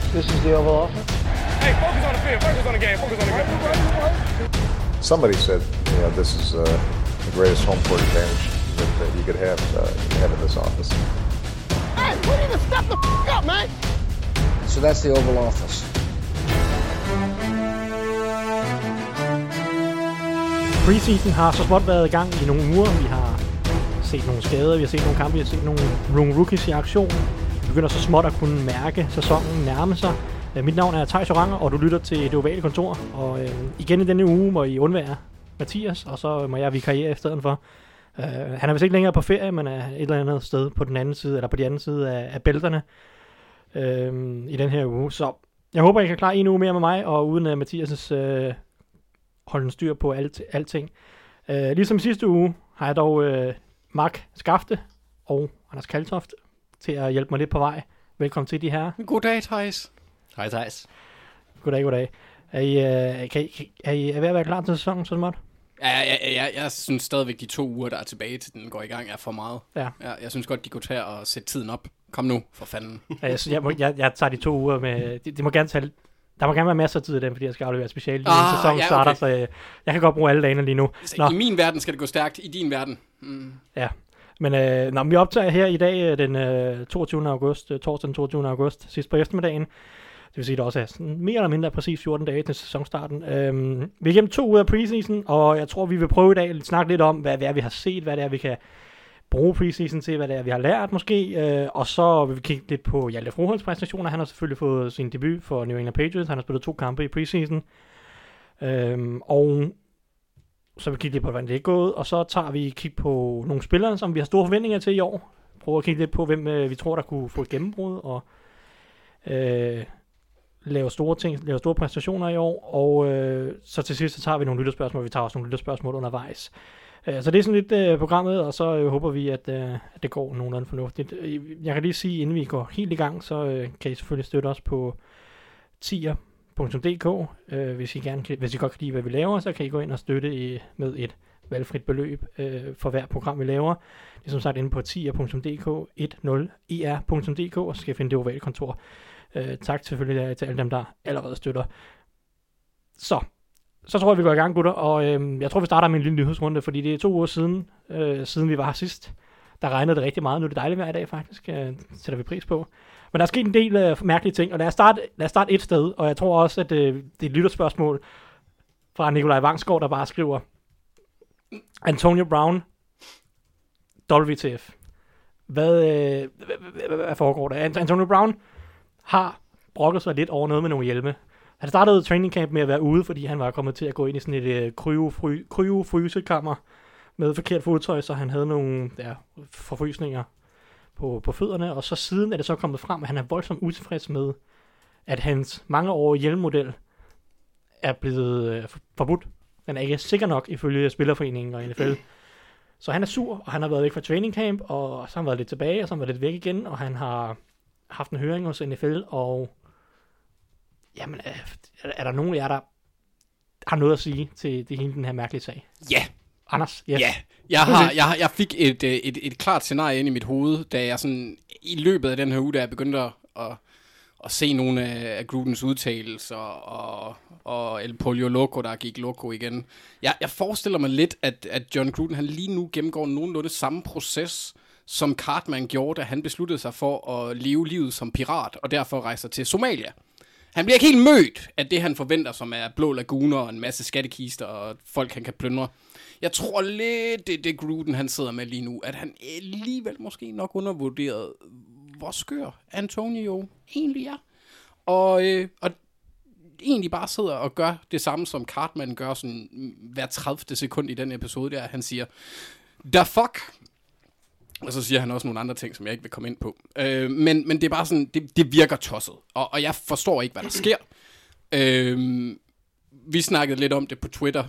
This is the Oval Office. Hey, focus on the field. Focus on the game. Focus on the game. Somebody said, this is the greatest home court advantage that you could have in this office. Hey, we need to step the up, man. So that's the Oval Office. Preseason har så småt været i gang i nogle uger. Vi har set nogle skader, vi har set nogle kampe, vi har set nogle rookies i aktion. Vi begynder så småt at kunne mærke sæsonen nærme sig. Mit navn er Theis Joranger, og du lytter til Det Ovale Kontor. Og igen i denne uge må I undvære Mathias, og så må jeg vikariere i stedet for. Han er vist ikke længere på ferie, men er et eller andet sted på den anden side, eller på de anden side af bælterne i den her uge. Så jeg håber, I kan klare en uge mere med mig, og uden Mathias' holden styr på alting. Ligesom sidste uge har jeg dog Mark Skafte og Anders Kaltoft til at hjælpe mig lidt på vej. Velkommen til de her. Goddag, Theis. Hej, Theis. Goddag. Er I ved at være klar til sæsonen så småt? Ja, jeg synes stadigvæk, de 2 uger, der er tilbage til den går i gang, er for meget. Ja. Jeg synes godt, de går til at sætte tiden op. Kom nu, for fanden. Jeg tager de 2 uger med... De må gerne tage... Der må gerne være masser af tid i den, fordi jeg skal aflevere speciale lige inden sæsonen starter, så jeg kan godt bruge alle dagene lige nu. I min verden skal det gå stærkt, i din verden. Ja, men vi optager her i dag den 22. august, torsdag den 22. august, sidst på eftermiddagen. Det vil sige, at der også er sådan mere eller mindre præcis 14 dage til sæsonstarten. Vi er igennem 2 uger af preseason, og jeg tror, vi vil prøve i dag at snakke lidt om, hvad det er, vi har set, hvad det er, vi kan bruge preseason til, hvad det er, vi har lært måske. Og så vil vi kigge lidt på Hjalte Froholds præstationer. Han har selvfølgelig fået sin debut for New England Patriots. Han har spillet 2 kampe i preseason. Og så vil vi kigge lidt på, hvordan det er gået. Og så tager vi kig på nogle spillere, som vi har store forventninger til i år. Prøver at kigge lidt på, hvem vi tror, der kunne få et gennembrud. Og lave store præstationer i år. Og så til sidst, så tager vi nogle lytterspørgsmål. Vi tager også nogle lytterspørgsmål undervejs. Så det er sådan lidt programmet, og så håber vi, at det går nogenlunde fornuftigt. Jeg kan lige sige, inden vi går helt i gang, så kan I selvfølgelig støtte os på tier.dk. Hvis I godt kan lide, hvad vi laver, så kan I gå ind og støtte med et valgfrit beløb for hver program, vi laver. Det er som sagt inde på tier.dk, 10er.dk, og så skal I finde Det Ovale Kontor. Tak selvfølgelig til alle dem, der allerede støtter. Så tror jeg, vi går i gang, gutter, og jeg tror, vi starter med en lille nyhedsrunde, fordi det er 2 uger siden vi var her sidst. Der regnede det rigtig meget. Nu er det dejligt vejr i dag, faktisk. Sætter vi pris på. Men der er sket en del mærkelige ting, og lad os starte et sted, og jeg tror også, at det er et lytterspørgsmål fra Nikolaj Vangsgaard, der bare skriver, Antonio Brown, WTF. Hvad foregår der? Antonio Brown har brokket sig lidt over noget med nogle hjelme. Han startede training camp med at være ude, fordi han var kommet til at gå ind i sådan et kryofrysekammer med forkert fodtøj, så han havde nogle forfrysninger på fødderne, og så siden er det så kommet frem, at han er voldsomt utilfreds med, at hans mangeårige hjelmmodel er blevet forbudt. Den er ikke sikker nok ifølge Spillerforeningen og NFL. Så han er sur, og han har været væk fra training camp, og så har han været lidt tilbage, og så har han været lidt væk igen, og han har haft en høring hos NFL, og jamen, er der nogen af jer, der har noget at sige til hele den her mærkelige sag? Ja. Anders? Yes. Ja. Jeg fik et klart scenarie ind i mit hoved, da jeg sådan i løbet af den her uge, da jeg begyndte at se nogle af Grudens udtalelser og El Pollo Loco, der gik loco igen. Jeg forestiller mig lidt, at John Gruden, han lige nu gennemgår nogenlunde samme proces, som Cartman gjorde, da han besluttede sig for at leve livet som pirat, og derfor rejser til Somalia. Han bliver ikke helt mødt af det, han forventer, som er blå laguner og en masse skattekister og folk, han kan plyndre. Jeg tror lidt, det Gruden, han sidder med lige nu, at han alligevel måske nok undervurderet, hvor skør Antonio egentlig er. Og egentlig bare sidder og gør det samme, som Cartman gør sådan hver 30. sekund i den episode der. Han siger, the fuck. Og så siger han også nogle andre ting, som jeg ikke vil komme ind på. Men det er bare sådan, det virker tosset. Og jeg forstår ikke, hvad der sker. Vi snakkede lidt om det på Twitter,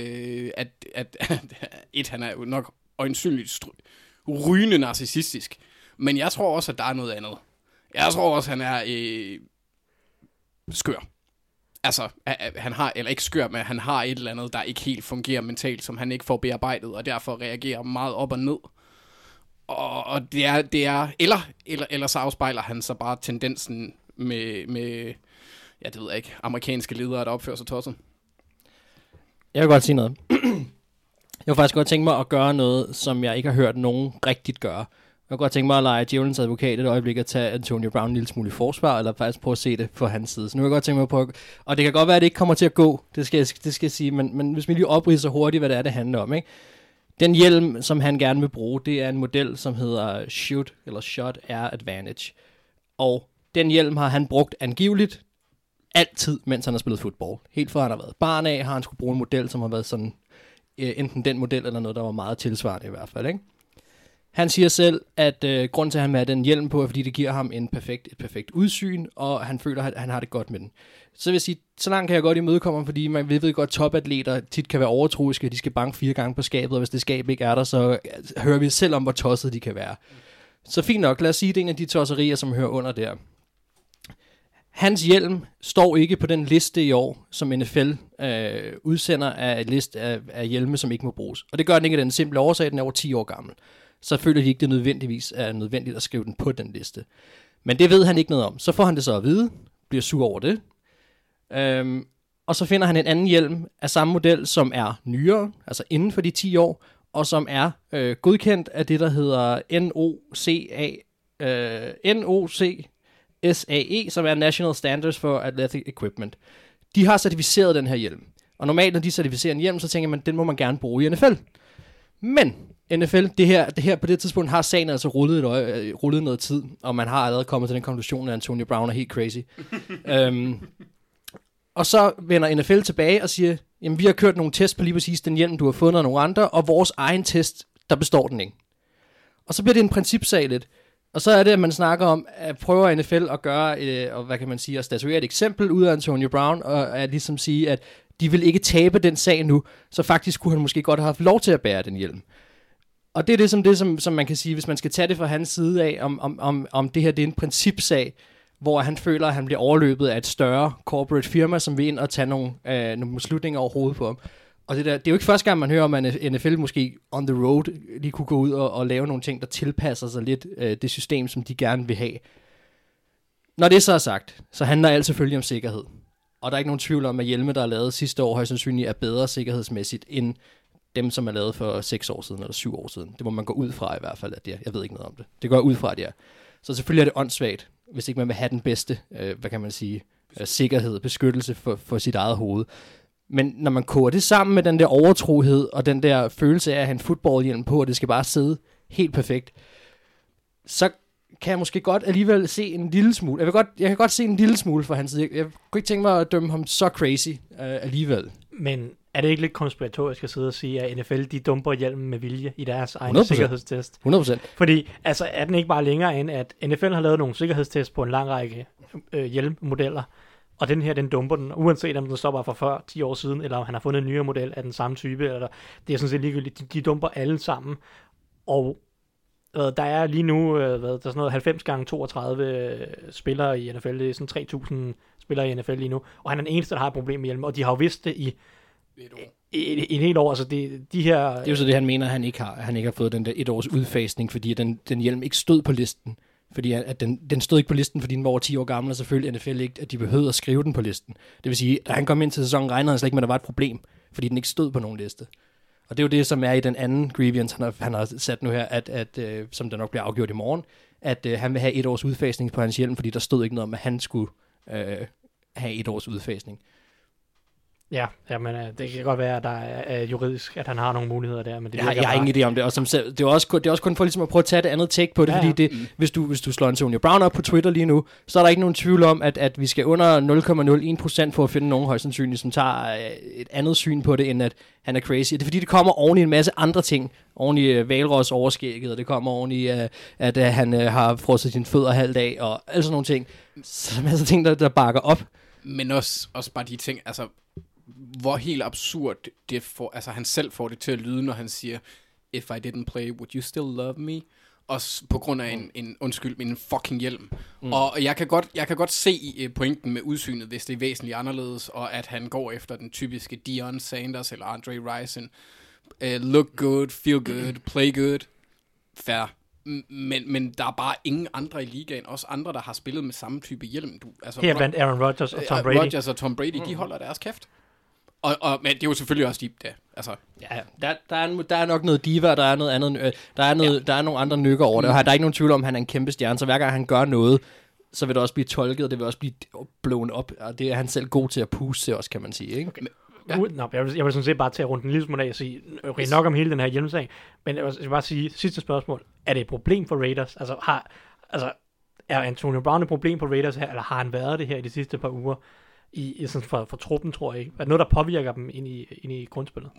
at han er jo nok øjensynligt rygende narcissistisk. Men jeg tror også, at der er noget andet. Jeg tror også, at han er skør. Altså, han har, eller ikke skør, men han har et eller andet, der ikke helt fungerer mentalt, som han ikke får bearbejdet, og derfor reagerer meget op og ned. Og det er eller så afspejler han så bare tendensen med ja, det ved jeg ikke, amerikanske ledere, der opfører sig tosset. Jeg vil godt sige noget. Jeg vil faktisk godt tænke mig at gøre noget, som jeg ikke har hørt nogen rigtigt gøre. Jeg vil godt tænke mig at lege djævelens advokat et øjeblik at tage Antonio Brown en lille smule i forsvar, eller faktisk prøve at se det fra hans side. Så nu vil jeg godt tænke mig at prøve, og det kan godt være, at det ikke kommer til at gå, det skal jeg sige, men hvis vi lige opridser hurtigt, hvad det handler om, ikke? Den hjelm, som han gerne vil bruge, det er en model, som hedder Shot Air Advantage. Og den hjelm har han brugt angiveligt altid, mens han har spillet fodbold. Helt fra han har været barn af, har han skulle bruge en model, som har været sådan, enten den model eller noget, der var meget tilsvarende i hvert fald, ikke? Han siger selv, at grunden til, at han vil have den hjelm på, er, fordi det giver ham et perfekt udsyn, og han føler, at han har det godt med den. Så vil jeg sige, så langt kan jeg godt imødekomme, fordi man ved godt, topatleter tit kan være overtroiske, de skal banke 4 gange på skabet, og hvis det skab ikke er der, så hører vi selv om, hvor tosset de kan være. Så fint nok, lad os sige, det er en af de tosserier, som hører under der. Hans hjelm står ikke på den liste i år, som NFL udsender af en liste af hjelme, som ikke må bruges. Og det gør den ikke af den simple årsag, at den er over 10 år gammel. Så føler de ikke, det nødvendigvis er nødvendigt at skrive den på den liste. Men det ved han ikke noget om. Så får han det så at vide, bliver sur over det. Og så finder han en anden hjelm af samme model, som er nyere, altså inden for de 10 år, og som er godkendt af det, der hedder NOCSAE, som er National Standards for Athletic Equipment. De har certificeret den her hjelm. Og normalt, når de certificerer en hjelm, så tænker man, den må man gerne bruge i NFL. Men NFL, det her på det tidspunkt har sagen altså rullet noget tid, og man har allerede kommet til den konklusion, at Antonio Brown er helt crazy. Og så vender NFL tilbage og siger, jamen vi har kørt nogle tests på lige præcis den hjelm, du har fundet af nogle andre, og vores egen test, der består den ikke. Og så bliver det en principsag lidt. Og så er det, at man snakker om, at prøver NFL at gøre, og hvad kan man sige, at statuere et eksempel ud af Antonio Brown, og at ligesom sige, at de vil ikke tabe den sag nu, så faktisk kunne han måske godt have haft lov til at bære den hjelm. Og det er det, som man kan sige, hvis man skal tage det fra hans side af, om det her det er en principsag, hvor han føler, at han bliver overløbet af et større corporate firma, som vil ind og tage nogle beslutninger over hovedet på ham. Og det er jo ikke første gang, man hører om, at NFL måske on the road lige kunne gå ud og lave nogle ting, der tilpasser sig lidt det system, som de gerne vil have. Når det så er sagt, så handler alt selvfølgelig om sikkerhed. Og der er ikke nogen tvivl om, at hjelme, der er lavet sidste år, højst sandsynligt er bedre sikkerhedsmæssigt end dem, som er lavet for 6 år siden eller 7 år siden. Det må man gå ud fra i hvert fald, at det er. Jeg ved ikke noget om det. Det går ud fra, at det er. Så selvfølgelig er det åndssvagt, hvis ikke man vil have den bedste, hvad kan man sige, sikkerhed, beskyttelse for sit eget hoved. Men når man koger det sammen med den der overtrohed og den der følelse af at have en fodboldhjelm på, og det skal bare sidde helt perfekt, så kan jeg måske godt alligevel se en lille smule. Jeg kan godt se en lille smule fra hans side. Jeg kunne ikke tænke mig at dømme ham så crazy alligevel. Men er det ikke lidt konspiratorisk at sidde og sige, at NFL de dumper hjelmen med vilje i deres egen sikkerhedstest? 100%. Fordi altså, er den ikke bare længere end, at NFL har lavet nogle sikkerhedstests på en lang række hjelmmodeller, og den her, den dumper den, uanset om den står bare fra før 10 år siden, eller om han har fundet en nyere model af den samme type, eller det er sådan set ligegyldigt. De dumper alle sammen, og der er lige nu der er sådan noget 90x32 spillere i NFL, det er sådan 3.000 spillere i NFL lige nu, og han er den eneste, der har et problem med hjelm, og de har jo vidst det i et helt år, altså de her... Det er jo så det, han mener, han ikke har fået den der 1 års udfasning, fordi den hjelm ikke stod på listen. Fordi at den stod ikke på listen, fordi den var over 10 år gammel, og selvfølgelig NFL ikke, at de behøvede at skrive den på listen. Det vil sige, da han kom ind til sæsonen, regnede han slet ikke med, at der var et problem, fordi den ikke stod på nogen liste. Og det er jo det, som er i den anden grievance, han har sat nu her, at som der nok bliver afgjort i morgen, at han vil have 1 års udfasning på hans hjelm, fordi der stod ikke noget om, at han skulle have 1 års udfasning. Ja, men det kan godt være, at der er juridisk, at han har nogle muligheder der, men det jeg har ingen idé om det, og det er også kun for ligesom at prøve at tage det andet take på det, fordi det, hvis du slår Antonio Brown op på Twitter lige nu, så er der ikke nogen tvivl om, at vi skal under 0,01% for at finde nogen højst sandsynligt, som tager et andet syn på det, end at han er crazy. Det er fordi, det kommer oven i en masse andre ting, oven i Valros overskægget, og det kommer oven i, at han har frosset sine fødder halvt af, og alle sådan nogle ting. Så masser af ting, der bakker op. Men også bare de ting, altså hvor helt absurd det får, altså han selv får det til at lyde, når han siger, if I didn't play, would you still love me? Også på grund af en fucking hjelm. Og jeg kan godt se pointen med udsynet, hvis det er væsentligt anderledes, og at han går efter den typiske Deion Sanders eller Andre Rison. Look good, feel good, play good. Fair. Men der er bare ingen andre i ligaen, også andre, der har spillet med samme type hjelm. Her blandt Aaron Rodgers og Tom Brady. Rodgers og Tom Brady, de holder deres kæft. Men det er jo selvfølgelig også de, altså. Ja, der er nok noget diva, der er noget andet, der er nogle andre nykker over det, og der er ikke nogen tvivl om, at han er en kæmpe stjerne, så hver gang han gør noget, så vil det også blive tolket, og det vil også blive blown op, og det er han selv god til at puste til også, kan man sige, ikke? Okay. Jeg vil sådan set bare tage rundt en lille smule af og sige nok om hele den her hjelmsag, men jeg vil bare sige, sidste spørgsmål, er det et problem for Raiders? Er Antonio Brown et problem på Raiders her, eller har han været det her i de sidste par uger? Sådan for truppen, tror jeg ikke. Er det noget, der påvirker dem ind i grundspillet?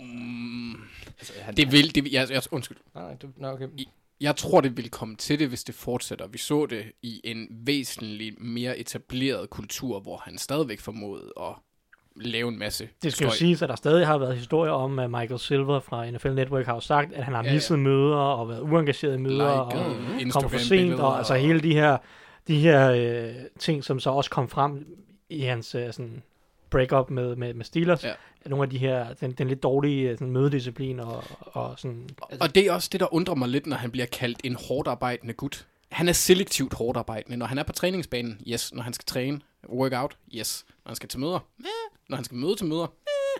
Undskyld. Okay. Jeg tror, det vil komme til det, hvis det fortsætter. Vi så det i en væsentlig mere etableret kultur, hvor han stadigvæk formåede at lave en masse Det skal jo siges, at der stadig har været historier om, at Michael Silver fra NFL Network har jo sagt, at han har misset møder og været uengageret i møder og kommet for sent, og altså hele de her ting, som så også kom frem i hans sådan break-up med Steelers. Ja. Nogle af de her, den lidt dårlige sådan, mødedisciplin og sådan. Og det er også det, der undrer mig lidt, når han bliver kaldt en hårdarbejdende gut. Han er selektivt hårdarbejdende. Når han er på træningsbanen, yes. Når han skal træne, workout, yes. Når han skal til møder, når han skal møde til møder,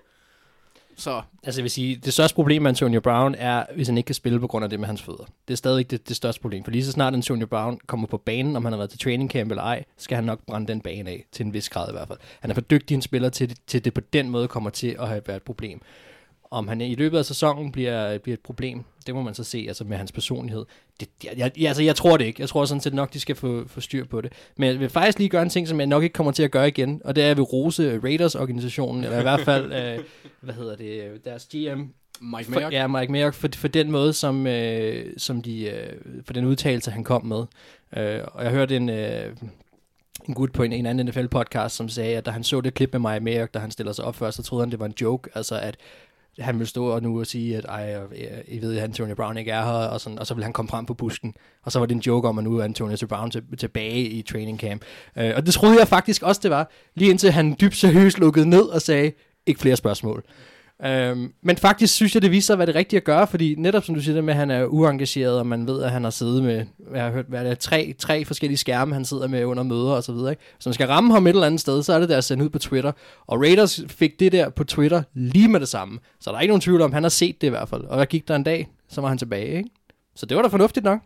Så. Altså jeg vil sige, det største problem med Antonio Brown er, hvis han ikke kan spille på grund af det med hans fødder. Det er stadig det største problem, for lige så snart Antonio Brown kommer på banen, om han har været til training camp eller ej, skal han nok brænde den bane af, til en vis grad i hvert fald. Han er for dygtig en spiller til det på den måde kommer til at have været et problem. Om han i løbet af sæsonen bliver et problem, det må man så se, altså med hans personlighed. Jeg tror det ikke. Jeg tror sådan set nok, de skal få styr på det. Men jeg vil faktisk lige gøre en ting, som jeg nok ikke kommer til at gøre igen, og det er, at jeg vil rose Raiders-organisationen, eller i hvert fald, deres GM, Mike Mayock. Mike Mayock, for den måde, som for den udtalelse, han kom med. Og jeg hørte en gut på en anden NFL-podcast, som sagde, at da han så det klip med Mike Mayock, da han stiller sig op først, så troede han, det var en joke, altså at han vil stå og nu og sige, at I ved, at Antonio Brown ikke er her, og så vil han komme frem på busken. Og så var det en joke om, at nu er Antonio Brown tilbage i training camp. Og det troede jeg faktisk også, det var. Lige indtil han dybt seriøst lukkede ned og sagde, ikke flere spørgsmål. Men faktisk synes jeg, det viser, hvad det rigtige at gøre, fordi netop som du siger det med, at han er uengageret, og man ved, at han har siddet med, jeg har hørt, hvad det er, tre forskellige skærme, han sidder med under møder og så videre, ikke? Så man skal ramme ham et eller andet sted, så er det der at sende ud på Twitter. Og Raiders fik det der på Twitter lige med det samme. Så der er ikke nogen tvivl om, han har set det i hvert fald. Og der gik der en dag, så var han tilbage, ikke? Så det var da fornuftigt nok.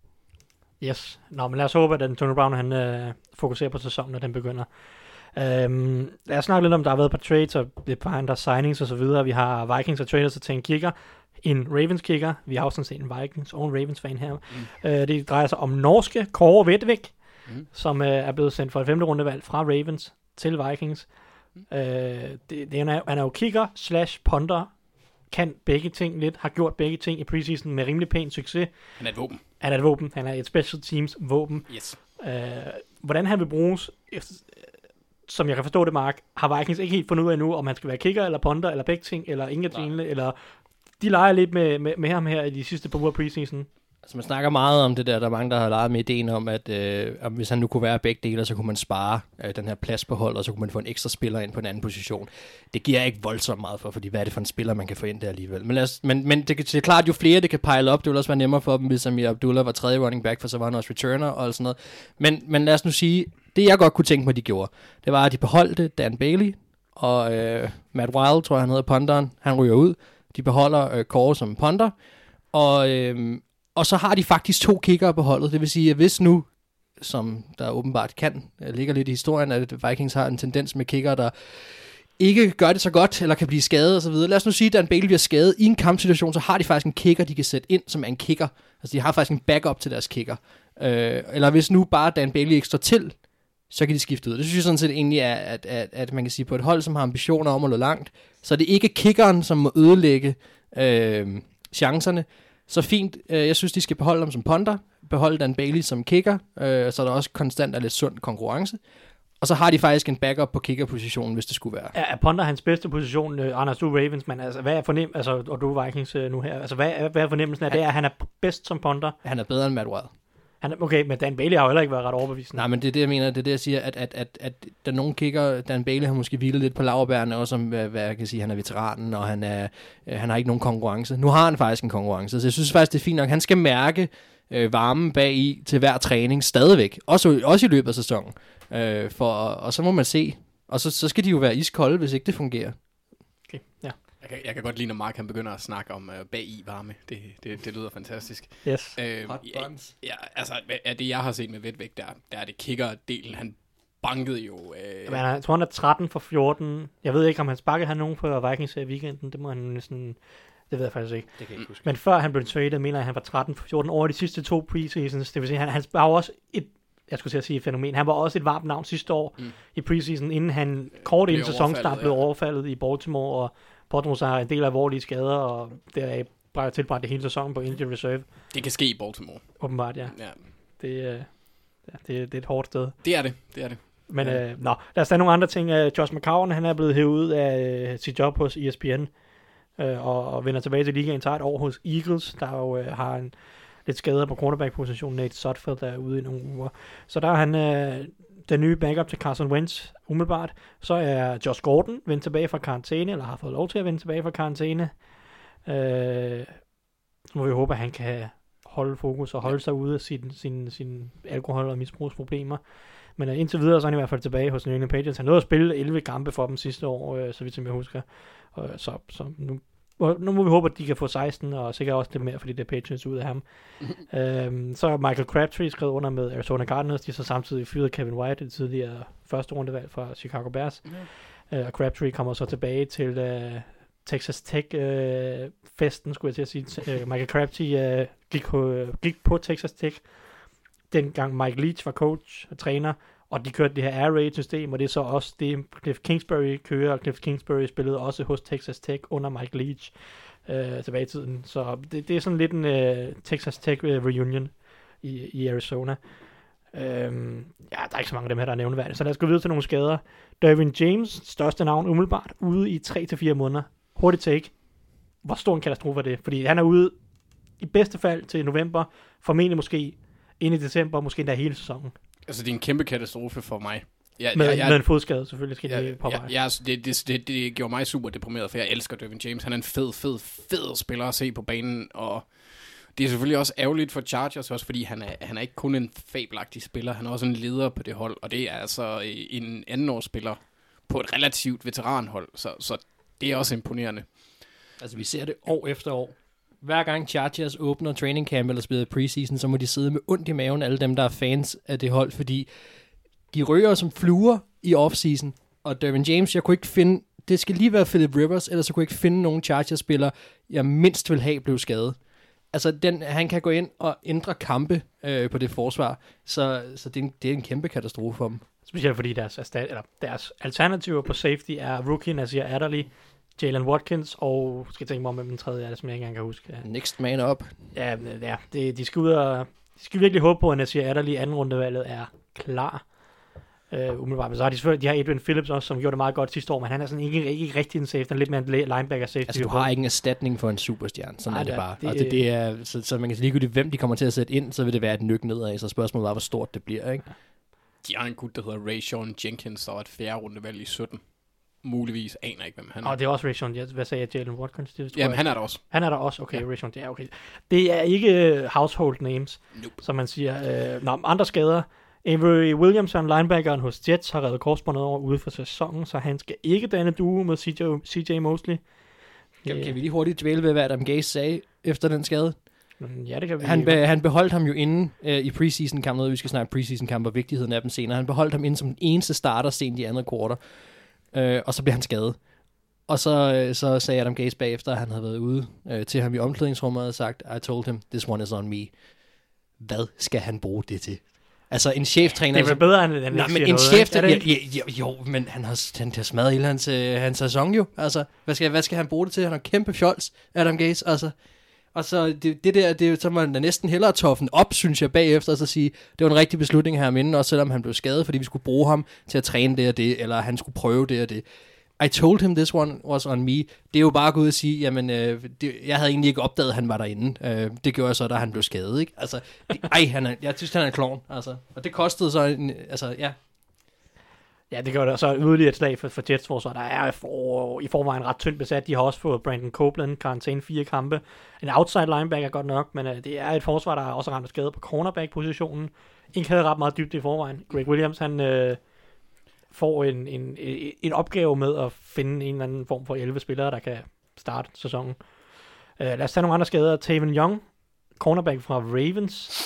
Yes. Nå, men lad os håbe, at Antonio Brown han fokuserer på sæsonen, når den begynder. Lad os snakke lidt om, der har været på trades og lidt på andre signings og så videre. Vi har Vikings og traders til en kicker, en Ravens kicker. Vi har også sådan set en Vikings og en Ravens fan her. Det drejer sig om norske Kåre Vedtvik, som er blevet sendt for et 5. rundevalg fra Ravens til Vikings. Han er jo kicker / punter, kan begge ting lidt, har gjort begge ting i preseason med rimelig pæn succes. Han er et våben. Han er et special teams våben. Yes. Hvordan han vil bruges, som jeg kan forstå det, Mark, har Vikings ikke helt fundet ud af endnu, om han skal være kicker eller punter, eller begge ting, eller ingen af delene, eller de leger lidt med ham her i de sidste par uger preseason. Altså man snakker meget om det der er mange, der har leget med ideen om, at hvis han nu kunne være begge dele, så kunne man spare den her plads på hold, og så kunne man få en ekstra spiller ind på en anden position. Det giver jeg ikke voldsomt meget for, fordi hvad er det for en spiller, man kan få ind der alligevel. Men det er klart, jo flere det kan pile op, det vil også være nemmere for dem, hvis Amir Abdullah var tredje running back, for så var han også returner og sådan noget. Men lad os nu sige, det jeg godt kunne tænke mig, de gjorde, det var, at de beholdte Dan Bailey, og Matt Wild, tror jeg han hedder, punteren, han ryger ud. De beholder Kåre som punter, og så har de faktisk 2 kickere på holdet. Det vil sige, at hvis nu, som der åbenbart ligger lidt i historien, at Vikings har en tendens med kickere, der ikke gør det så godt, eller kan blive skadet osv. Lad os nu sige, at Dan Bailey bliver skadet i en kampsituation, så har de faktisk en kicker, de kan sætte ind, som er en kicker. Altså de har faktisk en backup til deres kicker. Eller hvis nu bare Dan Bailey ikke står til, så kan de skifte ud. Det synes jeg sådan set egentlig er, at man kan sige, på et hold, som har ambitioner om at nå langt, så er det ikke kickeren, som må ødelægge chancerne. Så fint, jeg synes, de skal beholde dem som punter, beholde Dan Bailey som kicker, så der også konstant er lidt sund konkurrence. Og så har de faktisk en backup på kickerpositionen, hvis det skulle være. Er punter hans bedste position, Anders, du er Ravens, men altså, hvad er og du er Vikings nu her, altså hvad er fornemmelsen af det, at han er bedst som punter? Han er bedre end Matt Wild. Okay, men Dan Bailey har jo heller ikke været ret overbevisende. Nej, men det er det, jeg mener. Det er det, jeg siger, at der nogen kicker, Dan Bailey har måske hvilet lidt på laurbærene, også om, hvad jeg kan sige, han er veteranen, og han har ikke nogen konkurrence. Nu har han faktisk en konkurrence, så jeg synes faktisk, det er fint nok. Han skal mærke, varme bag i til hver træning stadigvæk. Også i løbet af sæsonen. Og så må man se. Og så skal de jo være iskolde, hvis ikke det fungerer. Okay, ja. Jeg kan godt lide, når Mark han begynder at snakke om bag i varme. Det lyder fantastisk. Yes. Hot buns. Ja, altså, af det jeg har set med Vedvæk, der er det kicker-delen. Han bankede jo... Men jeg tror, han er 13 for 14. Jeg ved ikke, om han sparkede han nogen på Vikings i weekenden. Det må han næsten... Det ved jeg faktisk ikke. Det kan jeg ikke huske. Men før han blev traded, mener jeg, han var 13 for 14 over de sidste 2 preseasons. Det vil sige, han var også jeg skulle til at sige et fænomen. Han var også et varmt navn sidste år i preseason, inden han kort inden sæsonstart blev overfaldet i Baltimore, og Baltimore så har en del af alvorlige skader, og der er tilbragt det hele sæsonen på injury reserve. Det kan ske i Baltimore. Åbenbart, ja. Det er et hårdt sted. Det er det. Men lad os tage nogle andre ting. Josh McCown, han er blevet hævet ud af sit job hos ESPN, og vender tilbage til ligaen, tager et år hos Eagles, der jo har en lidt skader på quarterback-positionen. Nate Sudfeld der er ude i nogle uger. Så der er han den nye backup til Carson Wentz umiddelbart. Så er Josh Gordon vendt tilbage fra karantæne, eller har fået lov til at vende tilbage fra karantæne. Så må vi håbe, at han kan holde fokus og holde sig ude af sin alkohol- og misbrugsproblemer. Men indtil videre, så er han i hvert fald tilbage hos New England Patriots. Han nåede at spille 11 kampe for dem sidste år, så vidt som jeg husker. Så nu må vi håbe, at de kan få 16, og sikkert også lidt mere, fordi det er Patriots ud af ham. Så er Michael Crabtree skrevet under med Arizona Cardinals. De så samtidig fyret Kevin White, det tidligere første rundevalg fra Chicago Bears. Og Crabtree kommer så tilbage til Texas Tech-festen, skulle jeg til at sige. Michael Crabtree gik på Texas Tech, dengang Mike Leach var coach og træner, og de kørte det her air raid system, og det er så også det, Cliff Kingsbury kører, og Cliff Kingsbury spillede også hos Texas Tech under Mike Leach tilbage i tiden. Så det er sådan lidt en Texas Tech reunion i Arizona. Der er ikke så mange af dem her, der er nævneværdige. Så lad os gå videre til nogle skader. Derwin James, største navn umiddelbart, ude i 3-4 måneder. Hurtigt take. Hvor stor en katastrofe er det? Fordi han er ude i bedste fald til november, formentlig måske ind i december, måske endda hele sæsonen. Altså, det er en kæmpe katastrofe for mig. Med en fodskade, selvfølgelig skal det påveje. Det gjorde mig super deprimeret, for jeg elsker Derwin James. Han er en fed spiller at se på banen, og det er selvfølgelig også ærgerligt for Chargers, også fordi han er ikke kun en fabelagtig spiller, han er også en leder på det hold, og det er altså en andenårsspiller på et relativt veteranhold, så det er også imponerende. Altså, vi ser det år efter år. Hver gang Chargers åbner training camp eller spiller preseason, så må de sidde med ondt i maven, alle dem, der er fans af det hold, fordi de rører som fluer i offseason, og Derwin James, jeg kunne ikke finde, det skal lige være Philip Rivers, ellers så kunne jeg ikke finde nogen Chargers-spillere, jeg mindst vil have blev skadet. Altså, han kan gå ind og ændre kampe på det forsvar, så det er en kæmpe katastrofe for dem. Specielt fordi deres alternativer på safety er rookie Nasir Adderley, Jalen Watkins, og skal tænke mig om, hvem den tredje er det, som jeg ikke engang kan huske. Next man up. Ja, de skal ud og de skal virkelig håbe på, at Nasir Adderley anden rundevalget er klar. Umiddelbart. Men så har de selvfølgelig, de har Edwin Phillips også, som gjorde det meget godt sidste år, men han er sådan ikke rigtig en safety, han er lidt mere en linebacker safety. Altså, du har ikke en erstatning for en superstjerne, sådan er det bare. Og det er, så man kan ligegyldigt, hvem de kommer til at sætte ind, så vil det være et nyk nedad, så spørgsmålet var, hvor stort det bliver, ikke? De har en gut, der hedder Rayshon Jenkins, der var et fjerde rundevalg i 17. Muligvis aner ikke, hvem han er. Og det er også Rayshon. Hvad sagde jeg? Jalen Watkins? Jamen, han er der også. Han er der også, okay. Ja. Rayshon, det er okay. Det er ikke household names, som man siger. Andre skader. Avery Williamson, linebackeren hos Jets, har reddet korsbåndet over ude for sæsonen, så han skal ikke danne duo med CJ Mosley. Kan vi lige hurtigt dvæle ved, hvad Adam Gase sagde efter den skade? Ja, det kan vi. Han beholdt ham jo inden i preseason-kampen, vi skal snakke preseason-kamp og vigtigheden af dem senere. Han beholdt ham inden som den eneste starter sent i andet kvartal. Og så blev han skadet. Og så sagde Adam Gase bagefter, at han havde været ude til ham i omklædningsrummet og sagt, I told him, this one is on me. Hvad skal han bruge det til? Altså en cheftræner... Det er vel bedre, end han ikke siger noget. Jo, men han har smadret hele hans sæson jo. Altså, hvad skal han bruge det til? Han har kæmpe fjols, Adam Gase. Altså. Og så så må man næsten hellere toffen op, synes jeg, bagefter, og så sige, det var en rigtig beslutning her inden, også selvom han blev skadet, fordi vi skulle bruge ham til at træne det og det, eller han skulle prøve det og det. I told him this one was on me. Det er jo bare at gå ud og sige, jamen, jeg havde egentlig ikke opdaget, at han var derinde. Det gjorde jeg så, da han blev skadet, ikke? Altså, jeg synes, han er en klovn, altså. Og det kostede så ja. Ja, det gør det. Og så yderligere et slag for Jets forsvar, der er i forvejen ret tyndt besat. De har også fået Brandon Copeland, karantæne 4 kampe. En outside linebacker godt nok, men det er et forsvar, der er også ramt af skade på cornerback-positionen. Ikke havde ret meget dybde i forvejen. Greg Williams, han får en opgave med at finde en eller anden form for 11 spillere, der kan starte sæsonen. Lad os tage nogle andre skader. Taven Young, cornerback fra Ravens.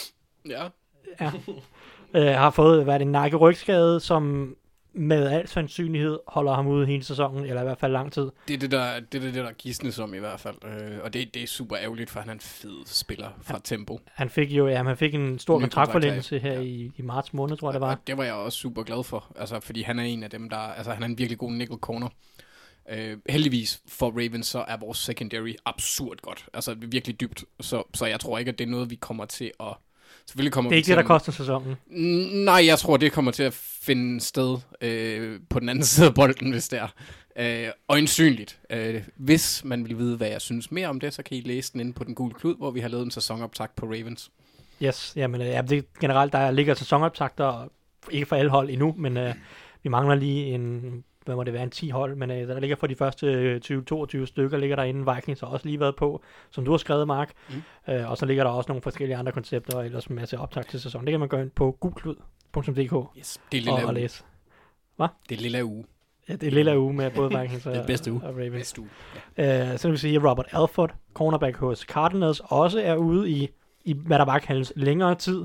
Ja. Har fået en nakke rygskade, som med al sandsynlighed holder ham ude hele sæsonen, eller i hvert fald lang tid. Det er det, der gidsnes om i hvert fald. Og det er super ærgerligt, for han er en fed spiller fra Tempo. Han fik en stor kontraktforlængelse her i marts måned, tror jeg det var. Det var jeg også super glad for, altså, fordi han er en af dem, der... Altså, han er en virkelig god nickel corner. Heldigvis for Ravens, så er vores secondary absurd godt. Altså virkelig dybt. Så jeg tror ikke, at det er noget, vi kommer til at... Selvfølgelig kommer det er ikke det, der koster sæsonen. Nej, jeg tror, det kommer til at finde sted på den anden side af bolden, hvis det er. Øjensynligt. Hvis man vil vide, hvad jeg synes mere om det, så kan I læse den inde på Den Gule Klud, hvor vi har lavet en sæsonoptakt på Ravens. Yes, jamen det generelt, der ligger sæsonoptakter, ikke for alle hold endnu, men vi mangler lige en 10 hold, men der ligger for de første 20-22 stykker, ligger der inden. Vikings har også lige været på, som du har skrevet, Mark. Og så ligger der også nogle forskellige andre koncepter, og ellers en masse optag til sæsonen. Det kan man gøre ind på gulklud.dk. Yes, det er lille og læse. Hvad? Det er lille uge. Ja, det er lille uge med både Vikings og, bedste uge. og Ravens. Bedste uge. Ja. Så vil vi sige, at Robert Alford, cornerback hos Cardinals, også er ude i hvad der bare kaldes længere tid.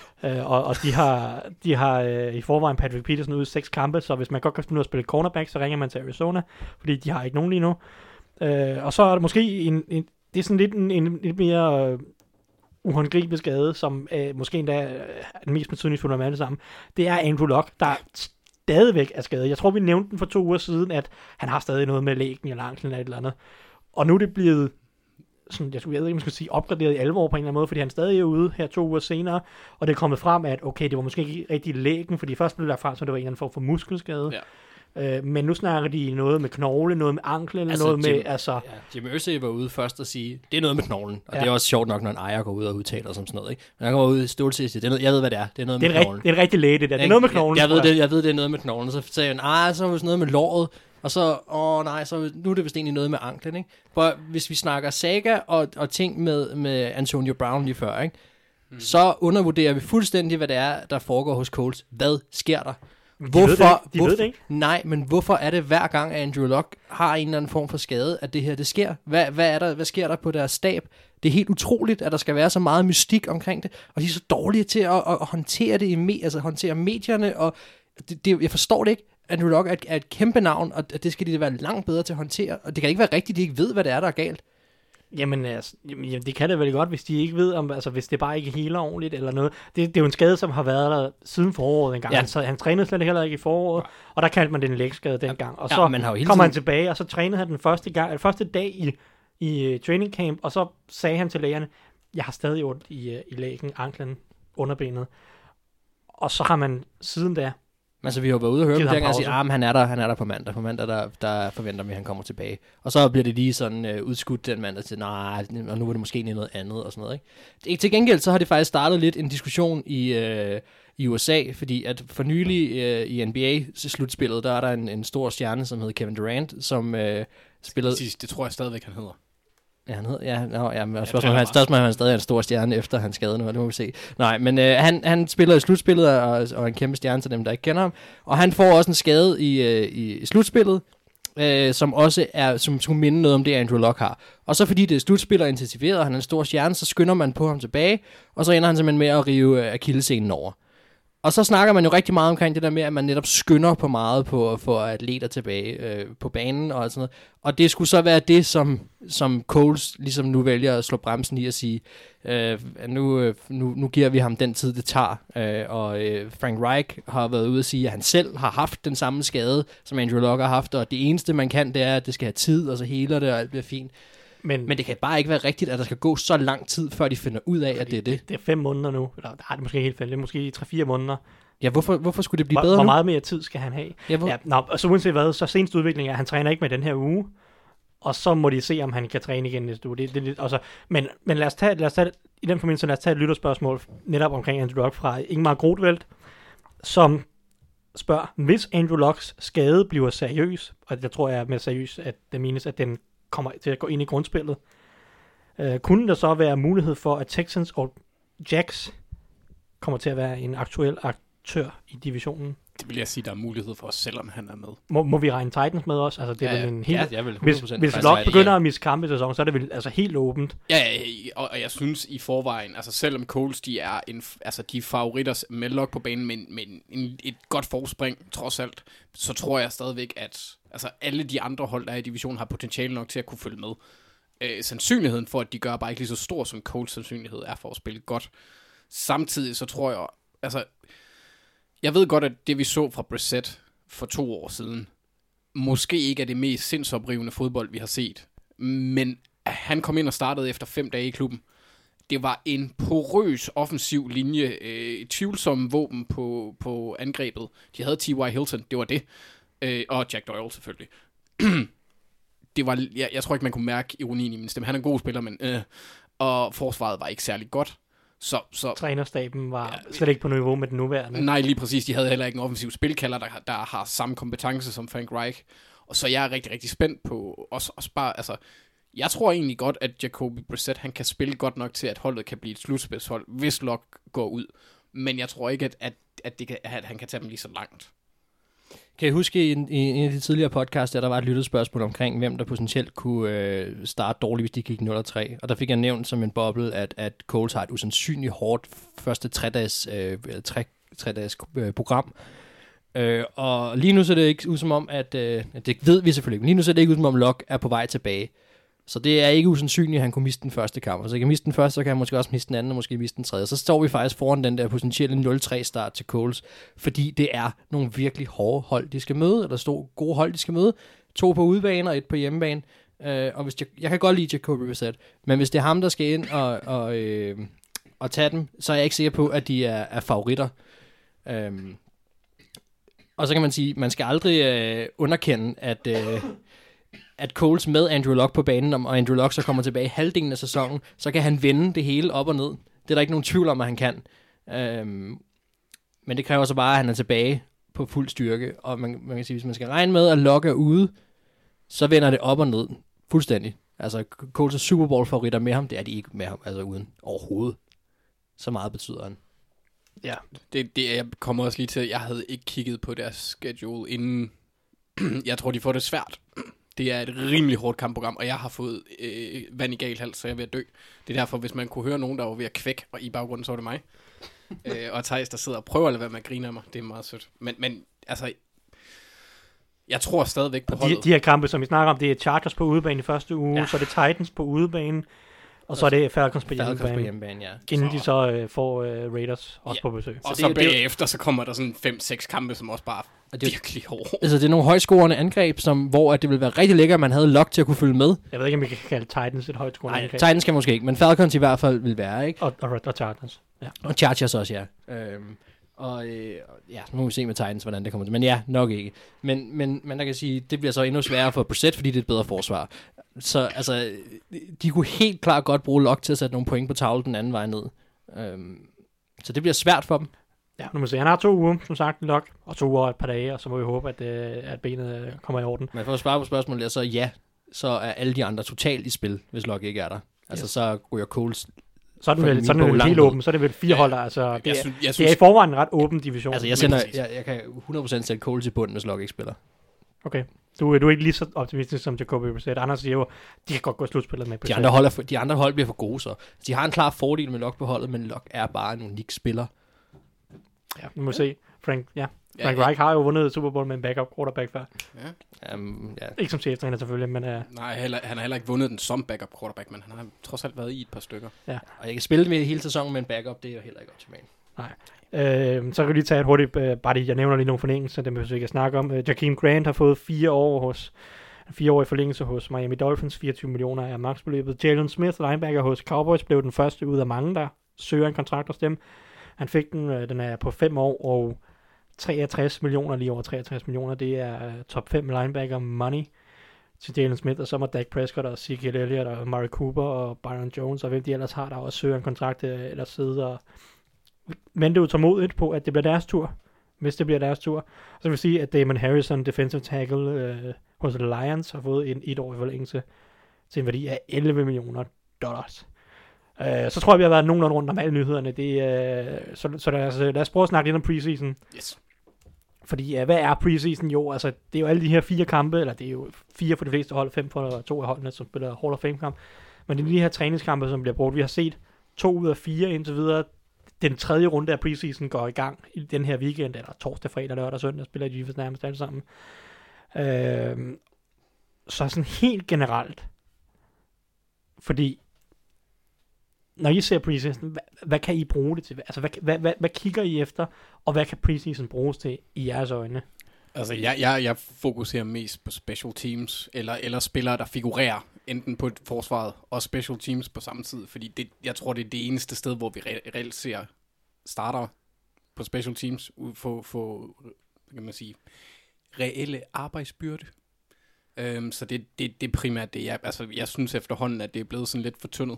Og de har i forvejen Patrick Peterson ude i 6 kampe, så hvis man godt kan finde ud af at spille cornerback, så ringer man til Arizona, fordi de har ikke nogen lige nu. Og så er der måske det er sådan lidt en lidt mere uhåndgribelig skade, som måske endda er den mest betydningsfulde af alle sammen. Det er Andrew Luck, der stadigvæk er skadet. Jeg tror, vi nævnte den for 2 uger siden, at han har stadig noget med lægen eller anklen eller et eller andet. Og nu er det blevet sådan, jeg ved ikke, om man skal sige opgraderet i alvor på en eller anden måde, fordi han stadig er ude her 2 uger senere, og det er kommet frem, at okay, det var måske ikke rigtig lægen, fordi først blev det lagt frem, så det var en eller anden form for muskelskade. Ja. Men nu snakker de noget med knogle, noget med ankel, eller noget med, Jim Irsay var ude først og sige, det er noget med knoglen, og det er også sjovt nok, når en ejer går ud og udtaler som sådan noget, ikke? Men han går ud i stålsæt og siger, jeg ved, hvad det er, det er noget med knoglen. Det er en rigtig læge, det der. Det er noget med knoglen. Jeg ved, det er noget med knoglen. Så sagde han, så var det noget med låret, og så, så nu er det vist egentlig noget med anklen, ikke? For hvis vi snakker saga og ting med Antonio Brown lige før, ikke? Så undervurderer vi fuldstændig, hvad det er, der foregår hos Colts. Hvad sker der? De ved det ikke. Nej, men hvorfor er det hver gang, at Andrew Luck har en eller anden form for skade, at det her det sker? Hvad sker der på deres stab? Det er helt utroligt, at der skal være så meget mystik omkring det, og de er så dårlige til at håndtere det håndtere medierne, og jeg forstår det ikke. Andrew Luck er et kæmpe navn, og det skal de være langt bedre til at håndtere, og det kan ikke være rigtigt, at de ikke ved, hvad det er, der er galt. Jamen, det kan det vel godt, hvis de ikke ved, om, hvis det bare ikke healer ordentligt eller noget. Det er jo en skade, som har været der siden foråret engang. Ja. Han trænede slet heller ikke i foråret, og der kaldte man det en lægskade dengang. Og så kom han tilbage, og så trænede han den første dag i training camp, og så sagde han til lægerne, jeg har stadig ondt i lægen, anklen, underbenet. Og så har man siden da Altså, vi har været ude og høre dem og sige, han er der på mandag. På mandag, der forventer vi, at han kommer tilbage. Og så bliver det lige sådan udskudt den mandag til, og nu var det måske noget andet og sådan noget, ikke? Til gengæld, så har det faktisk startet lidt en diskussion i USA, fordi at for nylig i NBA-slutspillet, der er der en stor stjerne, som hedder Kevin Durant, som spillede... Det tror jeg stadigvæk, han hedder. Ja, han hedder, men spørgsmålet han stadig er en stor stjerne efter hans skade nu, det må vi se. Nej, men han spiller i slutspillet, og en kæmpe stjerne til dem, der ikke kender ham. Og han får også en skade i slutspillet, som også som skulle minde noget om det, Andrew Luck har. Og så fordi det er slutspil og intensiveret, og han er en stor stjerne, så skynder man på ham tilbage, og så ender han simpelthen med at rive akillessenen over. Og så snakker man jo rigtig meget omkring det der med, at man netop skynder på meget på at få atleter tilbage på banen og sådan noget. Og det skulle så være det, som Coles ligesom nu vælger at slå bremsen i og sige, nu giver vi ham den tid, det tager. Og Frank Reich har været ude at sige, at han selv har haft den samme skade, som Andrew Luck har haft, og det eneste man kan, det er, at det skal have tid, og så heler det, og alt bliver fint. Men det kan bare ikke være rigtigt, at der skal gå så lang tid, før de finder ud af, at det er det. Det er 5 måneder nu. Eller det er måske helt fældt. Det er måske 3-4 måneder. Ja, hvorfor skulle det blive bedre nu? Hvor meget mere tid skal han have? Så uanset hvad, så seneste udvikling er, at han træner ikke med den her uge. Og så må de se, om han kan træne igen næste uge. Men lad os tage i den forbindelse, lad os tage et lytterspørgsmål netop omkring Andrew Luck fra Ingmar Grothfeldt, som spørger, hvis Andrew Lucks skade bliver seriøs, og jeg tror, jeg er med seriøs, at det menes, at den kommer til at gå ind i grundspillet, kunne der så være mulighed for, at Texans og Jags kommer til at være en aktuel aktør i divisionen? Det vil jeg sige, der er mulighed for, selvom han er med. Må vi regne Titans med også? Altså, det er vel en helt... jeg vil 100% Hvis Luck begynder at misse kampe i sæsonen, så er det vel altså helt åbent. Ja, og jeg synes i forvejen, altså selvom Colts, de er de favoritter med Luck på banen, men et godt forspring, trods alt, så tror jeg stadigvæk, at altså, alle de andre hold, der er i divisionen, har potentiale nok til at kunne følge med. Sandsynligheden for, at de gør bare ikke lige så stor, som Colts sandsynlighed er for at spille godt. Samtidig så tror jeg, altså, jeg ved godt, at det vi så fra Brissett for 2 år siden, måske ikke er det mest sindsoprivende fodbold, vi har set. Men han kom ind og startede efter 5 dage i klubben. Det var en porøs offensiv linje, tvivlsomme våben på angrebet. De havde T.Y. Hilton, det var det. Og Jack Doyle selvfølgelig. Det var, jeg tror ikke, man kunne mærke ironien i min stemme. Han er en god spiller, men og forsvaret var ikke særlig godt. Så trænerstaben var slet ikke på niveau med den nuværende. Nej, lige præcis. De havde heller ikke en offensiv spilkalder, der har samme kompetence som Frank Reich. Og så jeg er rigtig, rigtig spændt på også bare, altså, jeg tror egentlig godt, at Jacoby Brissett, han kan spille godt nok til, at holdet kan blive et slutspilshold, hvis Luck går ud. Men jeg tror ikke, at han kan tage dem lige så langt. Kan I huske i en af de tidligere podcasts, der var et lyttet spørgsmål omkring, hvem der potentielt kunne starte dårligt, hvis de gik 0-3. Og der fik jeg nævnt som en boble, at Colts har et usandsynligt hårdt første 3-dages program. Og lige nu ser det ikke ud som om, at det ved vi selvfølgelig ikke, lige nu ser det ikke ud som om Luck er på vej tilbage. Så det er ikke usandsynligt, at han kunne miste den første kamp. Og så kan miste den første, så kan han måske også miste den anden, og måske miste den tredje. Så står vi faktisk foran den der potentielle 0-3 start til Colts, fordi det er nogle virkelig hårde hold, de skal møde, eller gode hold, de skal møde. 2 på udebane og 1 på hjemmebane. Og hvis jeg kan godt lide Jacoby Brissett, men hvis det er ham, der skal ind og tage dem, så er jeg ikke sikker på, at de er favoritter. Og så kan man sige, man skal aldrig underkende, at Colts med Andrew Luck på banen, og Andrew Luck så kommer tilbage halvdelen af sæsonen, så kan han vende det hele op og ned. Det er der ikke nogen tvivl om, at han kan. Men det kræver så bare, at han er tilbage på fuld styrke. Og man kan sige, hvis man skal regne med, at Luck er ude, så vender det op og ned fuldstændig. Altså, Colts' Super Bowl-favoritter med ham, det er de ikke med ham, altså uden overhovedet. Så meget betyder han. Ja, jeg kommer også lige til, jeg havde ikke kigget på deres schedule inden. Jeg tror, de får det svært. Det er et rimelig hårdt kampprogram, og jeg har fået vand i gal hals, så jeg er ved at dø. Det er derfor, hvis man kunne høre nogen, der var ved at kvække, og i baggrunden, så var det mig. Og Thijs, der sidder og prøver at lade være med at grine af mig. Det er meget sødt. Men altså, jeg tror stadigvæk på holdet. De her kampe, som vi snakker om, det er Chargers på udebane i første uge, så er det Titans på udebane, og så er det Falcons på hjemmebane. Ja. Inden de så får Raiders også på besøg. Og så bagefter, så kommer der sådan 5-6 kampe, som også bare er virkelig hårde. Altså, det er nogle højscorende angreb, hvor det ville være rigtig lækkert, at man havde Luck til at kunne følge med. Jeg ved ikke, om vi kan kalde Titans et højscorende angreb. Nej, Titans kan måske ikke, men Falcons i hvert fald vil være, ikke? Og Chargers. Ja. Og Chargers også, ja. Så må vi se med Titans, hvordan det kommer til. Men ja, nok ikke. Men der kan sige, det bliver så endnu sværere for Brissett, fordi det er et bedre forsvar. Så altså, de kunne helt klart godt bruge Luck til at sætte nogle point på tavlen den anden vej ned. Så det bliver svært for dem. Ja, nu må vi se. Han har 2 uger, som sagt, Luck, og 2 uger og et par dage, og så må vi håbe, at benet kommer i orden. Men for at svare på spørgsmålet, så er alle de andre totalt i spil, hvis Luck ikke er der. Altså, så ryger Colts. Så er det vel helt åben, så er det vel 4 hold, altså det er i forvejen en ret åben division. Altså, jeg kan 100% sætte Colts i bunden, hvis Luck ikke spiller. Okay. Du er ikke lige så optimistisk som Jacoby Brissett. Anders siger jo, de kan godt gå slutspillet med Brissett. De andre hold bliver for gode, så de har en klar fordel med Luck på holdet, men Luck er bare en unik spiller. Ja, nu må vi se. Frank Reich har jo vundet Super Bowl med en backup quarterback før. Ja. Ikke som cheftræner selvfølgelig, men... Nej, han har heller ikke vundet den som backup quarterback, men han har trods alt været i et par stykker. Ja. Og jeg kan spille med hele sæsonen med en backup, det er jo heller ikke optimalt. Nej. Så kan vi lige tage et hurtigt... jeg nævner lige nogle forlængelser, dem vil vi ikke snakke om. Jakeem Grant har fået 4 år i forlængelse hos Miami Dolphins. 24 millioner er maksbeløbet. Jalen Smith, linebacker hos Cowboys, blev den første ud af mange, der søger en kontrakt hos dem. Han fik den er på 5 år, og 63 millioner, lige over 63 millioner, det er top 5 linebacker money til Jalen Smith, og så må Dak Prescott og Ezekiel Elliott og Amari Cooper og Byron Jones, og hvem de ellers har, der også søger en kontrakt, eller sidde og vente utålmodigt på, at det bliver deres tur. hvis det bliver deres tur. Så vil sige, at Damon Harrison, defensive tackle hos The Lions, har fået en 1-årig forlængelse til en værdi af $11 million. Så tror jeg, vi har været nogenlunde rundt om alle nyhederne. Så lad os prøve at snakke lidt om preseason. Yes. Fordi hvad er preseason? Jo, altså det er jo alle de her 4 kampe, eller det er jo 4 for de fleste hold, 5 for 2 af holdene, som spiller Hall of Fame kamp. Men det er de her træningskampe, som bliver brugt. Vi har set 2 ud af 4 indtil videre. Den 3. runde af preseason går i gang i den her weekend, eller torsdag, fredag, lørdag og søndag, spiller de nærmest alle sammen. Så sådan helt generelt, fordi når I ser preseason, hvad kan I bruge det til? Altså, hvad kigger I efter, og hvad kan preseason bruges til i jeres øjne? Altså, jeg fokuserer mest på special teams, eller spillere, der figurerer enten på forsvaret og special teams på samme tid, fordi jeg tror, det er det eneste sted, hvor vi reelt ser starter på special teams, få kan man sige, reelle arbejdsbyrde. Så det er primært det. Jeg synes efterhånden, at det er blevet sådan lidt fortyndet.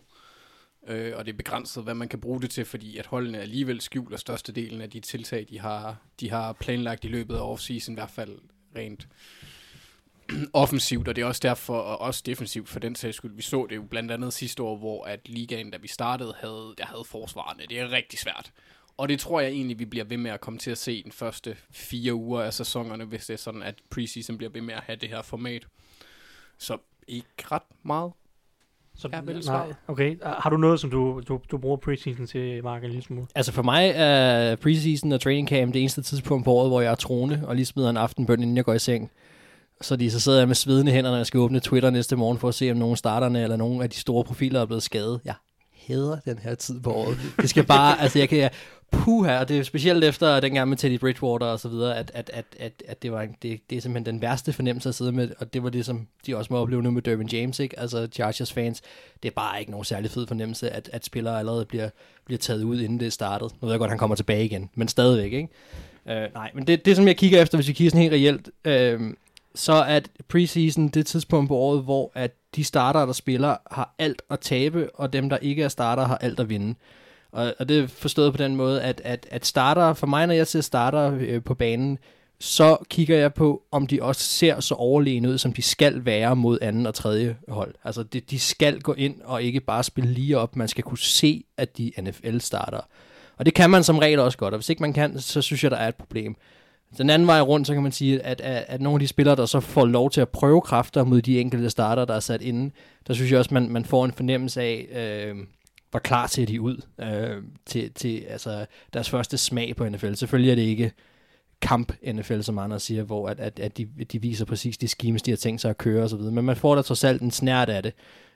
Og det er begrænset, hvad man kan bruge det til, fordi at holdene alligevel skjuler størstedelen af de tiltag, de har planlagt i løbet af offseason, i hvert fald rent offensivt, og det er også derfor, og også defensivt for den sags skyld. Vi så det jo blandt andet sidste år, hvor at ligaen, da vi startede, havde forsvarerne. Det er rigtig svært. Og det tror jeg egentlig, vi bliver ved med at komme til at se den første 4 uger af sæsonerne, hvis det er sådan, at preseason bliver ved med at have det her format. Så ikke ret meget. Så, nej, okay. Har du noget, som du bruger preseason til, Mark, en lille smule? Altså for mig er preseason og training camp det eneste tidspunkt på året, hvor jeg er troende og lige smider en aftenbøn, inden jeg går i seng. Så sidder jeg med svedende hænder, når jeg skal åbne Twitter næste morgen for at se, om nogle starterne eller nogle af de store profiler er blevet skadet. Jeg hader den her tid på året. Det skal bare, altså jeg kan... Puha, og det er specielt efter dengang med Teddy Bridgewater og så videre, at det er simpelthen den værste fornemmelse at sidde med, og det var det, som de også må opleve nu med Derwin James, ikke? Altså Chargers fans, det er bare ikke nogen særlig fed fornemmelse, at spillere allerede bliver taget ud, inden det er startet. Nu ved jeg godt, han kommer tilbage igen, men stadigvæk, ikke? Nej, men det som jeg kigger efter, hvis vi kigger sådan helt reelt, så at preseason, det tidspunkt på året, hvor at de starter, der spiller, har alt at tabe, og dem, der ikke er starter, har alt at vinde. Og det er forstået på den måde, at starter, for mig, når jeg ser starter på banen, så kigger jeg på, om de også ser så overlegne ud, som de skal være mod anden og tredje hold. Altså, de skal gå ind og ikke bare spille lige op. Man skal kunne se, at de NFL-starter. Og det kan man som regel også godt, og hvis ikke man kan, så synes jeg, der er et problem. Den anden vej rundt, så kan man sige, at nogle af de spillere, der så får lov til at prøve kræfter mod de enkelte starter, der er sat inde, der synes jeg også, man får en fornemmelse af... hvor klar ser de ud til altså deres første smag på NFL. Selvfølgelig er det ikke kamp-NFL, som andre siger, hvor at de viser præcis de schemes, de har tænkt sig at køre og så videre. Men man får da trods alt en snært af det.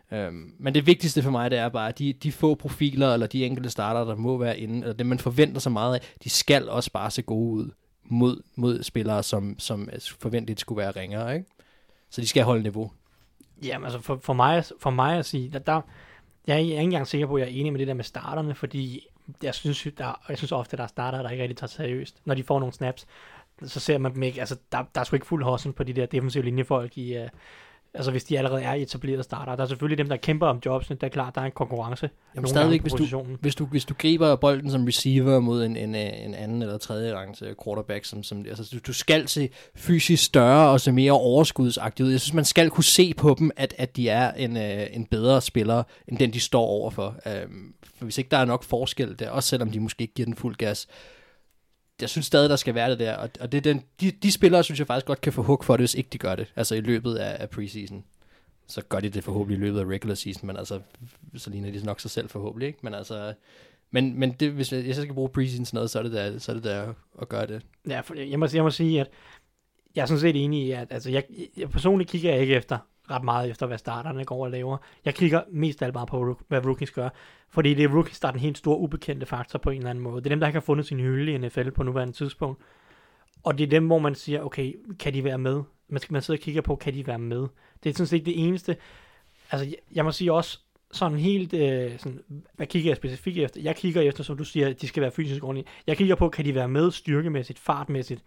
Men det vigtigste for mig, det er bare, at de få profiler, eller de enkelte starter, der må være inde, eller det man forventer så meget af, de skal også bare se gode ud mod spillere, som forventeligt skulle være ringere, ikke? Så de skal holde niveau. Jamen altså for mig at sige, jeg er ikke engang sikker på, at jeg er enig med det der med starterne, fordi jeg synes ofte, at der er starter, der ikke rigtig tager seriøst. Når de får nogle snaps, så ser man dem ikke. Altså, der er sgu ikke fuld hustle på de der defensive linjefolk, altså hvis de allerede er etablerede starter. Der er selvfølgelig dem, der kæmper om jobsene. Det er klart, der er en konkurrence. Jamen stadigvæk, hvis du griber bolden som receiver mod en anden eller tredje rangs quarterback, altså du skal se fysisk større og se mere overskudsagtigt ud. Jeg synes, man skal kunne se på dem, at de er en bedre spiller, end den de står overfor. For hvis ikke der er nok forskel der, også selvom de måske ikke giver den fuld gas, jeg synes stadig, der skal være det der, og det er de spillere, synes jeg faktisk godt kan få hug for det, hvis ikke de gør det, altså i løbet af preseason. Så gør de det forhåbentlig i løbet af regular season, men altså, så ligner de nok sig selv forhåbentlig, ikke? Men altså, men det, hvis jeg skal bruge preseason sådan noget, så er det der at gøre det. Ja, for jeg må sige, at jeg er sådan set enig i, at altså, jeg personligt kigger jeg ikke efter ret meget efter, hvad starterne går og laver. Jeg kigger mest af alt bare på, hvad rookies gør. Fordi det er rookies, der er den helt store ubekendte faktor på en eller anden måde. Det er dem, der ikke har fundet sin hylde i NFL på nuværende tidspunkt. Og det er dem, hvor man siger, okay, kan de være med? Man sidder og kigger på, kan de være med? Det er sådan set det eneste. Altså, jeg må sige også, sådan helt, hvad kigger jeg specifikt efter? Jeg kigger efter, som du siger, at de skal være fysisk ordentlige. Jeg kigger på, kan de være med styrkemæssigt, fartmæssigt,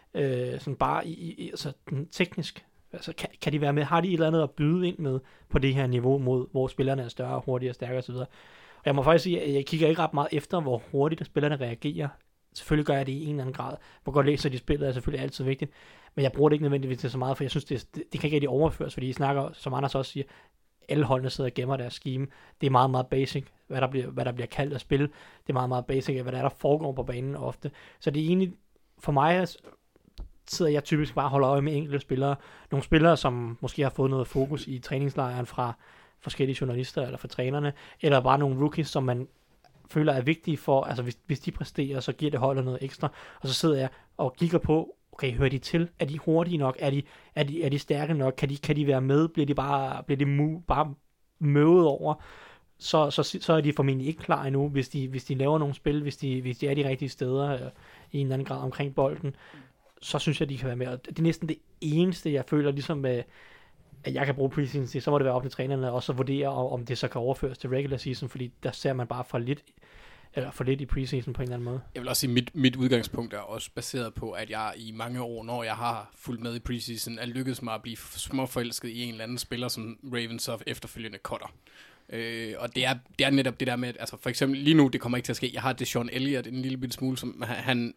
sådan bare altså, teknisk. Altså, kan de være med? Har de et eller andet at byde ind med på det her niveau, mod hvor spillerne er større, hurtigere, stærkere osv.? Og jeg må faktisk sige, at jeg kigger ikke ret meget efter, hvor hurtigt spillerne reagerer Selvfølgelig gør jeg det i en eller anden grad. Hvor godt læser de spillet er selvfølgelig altid vigtigt. Men jeg bruger det ikke nødvendigvis til så meget, for jeg synes, det kan ikke rigtig overføres, fordi I snakker, som Anders også siger, alle holdene sidder og gemmer deres scheme. Det er meget, meget basic, hvad der bliver kaldt at spille. Det er meget, meget basic, hvad der foregår på banen ofte. Så det er egentlig, for mig sidder jeg typisk bare og holder øje med enkelte spillere. Nogle spillere, som måske har fået noget fokus i træningslejren fra forskellige journalister eller fra trænerne, eller bare nogle rookies, som man føler er vigtige for, altså hvis de præsterer, så giver det holdet noget ekstra. Og så sidder jeg og kigger på, okay, hører de til? Er de hurtige nok? Er de stærke nok? Kan de være med? Bliver de bare møvet over? Så er de formentlig ikke klar endnu, hvis de laver nogle spil, hvis de er de rigtige steder i en eller anden grad omkring bolden. Så synes jeg, de kan være med. Og det er næsten det eneste, jeg føler, ligesom at jeg kan bruge preseason til, så må det være op til trænerne også at vurdere, om det så kan overføres til regular season, fordi der ser man bare for lidt i preseason på en eller anden måde. Jeg vil også sige, mit udgangspunkt er også baseret på, at jeg i mange år, når jeg har fulgt med i preseason, er lykkedes mig at blive småforelsket i en eller anden spiller, som Ravens så efterfølgende cutter. Og det er netop det der med, altså for eksempel lige nu, det kommer ikke til at ske. Jeg har Deshaun Elliott en lille bitte smule, som han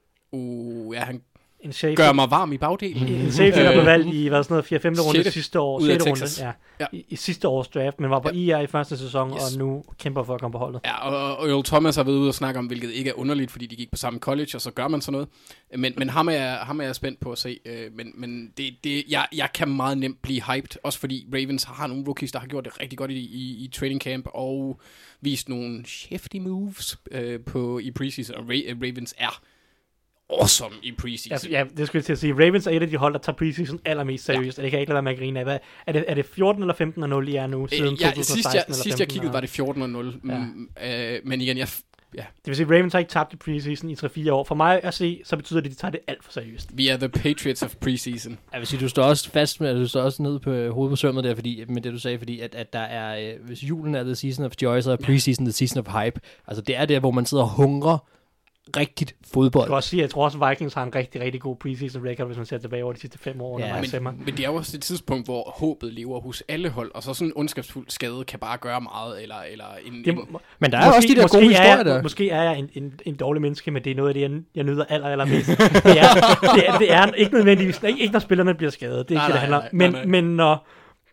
gør mig varm i bagdelen. En safety, der blev valgt i 4. 5. runde sidste år. 6. runde, ja. I sidste års draft, men var på IR i første sæson, og nu kæmper for at komme på holdet. Ja, og Earl Thomas har været ude og snakke om, hvilket ikke er underligt, fordi de gik på samme college, og så gør man sådan noget. Men ham er jeg spændt på at se. Men jeg kan meget nemt blive hyped, også fordi Ravens har nogle rookies, der har gjort det rigtig godt i training camp, og vist nogle shifty moves i preseason, og Ravens er awesome i preseason. Ja, det skulle jeg til at sige. Ravens er et af de hold, der tager preseason allermest seriøst, og det kan jeg ikke lade være med at grine af. Er det 14 eller 15-0 I er nu, siden 2016 sidst jeg kiggede, var det 14-0. Ja. Men igen, det vil sige, Ravens har ikke tabt i preseason i 3-4 år. For mig at se, så betyder det, at de tager det alt for seriøst. Vi er the Patriots of preseason. Jeg vil sige, du står også fast med, du står også ned på hovedet på sømmet der, fordi, med det du sagde, fordi at der er, hvis julen er the season of joy, så er preseason the season of hype. Altså det er der, hvor man sidder og hungrer rigtigt fodbold. Jeg kan også sige, at jeg tror også, Vikings har en rigtig, rigtig god preseason record, hvis man ser tilbage over de sidste 5 år. Ja, men det er jo også et tidspunkt, hvor håbet lever hos alle hold, og så sådan en ondskabsfuld skade kan bare gøre meget, men der er også de der gode historier der. Måske er jeg en dårlig menneske, men det er noget af det, jeg nyder allermest. det er ikke nødvendigvis, ikke når spillerne bliver skadet, det er ikke det handler om. Men når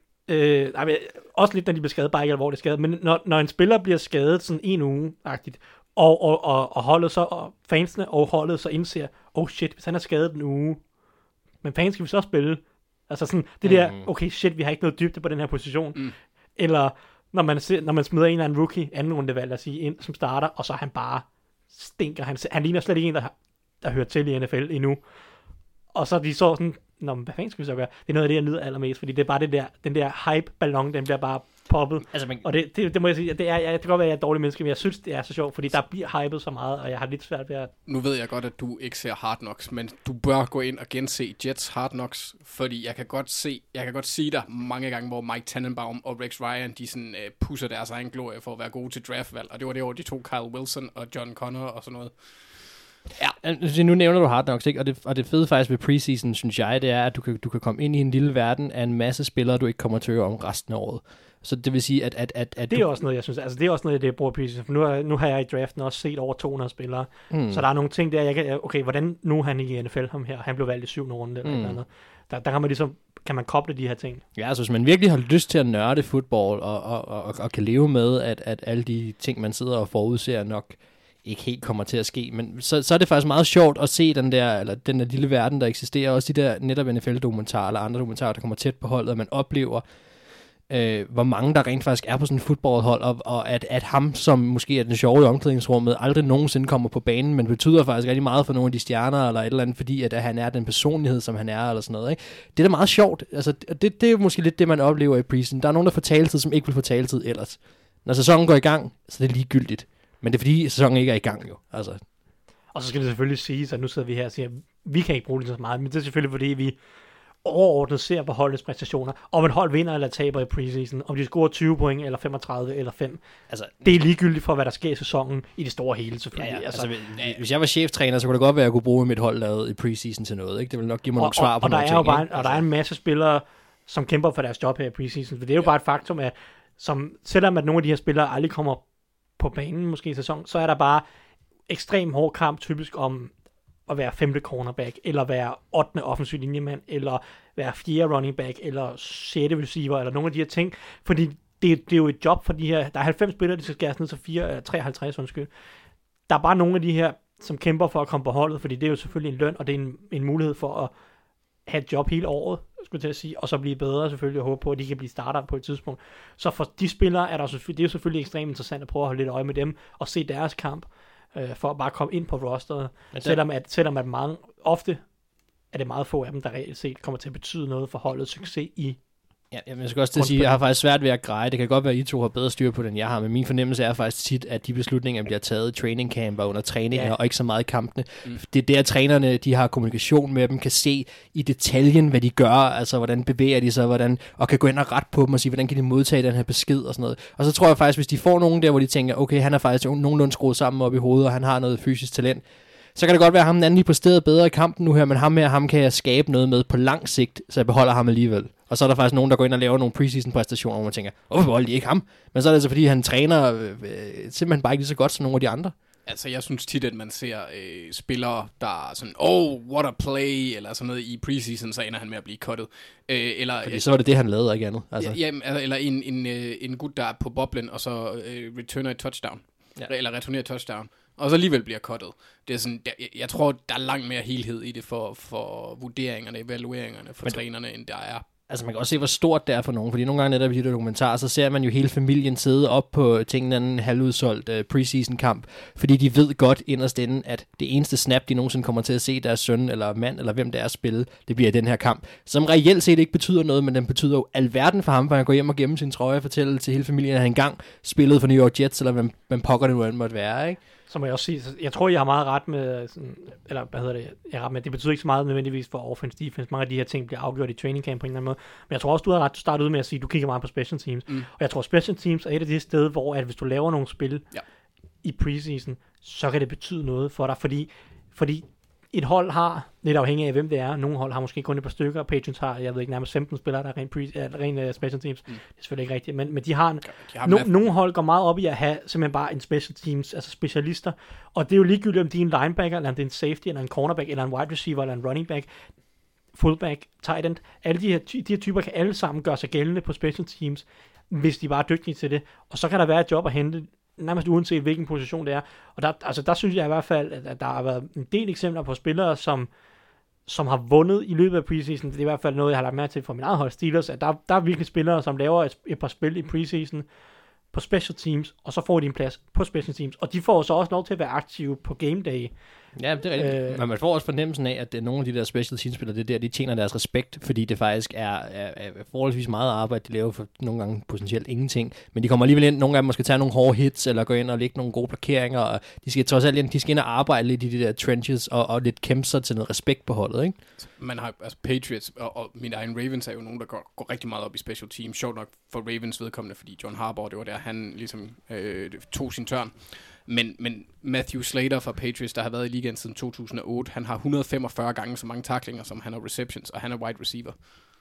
også lidt, når de bliver skadet, bare ikke alvorligt skadet, men når en spiller bliver skadet sådan en uge-agtigt, og holdet så, og fansene og holdet så indser, shit, hvis han er skadet en uge, men fans skal vi så spille. Altså sådan, det der, okay shit, vi har ikke noget dybde på den her position. Eller når man smider en eller anden rookie, anden rundevalg, lad os sige, ind, som starter, og så han bare stinker. Han ligner slet ikke en, der hører til i NFL endnu. Og så de så sådan, hvad fanden skal vi så gøre? Det er noget af det, jeg nyder allermest, fordi det er bare den der hype-ballon, den bliver bare poppet. Altså, og det må jeg sige, det kan godt være, at jeg er et dårligt menneske, men jeg synes, det er så sjovt, fordi der bliver hypet så meget, og jeg har lidt svært ved at... Nu ved jeg godt, at du ikke ser Hard Knocks, men du bør gå ind og gense Jets Hard Knocks, fordi jeg kan godt sige dig mange gange, hvor Mike Tannenbaum og Rex Ryan, de sådan pusser deres egen glorie for at være gode til draftvalg, og det var det år, de tog Kyle Wilson og John Connor og sådan noget. Ja. Nu nævner du Hard Knocks, ikke? Og det fede faktisk ved preseason, synes jeg, det er, at du kan komme ind i en lille verden af en masse spillere, du ikke kommer til at høre om resten af året. Så det vil sige, at det er også noget, jeg synes, altså det er også noget, jeg bruger preseason, for nu har jeg i draften også set over 200 spillere, så der er nogle ting der, okay, hvordan nu er han i NFL ham her, han blev valgt i 7. runde eller noget. Der kan man ligesom, kan man koble de her ting. Ja, altså hvis man virkelig har lyst til at nørde fodbold, og kan leve med, at alle de ting, man sidder og forudser nok ikke helt kommer til at ske, men så er det faktisk meget sjovt at se den der lille verden, der eksisterer, også de der netop NFL-dokumentarer eller andre dokumentarer, der kommer tæt på holdet, og man oplever, hvor mange der rent faktisk er på sådan et fodboldhold, og at ham, som måske er den sjove i omklædningsrummet, aldrig nogensinde kommer på banen, men betyder faktisk rigtig meget for nogle af de stjerner, eller et eller andet, fordi at han er den personlighed, som han er, eller sådan noget, ikke? Det er da meget sjovt. Altså, det er måske lidt det, man oplever i preseason. Der er nogen, der får taletid, som ikke vil få taletid ellers. Når sæsonen går i gang, så er det ligegyldigt. Men det er fordi, sæsonen ikke er i gang jo. Altså. Og så skal det selvfølgelig siges, at nu sidder vi her og siger, at vi kan ikke bruge det så meget, men det er selvfølgelig fordi, vi overordnet ser på holdets præstationer, om et hold vinder eller taber i preseason, om de scorer 20 point, eller 35, eller 5. Altså, det er ligegyldigt for, hvad der sker i sæsonen, i det store hele selvfølgelig. Ja. Altså, hvis jeg var cheftræner, så kunne det godt være, at jeg kunne bruge mit hold lavet i preseason til noget. Ikke? Det vil nok give mig nogle svar på nogle ting. Og der er en masse spillere, som kæmper for deres job her i preseason, for det er jo bare et faktum, at selvom at nogle af de her spillere aldrig kommer på banen måske i sæsonen, så er der bare ekstrem hård kamp, typisk om at være 5. cornerback, eller være 8. offensiv linjemand, eller være 4. running back, eller 6. receiver, eller nogle af de her ting. Fordi det er jo et job for de her, der er 90 spillere, de skal skæres ned til 53, undskyld. Der er bare nogle af de her, som kæmper for at komme på holdet, fordi det er jo selvfølgelig en løn, og det er en mulighed for at have et job hele året, skulle jeg til at sige, og så blive bedre selvfølgelig, og håbe på, at de kan blive starter på et tidspunkt. Så for de spillere er det er jo selvfølgelig ekstremt interessant at prøve at holde lidt øje med dem, og se deres kamp, for at bare komme ind på rosteret, selvom at mange, ofte er det meget få af dem, der reelt set kommer til at betyde noget for holdets succes i. Ja, jeg skal også til at sige, at jeg har faktisk svært ved at greje. Det kan godt være, at I to har bedre styr på det, end jeg har, men min fornemmelse er faktisk tit, at de beslutninger bliver taget i training camp og under træninger, og ikke så meget i kampene. Det er der, trænerne, de har kommunikation med dem, kan se i detaljen, hvad de gør, altså hvordan bevæger de sig, og kan gå ind og rette på dem og sige, hvordan kan de modtage den her besked og sådan noget. Og så tror jeg faktisk, hvis de får nogen der, hvor de tænker, okay, han er faktisk nogenlunde skruet sammen op i hovedet, og han har noget fysisk talent, så kan det godt være, at ham den anden lige præsteret bedre i kampen nu her, men ham kan jeg skabe noget med på lang sigt, så jeg beholder ham alligevel. Og så er der faktisk nogen, der går ind og laver nogle preseason-præstationer, hvor man tænker, hvorfor beholder de ikke ham? Men så er det altså, fordi han træner simpelthen bare ikke lige så godt som nogle af de andre. Altså, jeg synes tit, at man ser spillere, der er sådan, what a play, eller sådan noget i preseason, så ender han med at blive cuttet. Fordi så var det han lavede, ikke andet. Altså. Eller en gut, der er på boblen, og så returner et touchdown. Ja. Eller returnerer et touchdown. Og så alligevel bliver cuttet. Det er sådan, jeg tror, der er langt mere helhed i det for vurderingerne, evalueringerne, for trænerne, end der er. Altså man kan også se, hvor stort det er for nogen, fordi nogle gange netop i de der dokumentarer, så ser man jo hele familien sidde op på til en anden halvudsolgt preseason kamp, fordi de ved godt inderst inde, at det eneste snap, de nogensinde kommer til at se deres søn eller mand, eller hvem det er at spille, det bliver i den her kamp, som reelt set ikke betyder noget, men den betyder jo alverden for ham, for han går hjem og gemmer sin trøje og fortæller til hele familien, at han engang spillede for New York Jets, eller hvem pokker det nu end måtte være, ikke? Så må jeg også sige, jeg tror, jeg har meget ret med, eller hvad hedder det, jeg har ret med, det betyder ikke så meget nødvendigvis for offense defense. Mange af de her ting bliver afgjort i training camp på en eller anden måde. Men jeg tror også, du har ret, du startede ud med at sige, at du kigger meget på special teams. Og jeg tror, special teams er et af de steder, hvor at hvis du laver nogle spil i preseason, så kan det betyde noget for dig, fordi et hold har, lidt afhængig af hvem det er, nogle hold har måske kun et par stykker, Patriots har, jeg ved ikke, nærmest 15 spillere, der er rent special teams, det er selvfølgelig ikke rigtigt, men de har nogle hold går meget op i at have simpelthen bare en special teams, altså specialister, og det er jo ligegyldigt, om de er en linebacker, eller om det er en safety, eller en cornerback, eller en wide receiver, eller en running back, fullback, tight end, alle de her typer kan alle sammen gøre sig gældende på special teams, hvis de bare er dygtige til det, og så kan der være et job at hente, nærmest uanset hvilken position det er. Og der synes jeg i hvert fald, at der har været en del eksempler på spillere, som har vundet i løbet af preseason. Det er i hvert fald noget, jeg har lagt mærke til fra min eget hold Steelers, at der er virkelig spillere, som laver et par spil i preseason på special teams, og så får de en plads på special teams. Og de får så også lov til at være aktive på game day. Ja, det er rigtigt. Men man får også fornemmelsen af, at nogle af de der special team-spillere, det er der, de tjener deres respekt, fordi det faktisk er forholdsvis meget arbejde, de laver for nogle gange potentielt ingenting. Men de kommer alligevel ind, nogle gange måske tage nogle hårde hits, eller gå ind og lægge nogle gode blokeringer, og de skal trods alt ind og arbejde lidt i de der trenches, og lidt kæmpe sig til noget respekt på holdet, ikke? Man har, altså Patriots og min egen Ravens er jo nogen, der går rigtig meget op i special team. Sjovt nok for Ravens vedkommende, fordi John Harbaugh, det var der, han ligesom tog sin tørn. Men Matthew Slater fra Patriots, der har været i ligaen siden 2008, han har 145 gange så mange tacklinger, som han har receptions, og han er wide receiver.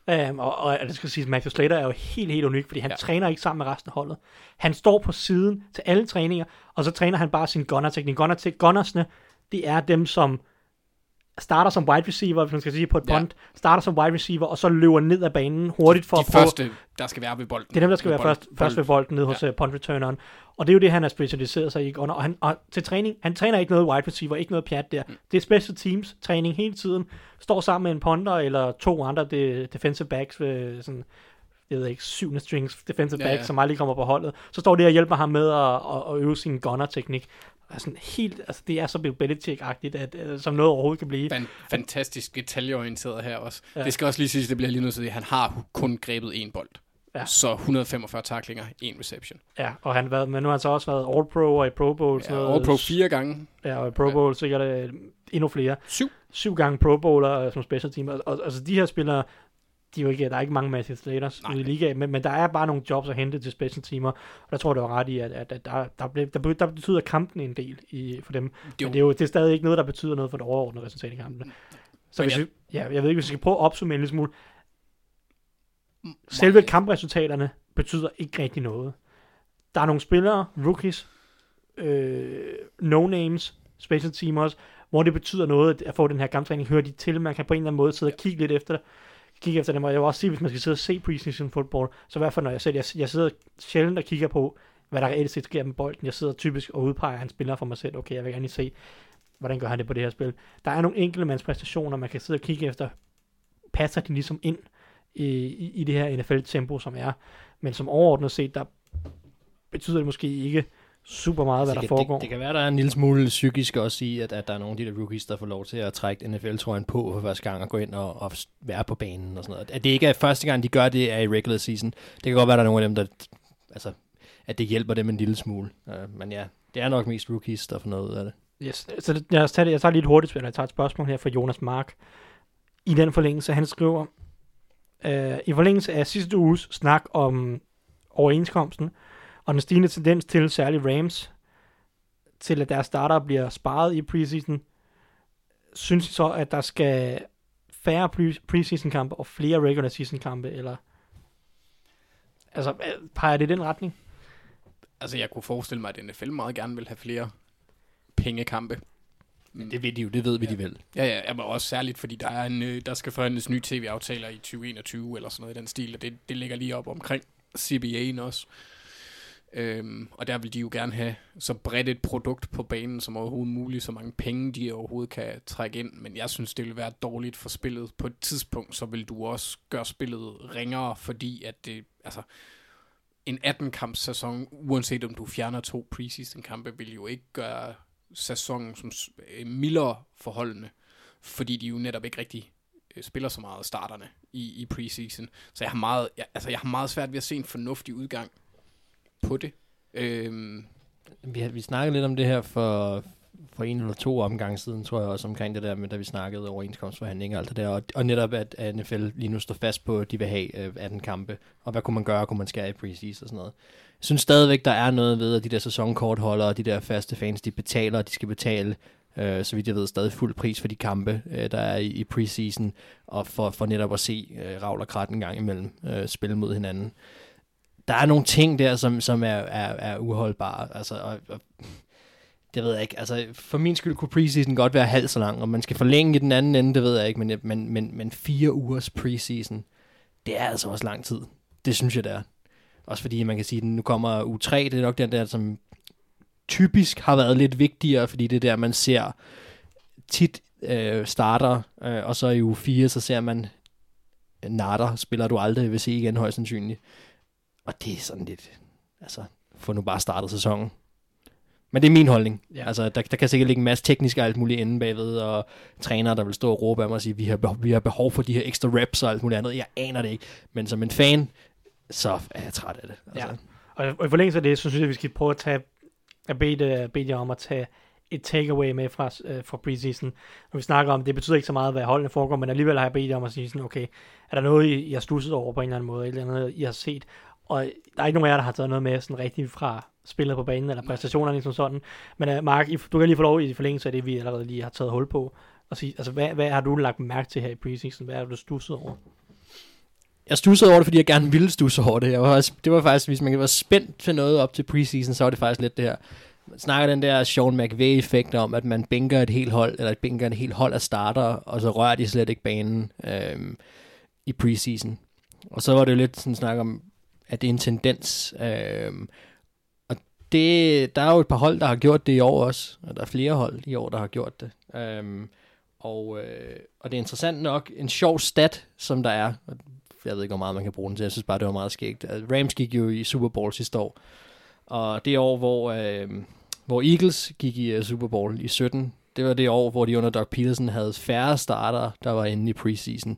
Og det skal sige, at Matthew Slater er jo helt unik, fordi han træner ikke sammen med resten af holdet. Han står på siden til alle træninger, og så træner han bare sin gunner-teknik. Gunnersne, det er dem, som starter som wide receiver, hvis man skal sige på et punt, starter som wide receiver, og så løber ned ad banen hurtigt for de første, der skal være ved bolden. Det er dem, der skal være først ved bolden ned hos punt returneren. Og det er jo det, han har specialiseret sig i. Og til træning, han træner ikke noget wide receiver, ikke noget pjat der. Det er special teams træning hele tiden. Står sammen med en punter eller to andre defensive backs, sådan, jeg ved ikke, 7. strings defensive backs, som aldrig kommer på holdet. Så står det og hjælper ham med at øve sin gunner-teknik. Altså helt, altså det er så Bill Belichick-agtigt, at som noget overhovedet kan blive. Fantastisk detaljeorienteret her også. Ja. Det skal også lige siges, det bliver lige nødt til, at han har kun grebet én bold. Ja. Så 145 tacklinger, 1 reception. Ja, og men nu har han så også været All-Pro og i Pro Bowl. Ja, All-Pro 4 gange. Ja, og i Pro Bowl sikkert endnu flere. 7 gange Pro Bowler som special team. Og altså de her spillere, der er ikke mange Matthew Slaters ude i ligaen, men der er bare nogle jobs at hente til special teamer, og der tror jeg, det var ret i, at der betyder kampen en del for dem. Men det er stadig ikke noget, der betyder noget for det overordnede resultat i kampen. Så jeg ved ikke, hvis vi skal prøve at opsummere en lille smule. Selve kampresultaterne betyder ikke rigtig noget. Der er nogle spillere, rookies, no-names, special team også, hvor det betyder noget at få den her kamptræning, høre de til, man kan på en eller anden måde sidde og kigge lidt efter dem, og jeg vil også sige, hvis man skal sidde og se preseason football, så i hvert fald når jeg sidder sjældent og kigger på, hvad der reelt set sker med bolden. Jeg sidder typisk og udpeger en spiller for mig selv. Okay, jeg vil gerne lige se, hvordan gør han det på det her spil. Der er nogle enkelte mands præstationer, man kan sidde og kigge efter, passer de ligesom ind i det her NFL-tempo, som er. Men som overordnet set, der betyder det måske ikke super meget, hvad der foregår. Det kan være, der er en lille smule psykisk også i, at der er nogle af de der rookies, der får lov til at trække NFL-trøjen på for første gang og gå ind og være på banen og sådan noget. At det ikke er første gang, de gør det, er i regular season. Det kan godt være, der er nogle af dem, der... Altså, at det hjælper dem en lille smule. Men ja, det er nok mest rookies, der får noget ud af det. Yes. Så jeg tager lige et hurtigt spil, og jeg tager et spørgsmål her fra Jonas Mark. I den forlængelse, han skriver, i forlængelse af sidste uges snak om overenskomsten, og den stigende tendens til, særligt Rams, til at deres starter bliver sparet i preseason, synes I så, at der skal færre preseason kampe og flere regular season kampe, eller altså, peger det i den retning? Altså, jeg kunne forestille mig, at NFL meget gerne vil have flere pengekampe. Det ved de jo, det ved vi de vil. Ja, men også særligt, fordi der skal forhandles nye tv-aftaler i 2021, eller sådan noget i den stil, og det ligger lige op omkring CBA'en også. Og der vil de jo gerne have så bredt et produkt på banen som overhovedet muligt, så mange penge de overhovedet kan trække ind, men jeg synes det vil være dårligt for spillet. På et tidspunkt så vil du også gøre spillet ringere, fordi at det, altså en 18-kamps sæson, uanset om du fjerner 2 preseason kampe, vil jo ikke gøre sæsonen som mildere forholdende, fordi de jo netop ikke rigtig spiller så meget starterne i preseason. Så jeg har meget svært ved at se en fornuftig udgang på det. Vi snakkede lidt om det her for 1 eller 2 omgange siden, tror jeg også, omkring det der med, da vi snakkede overenskomstforhandlinger og alt det der, og netop at NFL lige nu står fast på, at de vil have 18 kampe, og hvad kunne man gøre, kunne man skære i preseason og sådan noget. Jeg synes stadigvæk, der er noget ved, at de der sæsonkortholdere og de der faste fans, de betaler, og de skal betale, så vidt jeg ved, stadig fuld pris for de kampe, der er i preseason, og for netop at se Ravl og Krat en gang imellem spille mod hinanden. Der er nogle ting der, som er uholdbare, altså, og det ved jeg ikke. Altså, for min skyld kunne preseason godt være halvt så lang, og man skal forlænge i den anden ende, det ved jeg ikke, men 4 ugers preseason, det er altså også lang tid. Det synes jeg, det er. Også fordi man kan sige, at nu kommer uge 3, det er nok den der, som typisk har været lidt vigtigere, fordi det er der, man ser tit starter, og så i uge 4, så ser man natter, spiller du aldrig vil se igen højst sandsynligt. Og det er sådan lidt, altså, få nu bare startet sæsonen. Men det er min holdning. Ja. Altså, der kan sikkert ligge en masse teknisk og alt muligt inde bagved, og trænere, der vil stå og råbe af mig og sige, vi har behov for de her ekstra reps og alt muligt andet. Jeg aner det ikke. Men som en fan, så er jeg træt af det. Altså. Ja. Og i forlængelse af det, så synes jeg, at vi skal prøve at bede jer om at tage et takeaway med fra preseason. Når vi snakker om, det betyder ikke så meget, hvad holdene foregår, men alligevel har jeg bedt jer om at sige sådan, okay, er der noget, I har stusset over på en eller anden måde, eller andet, I har set? Og der er ikke nogen af jer, der har taget noget med sådan rigtigt fra spillet på banen, eller præstationerne som sådan. Men Mark, du kan lige få lov i forlængelse af det, vi allerede lige har taget hul på, og sige, altså, hvad har du lagt mærke til her i preseason? Hvad har du stusset over? Jeg stussede over det, fordi jeg gerne ville stusse over det. Det var faktisk, hvis man var spændt til noget op til preseason, så var det faktisk lidt det her. Man snakker den der Sean McVay-effekt om, at man bænker et helt hold, eller bænker et helt hold af starter, og så rører de slet ikke banen i preseason. Og så var det jo lidt sådan snak om, at det er en tendens. Og der er jo et par hold, der har gjort det i år også, og der er flere hold i år, der har gjort det. Og det er interessant nok, en sjov stat, som der er, jeg ved ikke, hvor meget man kan bruge den til, jeg synes bare, det var meget skægt. Rams gik jo i Super Bowl sidste år, og det år, hvor Eagles gik i Super Bowl i 17, det var det år, hvor de under Doug Peterson havde færre starter, der var inde i preseason.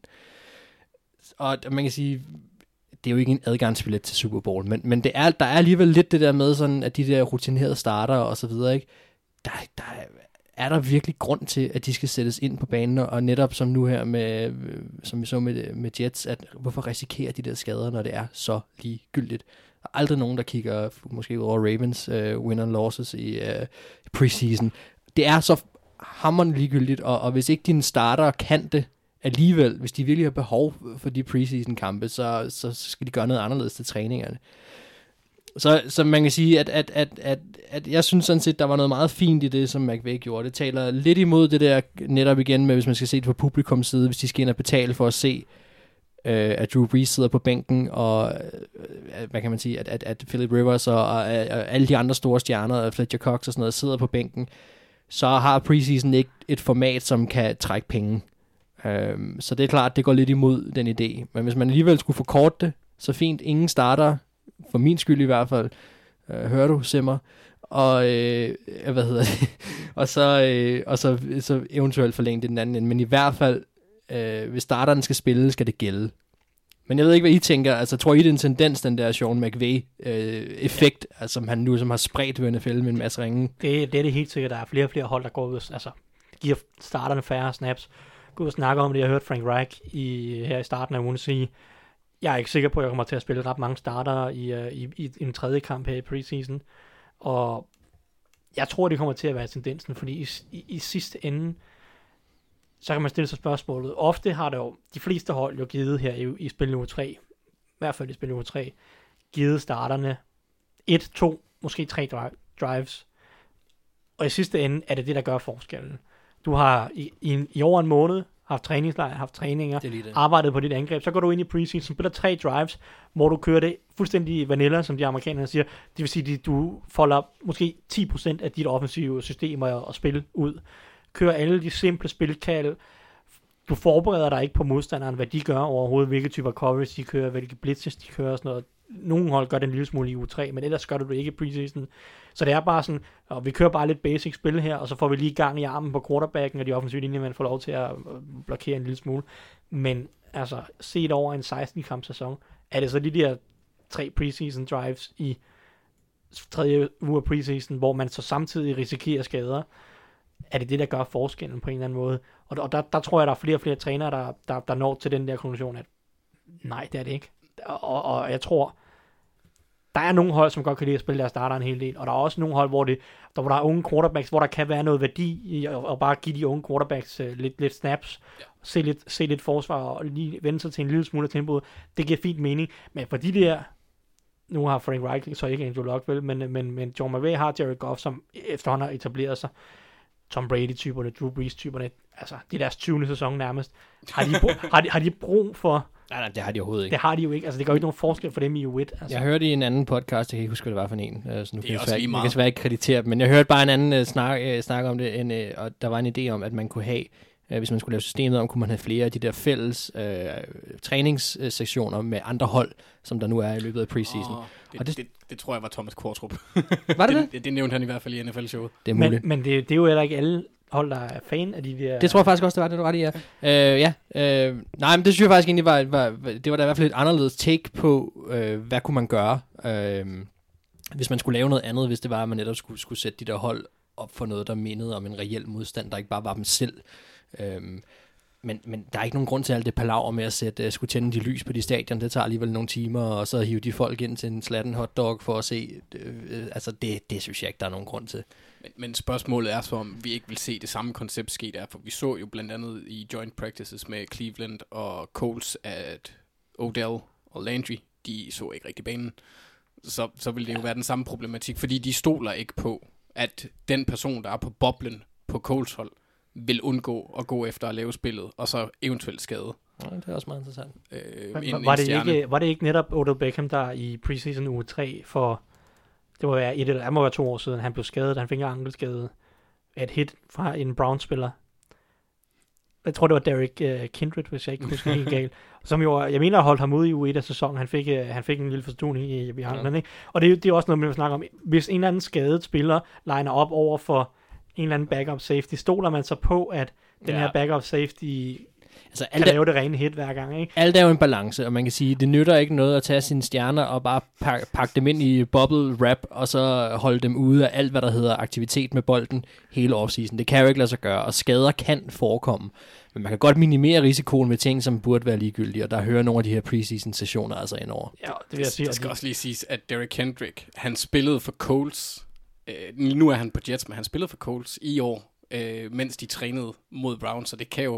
Og man kan sige, det er jo ikke en adgangsbillet til Super Bowl, men der er alligevel lidt det der med, sådan, at de der rutinerede starter og så videre, ikke? Der er der virkelig grund til, at de skal sættes ind på banen, og netop som nu her, som vi så med Jets, at hvorfor risikerer de der skader, når det er så ligegyldigt? Der er aldrig nogen, der kigger måske over Ravens win and losses i preseason. Det er så hammerende ligegyldigt, og hvis ikke dine starter kan det alligevel, hvis de virkelig har behov for de preseason kampe, så skal de gøre noget anderledes til træningerne. Så man kan sige, at jeg synes sådan set, der var noget meget fint i det, som McVay gjorde. Det taler lidt imod det der netop igen med, hvis man skal se det fra publikums side, hvis de skal ind og betale for at se, at Drew Brees sidder på bænken, og hvad kan man sige, at Philip Rivers og alle de andre store stjerner, Fletcher Cox og sådan noget, sidder på bænken, så har preseason ikke et format, som kan trække penge. Så det er klart, det går lidt imod den idé. Men hvis man alligevel skulle forkorte det, så fint, ingen starter, for min skyld i hvert fald, hører du, Simmer, og hvad hedder det, og så eventuelt forlænge det den anden ende, men i hvert fald, hvis starteren skal spille, skal det gælde. Men jeg ved ikke, hvad I tænker, altså tror I, det er en tendens, den der Sean McVay-effekt, altså, som han nu som har spredt ved NFL med en masse ringe? Det er det helt sikkert, der er flere og flere hold, der går ud, altså giver starterne færre snaps. Gå ud og snakke om det, jeg har hørt Frank Reich her i starten af ugen sige, jeg er ikke sikker på, at jeg kommer til at spille ret mange starter i en tredje kamp her i preseason. Og jeg tror, det kommer til at være tendensen, fordi i sidste ende, så kan man stille sig spørgsmålet. Ofte har der jo de fleste hold jo givet her i spil nummer 3, i hvert fald i spil nummer 3, givet starterne 1, 2, måske 3 drives. Og i sidste ende er det, der gør forskellen. Du har i over en måned haft træningslejr, haft træninger, arbejdet på dit angreb, så går du ind i preseason, spiller 3 drives, hvor du kører det fuldstændig vanilla, som de amerikanere siger. Det vil sige, at du folder måske 10% af dit offensive system og spil ud. Kører alle de simple spilkald. Du forbereder dig ikke på modstanderen, hvad de gør overhovedet, hvilke typer coverage de kører, hvilke blitzes de kører og sådan noget. Nogle hold gør det en lille smule i uge 3, men ellers gør du det ikke i preseason. Så det er bare sådan, og vi kører bare lidt basic spil her, og så får vi lige gang i armen på quarterbacken, og de offensive linjemænd får lov til at blokere en lille smule. Men altså, set over en 16-kamp sæson, er det så de der 3 preseason drives i 3. uge af preseason, hvor man så samtidig risikerer skader, er det, der gør forskellen på en eller anden måde. Og der tror jeg, der er flere og flere trænere, der når til den der konklusion, at nej, det er det ikke. Og jeg tror, der er nogle hold, som godt kan lide at spille der starter en hel del, og der er også nogle hold, hvor der er unge quarterbacks, hvor der kan være noget værdi i at bare give de unge quarterbacks lidt snaps, se lidt forsvar og lige vende sig til en lille smule af tempoet. Det giver fint mening, men for de der, nu har Frank Reich så ikke Andrew Luck, vel, men John McVay har Jared Goff, som efterhånden har etableret sig, Tom Brady-typerne, Drew Brees-typerne, altså det er deres 20. sæson nærmest. Har de brug for... Nej, det har de overhovedet ikke. Det har de jo ikke. Altså det gør ikke nogen forskel for dem i U1. Altså. Jeg hørte i en anden podcast, jeg kan ikke huske, hvad det var for en. Så nu det er også lige meget. Jeg kan svært ikke kreditere dem, men jeg hørte bare en anden snak om det, og der var en idé om, at man kunne have, hvis man skulle lave systemet om, kunne man have flere af de der fælles træningssektioner med andre hold, som der nu er i løbet af preseason. Det tror jeg var Thomas Kortrup. Var det det? Det nævnte han i hvert fald i NFL-showet. Det er muligt. Men det er jo heller ikke alle hold, der er fan af de der... Det tror jeg faktisk også, det var det, du ret i, nej, men det synes jeg faktisk egentlig det var da i hvert fald et anderledes take på, hvad kunne man gøre, hvis man skulle lave noget andet, hvis det var, at man netop skulle sætte de der hold op for noget, der mindede om en reel modstand, der ikke bare var dem selv. Men der er ikke nogen grund til alt det palaver med at skulle tænde de lys på de stadion. Det tager alligevel nogle timer, og så hive de folk ind til en slatten hotdog for at se. Altså det synes jeg ikke, der er nogen grund til. Men spørgsmålet er så, om vi ikke vil se det samme koncept ske der, for vi så jo blandt andet i joint practices med Cleveland og Colts, at Odell og Landry, de så ikke rigtig banen. Så vil det jo være den samme problematik, fordi de stoler ikke på, at den person, der er på boblen på Colts hold, vil undgå at gå efter at lave spillet, og så eventuelt skade. Ja, det er også meget interessant. Var det ikke netop Odell Beckham, der i preseason uge 3 for, det må være 2 år siden, han blev skadet, han fik en ankelskade af et hit fra en Browns-spiller. Jeg tror, det var Derek Kindred, hvis jeg ikke husker helt galt. Som jo, jeg mener, holdt ham ude i uge 1 af sæsonen. Han fik en lille forstuning i anklen, ikke? Og det er også noget, man snakker om. Hvis en eller anden skadet spiller liner op over for en eller anden backup safety, stoler man så på, at den her backup safety kan lave det rene hit hver gang, ikke? Alt er jo en balance, og man kan sige, det nytter ikke noget at tage sine stjerner og bare pakke dem ind i bubble wrap, og så holde dem ude af alt, hvad der hedder aktivitet med bolden hele offseason. Det kan jo ikke lade sig gøre, og skader kan forekomme. Men man kan godt minimere risikoen med ting, som burde være ligegyldige, og der hører nogle af de her preseason-sessioner altså indover. Ja, det vil jeg sige. Det skal også lige siges, at Derrick Kendrick, han spillede for Colts. Nu er han på Jets, men han spillede for Colts i år, mens de trænede mod Browns, så det kan jo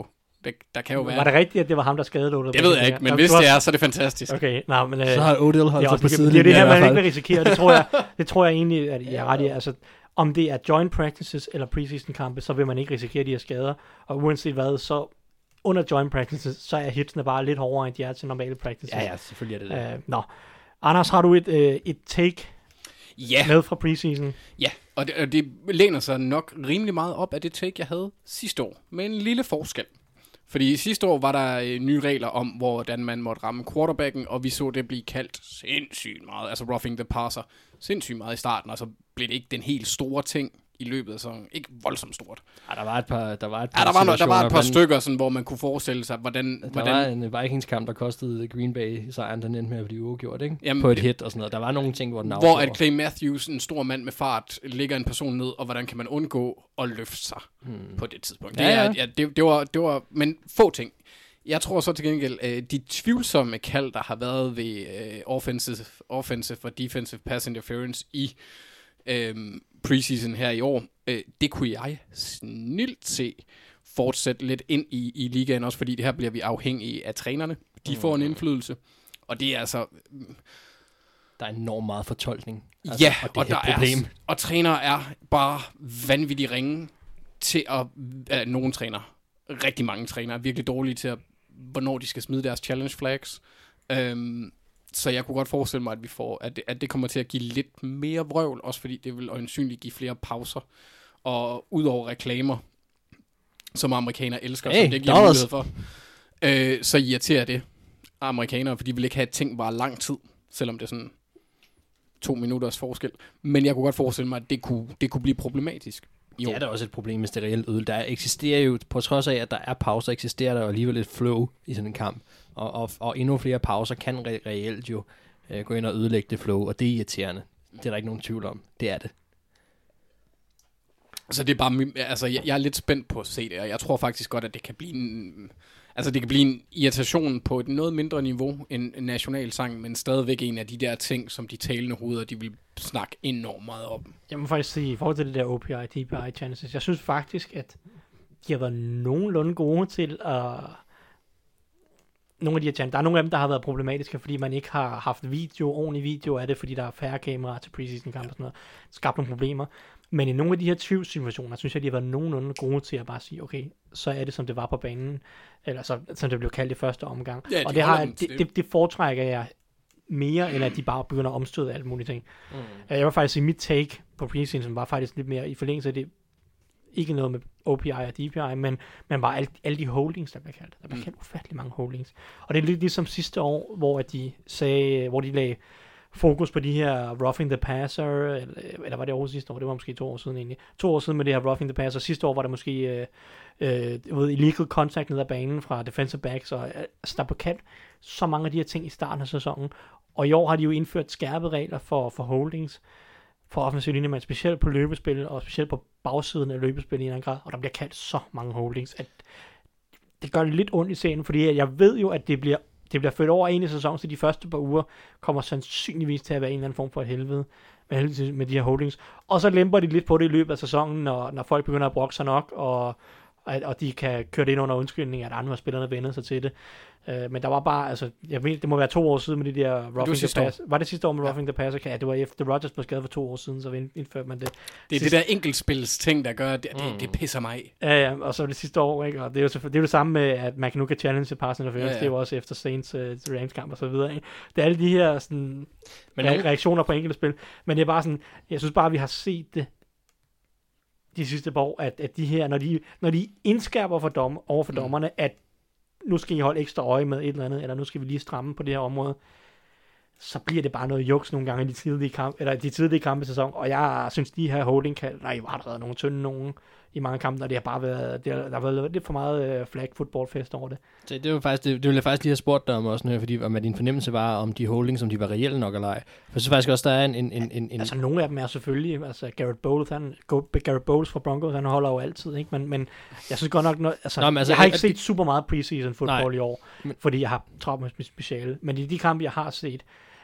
Der kan jo være... Var det rigtigt, at det var ham, der skadede Odell? Det ved jeg ikke, men hvis det er, så er det fantastisk. Okay, nej, men... Så har Odell holdt sig på sidelinjen. Det er det her, man ikke vil risikere. Det tror jeg egentlig, at jeg er ret i. Altså, om det er joint practices eller preseason-kampe, så vil man ikke risikere de her skader. Og uanset hvad, så under joint practices, så er hitsene bare lidt hårdere, end de er til normale practices. Ja, selvfølgelig er det det. Anders, har du et take med fra preseason? Ja, og det læner sig nok rimelig meget op af det take, jeg havde sidste år, med en lille forskel. Fordi sidste år var der nye regler om, hvordan man måtte ramme quarterbacken, og vi så det blive kaldt sindssygt meget, altså roughing the passer, sindssygt meget i starten, og så blev det ikke den helt store ting i løbet af sæsonen. Ikke voldsomt stort. Ja, der var et par der var et par stykker, sådan, hvor man kunne forestille sig, hvordan... var en Vikings-kamp, der kostede Green Bay sejren, den endte med at blive uafgjort, ikke? Jamen, på et hit og sådan noget. Der var nogle ting, hvor den hvor at Clay Matthews, en stor mand med fart, ligger en person ned, og hvordan kan man undgå at løfte sig på det tidspunkt. Det var men få ting. Jeg tror så til gengæld, de tvivlsomme kald, der har været ved offensive og defensive pass interference i preseason her i år, det kunne jeg snilt se fortsætte lidt ind i ligaen, også fordi det her bliver vi afhængige af trænerne. De får en indflydelse, og det er altså... Der er enormt meget fortolkning. Altså, ja, og der problem. Og trænere er bare vanvittigt ringe til at nogle træner, rigtig mange trænere, er virkelig dårlige til hvornår de skal smide deres challenge flags. Så jeg kunne godt forestille mig, at vi får, at det kommer til at give lidt mere vrøvl, også fordi det vil øjensynligt give flere pauser. Og udover reklamer, som amerikanere elsker, som det giver mulighed for, så irriterer det amerikanere, for de vil ikke have, at ting var lang tid, selvom det er sådan 2 minutters forskel. Men jeg kunne godt forestille mig, at det kunne blive problematisk. Jo. Det er da også et problem, hvis det er reelt øde. Der eksisterer jo, på trods af, at der er pauser, eksisterer der jo alligevel et flow i sådan en kamp. Og endnu flere pauser kan reelt jo gå ind og ødelægge det flow, og det er irriterende. Det er der ikke nogen tvivl om. Det er det. Så det er bare, altså jeg er lidt spændt på at se det, og jeg tror faktisk godt, at det kan blive en irritation på et noget mindre niveau end en nationalsang, men stadigvæk en af de der ting, som de talende hoveder, de vil snakke enormt meget om. Jeg må faktisk sige, i forhold til det der OPI, DPI chances, jeg synes faktisk, at de har været nogenlunde gode til at... Nogle af de her chances, der er nogle af dem, der har været problematiske, fordi man ikke har haft ordentlig video af det, fordi der er færre kameraer til preseason-kamp og sådan noget. Skabt nogle problemer. Men i nogle af de her tvivlssituationer, synes jeg, de har været nogenlunde gode til at bare sige, okay, så er det, som det var på banen, eller så, som det blev kaldt i første omgang. Ja, og det foretrækker jeg mere, end at de bare begynder at omstøde alt muligt ting. Jeg vil faktisk sige, mit take på preseason var faktisk lidt mere i forlængelse af det, ikke noget med OPI og DPI, men bare alle de holdings, der bliver kaldt. Der bliver kaldt ufattelig mange holdings. Og det er lidt ligesom sidste år, hvor de lagde fokus på de her roughing the passer, eller var det over sidste år? Det var måske 2 år siden egentlig. 2 år siden med det her roughing the passer. Sidste år var der måske illegal contact ned ad banen fra defensive backs, og der blev kaldt så mange af de her ting i starten af sæsonen. Og i år har de jo indført skærpede regler for holdings, for offensiv linje, men specielt på løbespil, og specielt på bagsiden af løbespil i en eller anden grad, og der bliver kaldt så mange holdings, at det gør det lidt ondt i scenen, fordi jeg ved jo, at det bliver ført over en i sæsonen, så de første par uger kommer sandsynligvis til at være en eller anden form for et helvede med de her holdings. Og så lemper de lidt på det i løbet af sæsonen, når folk begynder at brokke sig nok, og de kan køre det ind under undskyldning, at andre af spillerne vendede sig til det. Men der var bare, altså, jeg ved, det må være 2 år siden med de der roughing the passer. Var det sidste år med roughing the passer? Ja, det var efter Rodgers blev skadet for 2 år siden, så indførte man det. Det er det der enkeltspils ting, der gør, det pisser mig af. Ja, og så var det sidste år, ikke? Og det er jo det samme med, at man nu kan challenge pass interference. Det er jo også efter Saints Rams kamp og så videre, ikke? Det er alle de her sådan, reaktioner på enkelte spil. Men det er bare sådan, jeg synes bare, vi har set det de sidste par år, at de her, når de indskærper over for dommerne, at nu skal I holde ekstra øje med et eller andet, eller nu skal vi lige stramme på det her område, så bliver det bare noget juks nogle gange i de tidlige kampe i sæsonen, og jeg synes, de her holding-kald, har der været nogle tynde nogen i mange kampe, og det har bare været, der har været lidt for meget flag football-fest over det. Så det ville jeg faktisk lige have spurgt dig om også, fordi om din fornemmelse var, om de holdings, som de var reelle nok eller ej. For så faktisk også, der er en... Altså, nogle af dem er selvfølgelig, altså Garrett Bowles fra Broncos, han holder jo altid, ikke? Men jeg synes godt nok, jeg har ikke set super meget preseason football i år, fordi jeg har travlt med mit speciale, men i de kampe, jeg har set,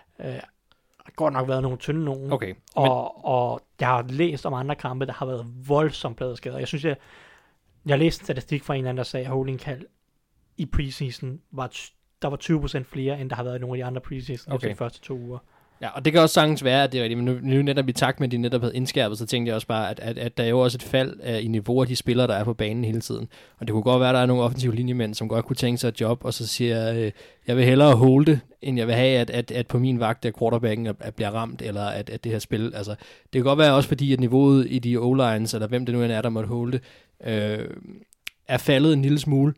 har godt nok været nogle tynde nogen. Okay. Og jeg har læst om andre kampe, der har været voldsomt pladeskader. Jeg synes, jeg læste en statistik fra en eller anden, der sagde, at holding kald i preseason der var 20% flere, end der har været i nogle af de andre preseason de første 2 uger. Ja, og det kan også sagtens være, at det er rigtigt, men nu netop i takt med, at de netop havde indskærpet, så tænkte jeg også bare, at der er jo også et fald i niveau af de spillere, der er på banen hele tiden. Og det kunne godt være, at der er nogle offensive linjemænd, som godt kunne tænke sig et job, og så siger jeg vil hellere holde det, end jeg vil have, at på min vagt, at quarterbacken bliver ramt, eller at det her spil, altså, det kan godt være også fordi, at niveauet i de O-lines, eller hvem det nu end er, der måtte holde det, er faldet en lille smule,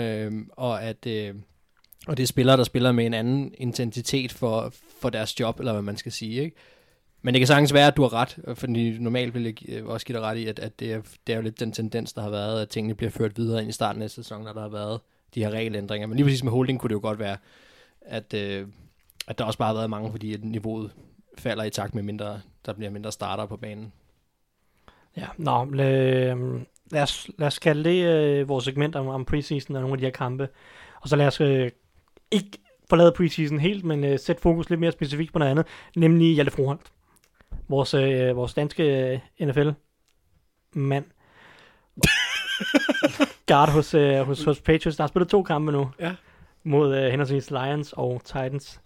og det er spillere, der spiller med en anden intensitet for deres job, eller hvad man skal sige, ikke? Men det kan sagtens være, at du har ret, fordi normalt vil jeg også give dig ret i, at det er jo lidt den tendens, der har været, at tingene bliver ført videre ind i starten af sæsonen, når der har været de her regelændringer. Men lige præcis med holding kunne det jo godt være, at der også bare har været mange, fordi at niveauet falder i takt med der bliver mindre starter på banen. Ja, lad os kalde det vores segment om preseason og nogle af de her kampe. Og så lad os ikke forlade preseason helt, men sætte fokus lidt mere specifikt på noget andet, nemlig Hjalte Froholt. Vores danske NFL-mand. Guard hos Patriots. Der har spillet 2 kampe nu. Ja. Mod henholdsvis Lions og Titans.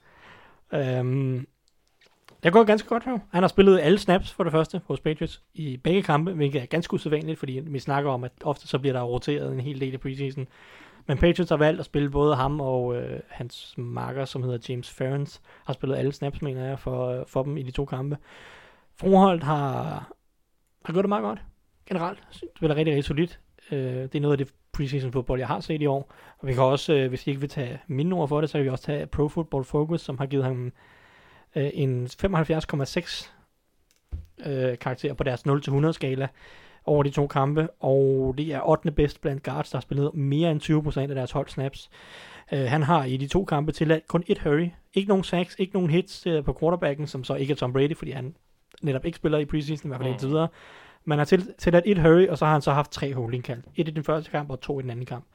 Det går ganske godt her. Han har spillet alle snaps for det første hos Patriots i begge kampe, hvilket er ganske usædvanligt, fordi vi snakker om, at ofte så bliver der roteret en hel del i preseason. Men Patriots har valgt at spille både ham og hans marker, som hedder James Ferentz, har spillet alle snaps, mener jeg, for dem i de 2 kampe. Froholt har gjort det meget godt, generelt. Spiller rigtig, rigtig solidt. Det er noget af det preseason fodbold, jeg har set i år. Og vi kan også, hvis I ikke vil tage mine ord for det, så kan vi også tage Pro Football Focus, som har givet ham en 75,6 karakter på deres 0-100 skala over de 2 kampe, og det er 8. bedst blandt guards, der har spillet mere end 20% af deres hold snaps. Han har i de 2 kampe tilladt kun 1 hurry, ikke nogen sacks, ikke nogen hits på quarterbacken, som så ikke er Tom Brady, fordi han netop ikke spiller i preseason, i hvert fald indtil videre. Man har tilladt 1 hurry, og så har han så haft 3 holding kald. 1 i den første kamp, og 2 i den anden kamp.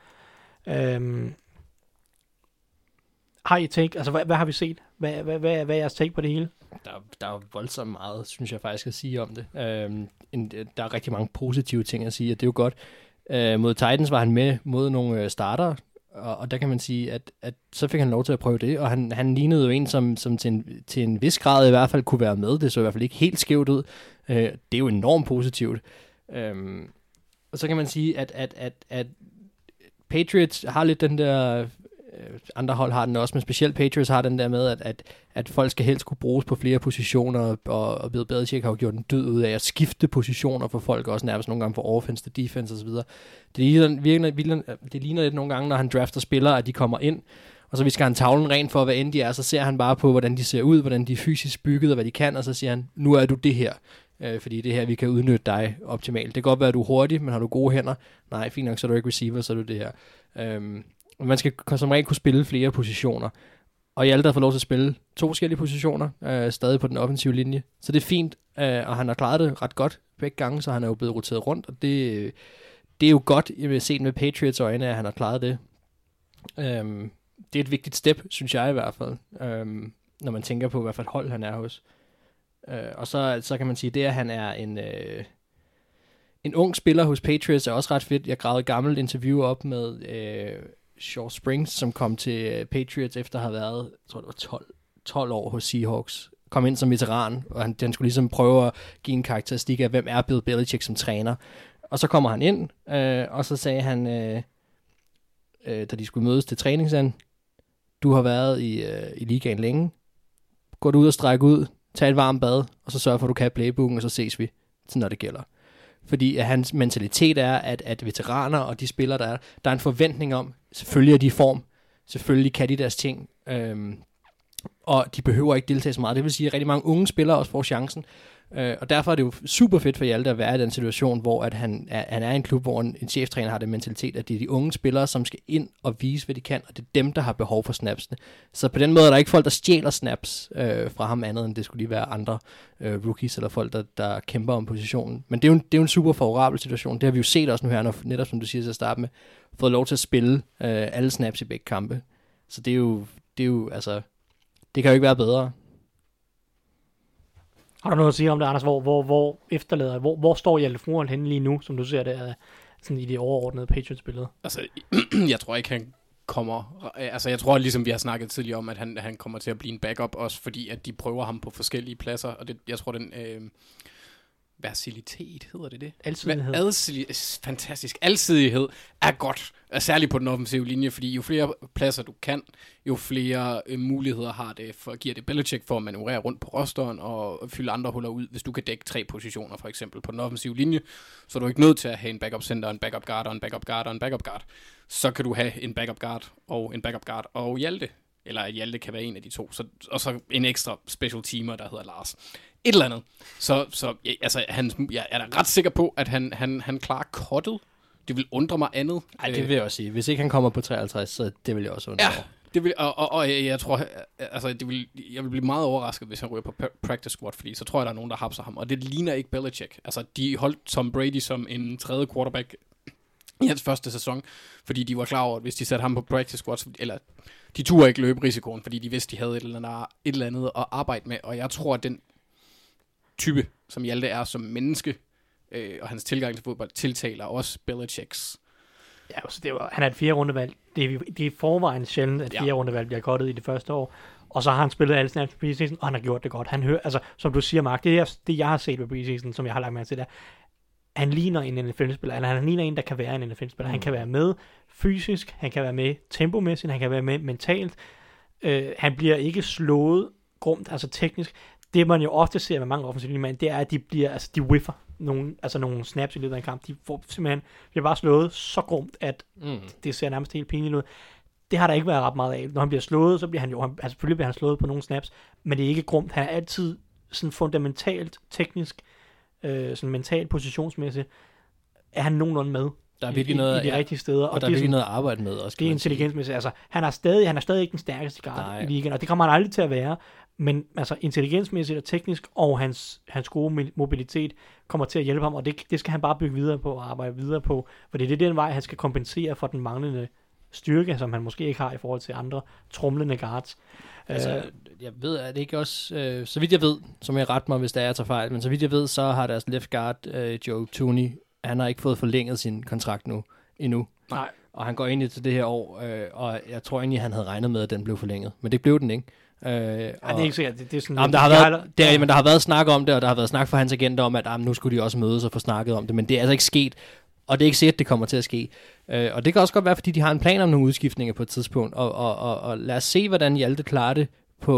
Har I take, altså hvad har vi set? Hvad er jeres take på det hele? Der er voldsomt meget, synes jeg faktisk at sige om det. Der er rigtig mange positive ting at sige, og det er jo godt. Mod Titans var han med mod nogle starter, og der kan man sige, at så fik han lov til at prøve det, og han lignede jo en, som til en vis grad i hvert fald kunne være med. Det så i hvert fald ikke helt skævt ud. Det er jo enormt positivt. Og så kan man sige, at Patriots har lidt den der... Andre hold har den også, men specielt Patriots har den der med, at folk skal helst kunne bruges på flere positioner, og Bill Belichick har jo gjort en dyd ud af at skifte positioner for folk, også nærmest nogle gange fra offense til defense osv. Det ligner lidt nogle gange, når han drafter spillere, at de kommer ind, og så visker han tavlen rent for, hvad end de er, så ser han bare på, hvordan de ser ud, hvordan de er fysisk bygget, og hvad de kan, og så siger han, nu er du det her, fordi det her, vi kan udnytte dig optimalt. Det kan godt være, at du er hurtig, men har du gode hænder? Nej, fint nok, så er du ikke receiver, så er du det her. Man skal som regel kunne spille flere positioner. Og Hjalte har fået lov til at spille 2 forskellige positioner, stadig på den offensive linje. Så det er fint, og han har klaret det ret godt begge gange, så han er jo blevet roteret rundt. Og det er jo godt set med Patriots øjne, at han har klaret det. Det er et vigtigt step, synes jeg i hvert fald, når man tænker på, hvad for et hold han er hos. Og så kan man sige, det at han er en ung spiller hos Patriots er også ret fedt. Jeg gravede et gammelt interview op med Shaw Springs, som kom til Patriots efter at have været, jeg tror det var 12 år hos Seahawks. Kom ind som veteran, og han skulle ligesom prøve at give en karakteristik af, hvem er Bill Belichick som træner. Og så kommer han ind, og så sagde han, da de skulle mødes til træningsan, du har været i ligaen længe. Gå ud og stræk ud, tag et varmt bad, og så sørg for, at du kan playbooken, og så ses vi, sådan når det gælder. Fordi hans mentalitet er, at veteraner og de spillere, der er en forventning om, selvfølgelig er de i form, selvfølgelig kan de deres ting, og de behøver ikke deltage så meget. Det vil sige, at rigtig mange unge spillere også får chancen, og derfor er det jo super fedt for Hjalte at være i den situation, hvor at han er i en klub, hvor en cheftræner har den mentalitet, at det er de unge spillere, som skal ind og vise, hvad de kan, og det er dem, der har behov for snapsene. Så på den måde er der ikke folk, der stjæler snaps fra ham andet, end det skulle lige være andre rookies, eller folk, der kæmper om positionen. Men det er jo en super favorabel situation. Det har vi jo set også nu her, når netop som du siger til at starte med, fået lov til at spille alle snaps i begge kampe. Så det er jo altså, det kan jo ikke være bedre. Har du noget at sige om det, Anders? Hvor står Hjalte Froholt henne lige nu, som du ser det, sådan i det overordnede Patriots-billede? Altså, jeg tror ikke, han kommer... Altså, jeg tror, ligesom vi har snakket tidligere om, at han kommer til at blive en backup, også fordi, at de prøver ham på forskellige pladser, og det, jeg tror, den... Versilitet, hedder det? Alsidighed. Fantastisk. Alsidighed er godt, særligt på den offensive linje, fordi jo flere pladser du kan, jo flere muligheder har det giver det Belichick for at manøvrere rundt på rosteren og fylde andre huller ud, hvis du kan dække 3 positioner for eksempel på den offensive linje, så er du ikke nødt til at have en backup center, en backup guard og en backup guard og en backup guard. Så kan du have en backup guard og en backup guard og Hjalte, eller Hjalte kan være en af de to, og så en ekstra special teamer, der hedder Lars. Et eller andet. Så altså, jeg er da ret sikker på, at han klarer cuttet. Det vil undre mig andet. Nej, det vil jeg også sige. Hvis ikke han kommer på 53, så det vil jeg også undre mig. Det vil, og jeg tror, altså, jeg vil blive meget overrasket, hvis han ryger på practice squad, fordi så tror jeg, der er nogen, der hapser ham. Og det ligner ikke Belichick. Altså, de holdt Tom Brady som en tredje quarterback i hans første sæson, fordi de var klar over, at hvis de satte ham på practice squad, eller de turde ikke løbe risikoen, fordi de vidste, de havde et eller andet at arbejde med. Og jeg tror, at den type, som Hjalte er som menneske, og hans tilgang til fodbold, tiltaler også Belichicks. Ja, altså han er et 4. rundevalg. Det er forvejen sjældent, at 4. rundevalg bliver cuttet i det første år. Og så har han spillet alle snaps på preseason, og han har gjort det godt. Han hører, altså, som du siger, Mark, det jeg har set på preseason, som jeg har lagt mærke til, der, han ligner en NFL-spiller, eller han ligner en, der kan være en NFL-spiller. Han kan være med fysisk, han kan være med tempomæssigt, han kan være med mentalt. Han bliver ikke slået grumt, altså teknisk. Det man jo ofte ser med mange offensive linjemænd, det er, at de whiffer nogle snaps i løbet af en kamp. De får simpelthen bliver bare slået så grumt, at det ser nærmest helt pinligt ud. Det har der ikke været ret meget af. Når han bliver slået, så bliver han jo, selvfølgelig bliver han slået på nogle snaps, men det er ikke grumt. Han er altid sådan fundamentalt, teknisk, sådan mentalt, positionsmæssigt, er han nogenlunde med. Der er virkelig noget, i de rigtige steder. Og der er virkelig noget at arbejde med også. Det er intelligensmæssigt. Altså, han er stadig ikke den stærkeste guard i ligaen, og det kommer han aldrig til at være. Men altså, intelligensmæssigt og teknisk, og hans gode mobilitet kommer til at hjælpe ham, og det skal han bare bygge videre på og arbejde videre på, for det er den vej, han skal kompensere for den manglende styrke, som han måske ikke har i forhold til andre tromlende guards. Altså, jeg ved, at det ikke også, så vidt jeg ved, som jeg retter mig, hvis der er, jeg tager fejl, men så vidt jeg ved, så har deres left guard, Joe Thuney, han har ikke fået forlænget sin kontrakt endnu. Nej. Og han går ind til det her år, og jeg tror egentlig, han havde regnet med, at den blev forlænget. Men det blev den ikke. Det er ikke sikkert. Det er sådan, men der har været snak om det, og der har været snak for hans agenter om, at nu skulle de også mødes og få snakket om det, men det er altså ikke sket. Og det er ikke sikkert, det kommer til at ske. Og det kan også godt være, fordi de har en plan om nogle udskiftninger på et tidspunkt. Og lad os se, hvordan Hjalte klarer det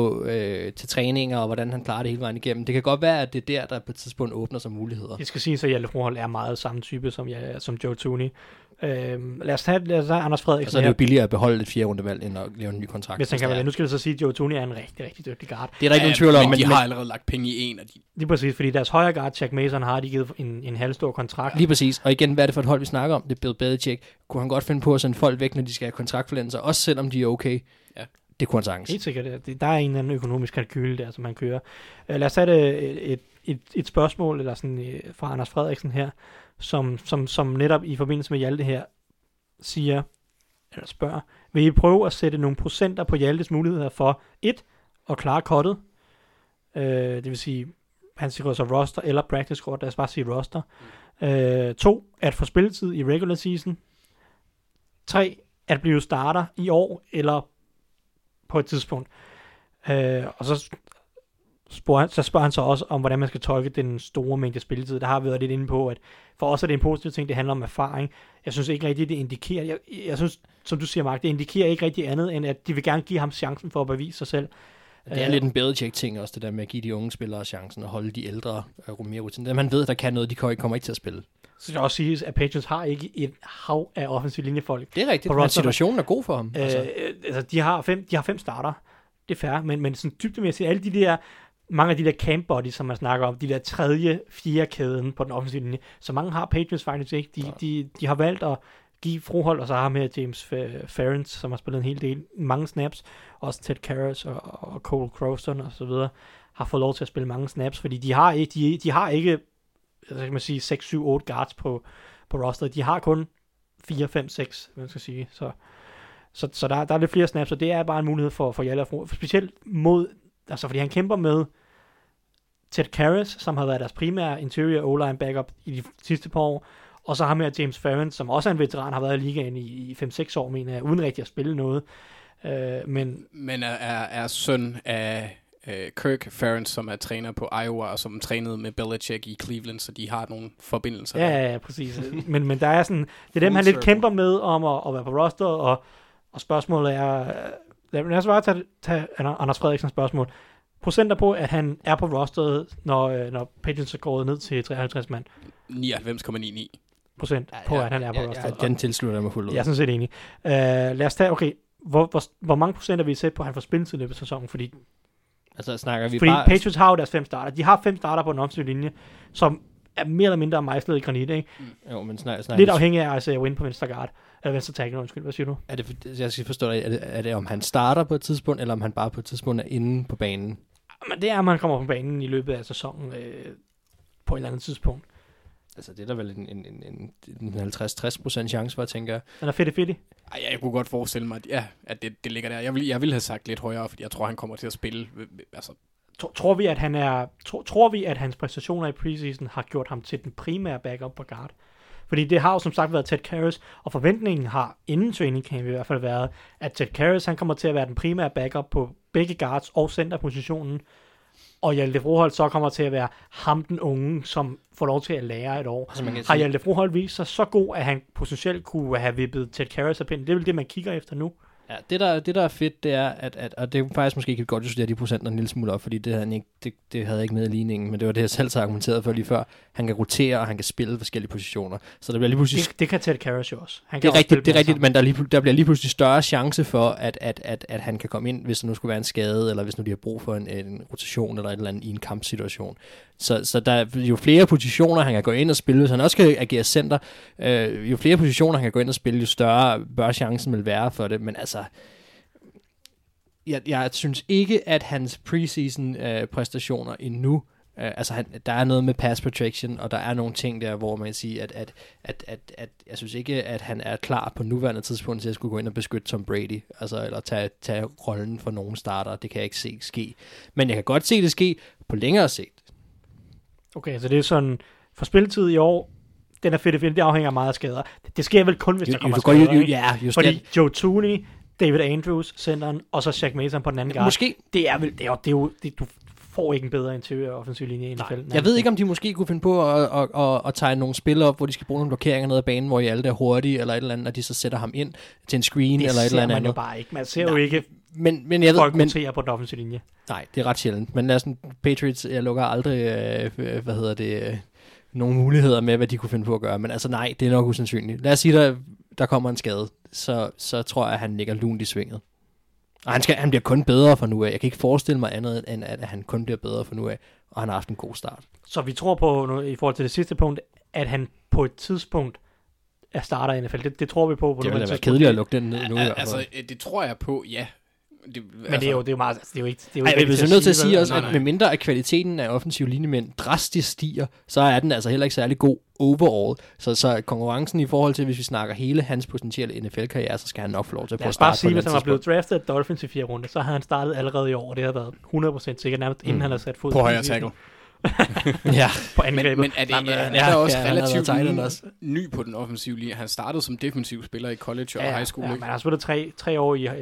til træninger, og hvordan han klarer det hele vejen igennem. Det kan godt være, at det er der på et tidspunkt åbner sig muligheder. Det skal siges, at Hjalte Froholt er meget samme type som Joe Thuney. Lad os tage Anders Frederiksen. Og så er det jo billigere at beholde et 4. rundevalg, end at lave en ny kontrakt. Hvis han kan være det. Nu skal vi så sige, at Joe Thuney er en rigtig, rigtig dygtig guard. Det er der ikke nogen tvivl om. Men de har allerede lagt penge i en af de. Lige præcis, fordi deres højre guard, Jack Mason, har de givet en halvstor kontrakt. Lige præcis. Og igen, hvad er det for et hold, vi snakker om? Det er Bill Belichick. Kunne han godt finde på at sende folk væk, når de skal have kontraktforlængelser, også selvom de er okay? Ja. Det kunne han sagtens. Helt sikkert. Der er en eller anden økonomisk kalkyle der, som man kører. Lad os tage et spørgsmål eller sådan, fra Anders Frederiksen her, som netop i forbindelse med Hjalte her siger, eller spørger, vil I prøve at sætte nogle procenter på Hjaltes muligheder for 1. at klare cuttet, det vil sige, han siger så roster eller practice squad, lad os bare sige roster. 2. At få spilletid i regular season. 3. At blive starter i år eller på et tidspunkt. Og så spørger han så også om, hvordan man skal tolke den store mængde spilletid. Der har vi været lidt inde på, at for os er det en positiv ting, det handler om erfaring. Jeg synes ikke rigtigt, det indikerer. Jeg synes, som du siger, Mark, det indikerer ikke rigtig andet, end at de vil gerne give ham chancen for at bevise sig selv. Det er lidt en Belichick-ting også, det der med at give de unge spillere chancen og holde de ældre mere rutin. Man ved, der kan noget, de kommer ikke til at spille. Så jeg også sige, at Patriots har ikke et hav af offensiv linjefolk. Det er rigtigt, men situationen er god for ham. Altså, de har 5 starter. Det er fair, men sådan dybdemæssigt, alle de der, mange af de der camp bodies, som man snakker om, de der 3., 4. kæden på den offensive linje, så mange har Patriots faktisk ikke. De har valgt at give Froholt, og så har med James Ferentz, som har spillet en hel del, mange snaps, også Ted Karras og Cole Crowston og så videre, har fået lov til at spille mange snaps, fordi de har ikke kan man sige, 6, 7, 8 guards på roster. De har kun 4, 5, 6, man skal sige. Så der er lidt flere snaps, og det er bare en mulighed for Hjalte at få, specielt mod, altså fordi han kæmper med Ted Karras, som har været deres primære interior O-line backup i de sidste par år, Og så ham her James Ferentz, som også er en veteran, har været i ligaen i 5-6 år, mener jeg, uden rigtig at spille noget. Men er søn af Kirk Ferentz, som er træner på Iowa, og som trænede med Belichick i Cleveland, så de har nogle forbindelser. Ja, præcis. men der er sådan, det er dem, han lidt kæmper med om at være på roster, og spørgsmålet er, lad os bare tage Anders Frederiksens spørgsmål. Procenter på, at han er på rosteret, når Patriots er gået ned til 53 mand. 99,99% på, at han er på rosteret. Den tilslutter mig fuldt ud. Jeg er sådan set enig. Lad os tage, okay, hvor mange procent er vi sæt på, at han får spilletid i løbet af sæsonen? Fordi snakker vi fordi bare... Patriots har jo deres 5 starter. De har 5 starter på en offensiv linje, som er mere eller mindre mejslet i granit, ikke? Jo, men lidt afhængig af Isaiah Wynn på venstre guard. Eller venstre tackle, undskyld. Hvad siger du? Jeg skal forstå dig. Er det om han starter på et tidspunkt, eller om han bare på et tidspunkt er inde på banen? Men det er, om han kommer på banen i løbet af sæsonen på et eller andet tidspunkt. Altså, det er der vel en 50-60% chance for, tænker jeg. Den er fedt. Ej, jeg kunne godt forestille mig, at det ligger der. Jeg ville have sagt lidt højere, fordi jeg tror, han kommer til at spille. Altså. Tror vi, at hans præstationer i preseason har gjort ham til den primære backup på guard? Fordi det har jo som sagt været Ted Karras, og forventningen har inden training camp i hvert fald været, at Ted Karras, han kommer til at være den primære backup på begge guards og centerpositionen, og Hjalte Froholt så kommer til at være ham den unge, som får lov til at lære et år. Har Hjalte Froholt vist sig så god, at han potentielt kunne have vippet Ted Karras af pinden? Det er vel det, man kigger efter nu. Ja, det der er fedt, det er, at og det er faktisk måske ikke godt at justere de procenter en lille smule op, fordi det havde jeg ikke med i ligningen, men det var det, jeg selv har argumenteret for lige før. Han kan rotere, og han kan spille forskellige positioner. Så der bliver lige pludselig... Det kan Ted Karras jo også. Det er rigtigt, men der bliver lige pludselig større chance for, at han kan komme ind, hvis der nu skulle være en skade, eller hvis nu de har brug for en rotation, eller et eller andet i en kampsituation. Så der er jo flere positioner, han kan gå ind og spille, hvis han også kan agere center. Jo flere positioner, han kan gå ind og spille, jo større bør chancen vil være for det. Men altså, jeg synes ikke, at hans preseason præstationer endnu, der er noget med pass protection, og der er nogle ting der, hvor man kan sige, at jeg synes ikke, at han er klar på nuværende tidspunkt til at skulle gå ind og beskytte Tom Brady, eller tage rollen for nogen starter. Det kan jeg ikke se ske. Men jeg kan godt se det ske på længere sigt. Okay, så det er sådan, for spilletid i år, den er fedt, det afhænger meget af skader. Det sker vel kun, hvis der kommer skader, fordi Joe Thuney, David Andrews, centeren, og så Shaq Mason på den anden guard. Måske. Det er jo, du får ikke en bedre interiør offensiv linje i NFL. Jeg ved ikke, om de måske kunne finde på at tegne nogle spillere op, hvor de skal bruge nogle blokeringer ned ad banen, hvor alle er hurtige, eller et eller andet, og de så sætter ham ind til en screen, eller et eller andet. Det ser man jo bare ikke. Man ser jo ikke men jeg folk roterer på den offensive linje. Nej, det er ret sjældent. Men lad os Patriots, jeg lukker aldrig, nogle muligheder med, hvad de kunne finde på at gøre. Men altså nej, det er nok usandsynligt. Lad os sige, der kommer en skade, så tror jeg, at han ligger lunt i svinget. Og han bliver kun bedre fra nu af. Jeg kan ikke forestille mig andet, end at han kun bliver bedre fra nu af, og han har haft en god start. Så vi tror på, i forhold til det sidste punkt, at han på et tidspunkt er starter i NFL. Det tror vi på. Det ville være kedeligt at lukke den ned nu. Det tror jeg på, ja. Men det er jo meget... Det er jo ikke... Jeg er nødt til at sige også, at med mindre at kvaliteten af offensive linjemænd drastisk stiger, så er den altså heller ikke særlig god overall. Så konkurrencen i forhold til, hvis vi snakker hele hans potentielle NFL-karriere, så skal han nok få lov til at prøve at starte. Lad os bare sige, hvis han var blevet draftet af Dolphins i 4. runde, så har han startet allerede i år, og det har været 100% sikkert nærmest, inden han har sat fod på højre tackle. Ja, på angrebet. Men er der også relativt ny på den offensive linje? Han startede som defensiv spiller i college og high school. Ja, men han har spillet 3 år i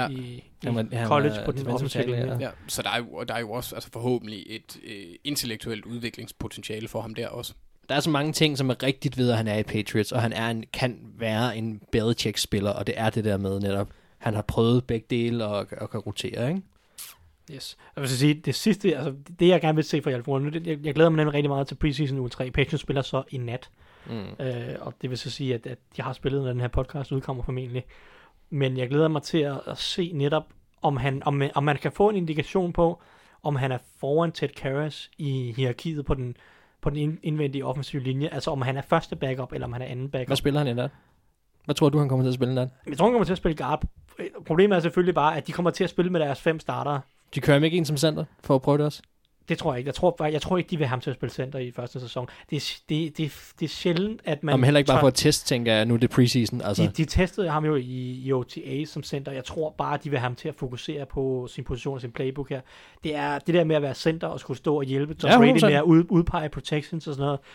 college på den offensive linje. Ja, så der er jo også forhåbentlig et intellektuelt udviklingspotentiale for ham der også. Der er så mange ting, som er rigtigt ved, at han er i Patriots, og han kan være en Belichick-spiller, og det er det der med netop. Han har prøvet begge dele og kan rotere, ikke? Yes. Jeg vil sige, det sidste, det jeg gerne vil se for Hjalte Froholt, jeg glæder mig nemlig rigtig meget til preseason uge 3. Patriots spiller så i nat. Og det vil så sige, at jeg har spillet, når den her podcast udkommer formentlig. Men jeg glæder mig til at se netop, om man kan få en indikation på, om han er foran Ted Karras i hierarkiet på den indvendige offensive linje. Altså om han er første backup, eller om han er anden backup. Hvad spiller han i nat? Hvad tror du, han kommer til at spille i nat? Jeg tror, han kommer til at spille guard. Problemet er selvfølgelig bare, at de kommer til at spille med deres 5 startere. De kører ham ikke en som center for at prøve det også? Det tror jeg ikke. Jeg tror ikke, de vil have ham til at spille center i første sæson. Det er sjældent, at man... Men heller ikke bare for at teste, tænker jeg, nu det preseason. Altså. De testede ham jo i OTA som center. Jeg tror bare, de vil have ham til at fokusere på sin position og sin playbook her. Det er det der med at være center og skulle stå og hjælpe Tom Brady med at udpege protections og sådan noget.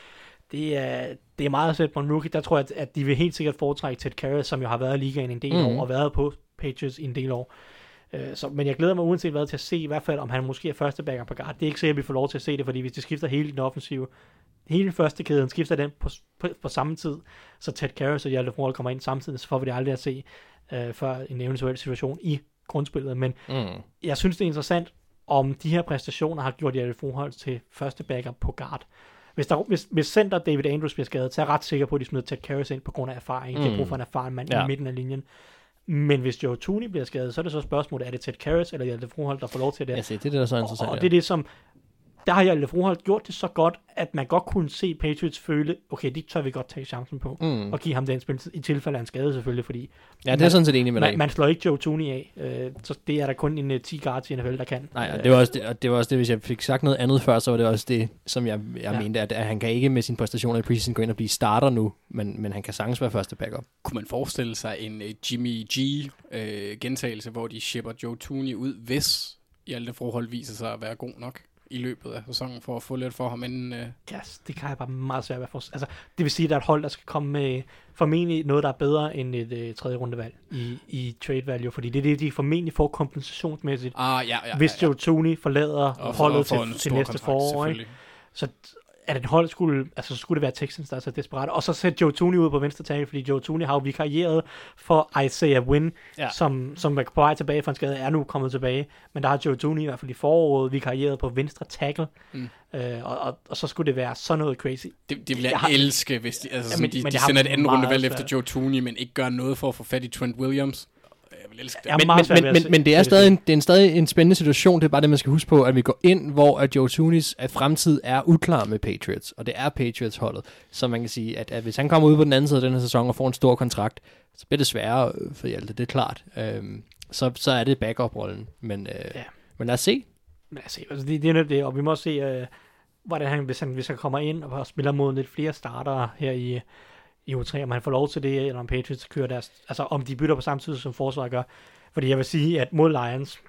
Det er meget sæt på en rookie. Der tror jeg, at de vil helt sikkert foretrække Ted Karras, som jo har været i ligaen en del år, og været på Patriots i en del år. Men jeg glæder mig uanset hvad til at se, i hvert fald om han måske er første backer på guard. Det er ikke sikkert, at vi får lov til at se det, fordi hvis de skifter hele den offensive, hele første kæden, skifter den på samme tid, så Ted Karras og Hjalte Froholt kommer ind samtidig, så får vi det aldrig at se før en eventuel situation i grundspillet. Men jeg synes, det er interessant, om de her præstationer har gjort Hjalte Froholt til første backer på guard. Hvis center David Andrews bliver skadet, så er jeg ret sikker på, at de smider Ted Karras ind på grund af erfaring. De har brug for en erfaren mand i midten af linjen. Men hvis Joe Thuney bliver skadet, så er det så spørgsmålet, er det Ted Karras eller Hjalte Froholt, der får lov til det? Ja, det er det, der er så interessant. Og det er det, som... Der har Hjalte Froholt gjort det så godt, at man godt kunne se Patriots føle, okay, det tør vi godt tage chancen på, og give ham den spilletid, i tilfælde af en skade selvfølgelig, fordi... Ja, det er sådan set enig med dig. Man slår ikke Joe Thuney af, så det er der kun en 10 guards i NFL, der kan. Nej, og det var også det, hvis jeg fik sagt noget andet før, så var det også det, som jeg mente, at han kan ikke med sine præstationer i preseason gå ind og blive starter nu, men han kan sagtens være første backup. Kunne man forestille sig en Jimmy G gentagelse, hvor de shipper Joe Thuney ud, hvis Hjalte Froholt viser sig at være god nok i løbet af sæsonen for at få lidt for ham inden... Yes, det kan jeg bare meget svært at forstå. Altså, det vil sige, at der er et hold, der skal komme med formentlig noget, der er bedre end et tredje rundevalg i trade value, fordi det er det, de formentlig får kompensationsmæssigt, hvis Joe Thuney forlader holdet til næste forår. Så at et hold skulle det være Texans, der er så desperat. Og så sætte Joe Thuney ud på venstre tackle, fordi Joe Thuney har jo vikarieret for Isaiah Wynn, som er på vej tilbage fra en skade, er nu kommet tilbage. Men der har Joe Thuney i hvert fald i foråret vikarieret på venstre tackle. Og så skulle det være sådan noget crazy. Det vil jeg elske, hvis de sender et andet rundevalg efter Joe Thuney, men ikke gør noget for at få fat i Trent Williams. Men det er stadig en spændende situation. Det er bare det, man skal huske på, at vi går ind, hvor at Joe Thuneys fremtid er uklar med Patriots, og det er Patriots-holdet. Så man kan sige, at hvis han kommer ud på den anden side af den her sæson og får en stor kontrakt, så bliver det sværere for Hjalte, det er klart. Så er det backup-rollen. Men lad os se. Altså, det er det, og vi må også se, hvordan hvis han kommer ind og spiller mod lidt flere startere her i U3, om han får lov til det, eller om Patriots kører deres, altså om de bytter på samme tid, som forsvaret gør. Fordi jeg vil sige, at mod Lions,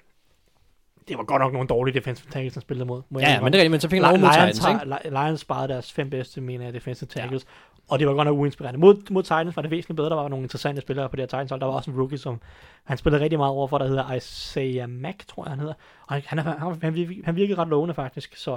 det var godt nok nogle dårlige defensive tackles, han spillede mod. Men det er rigtigt, men så fik han mod Titans, ikke? Lions sparede deres 5 bedste, mener jeg, defensive tackles, og det var godt nok uinspirerende. Mod Titans var det væsentligt bedre, der var nogle interessante spillere på det her Titans, der var også en rookie, som han spillede rigtig meget overfor, der hedder Isaiah Mack, tror jeg han hedder, og han virkede ret lovende faktisk, så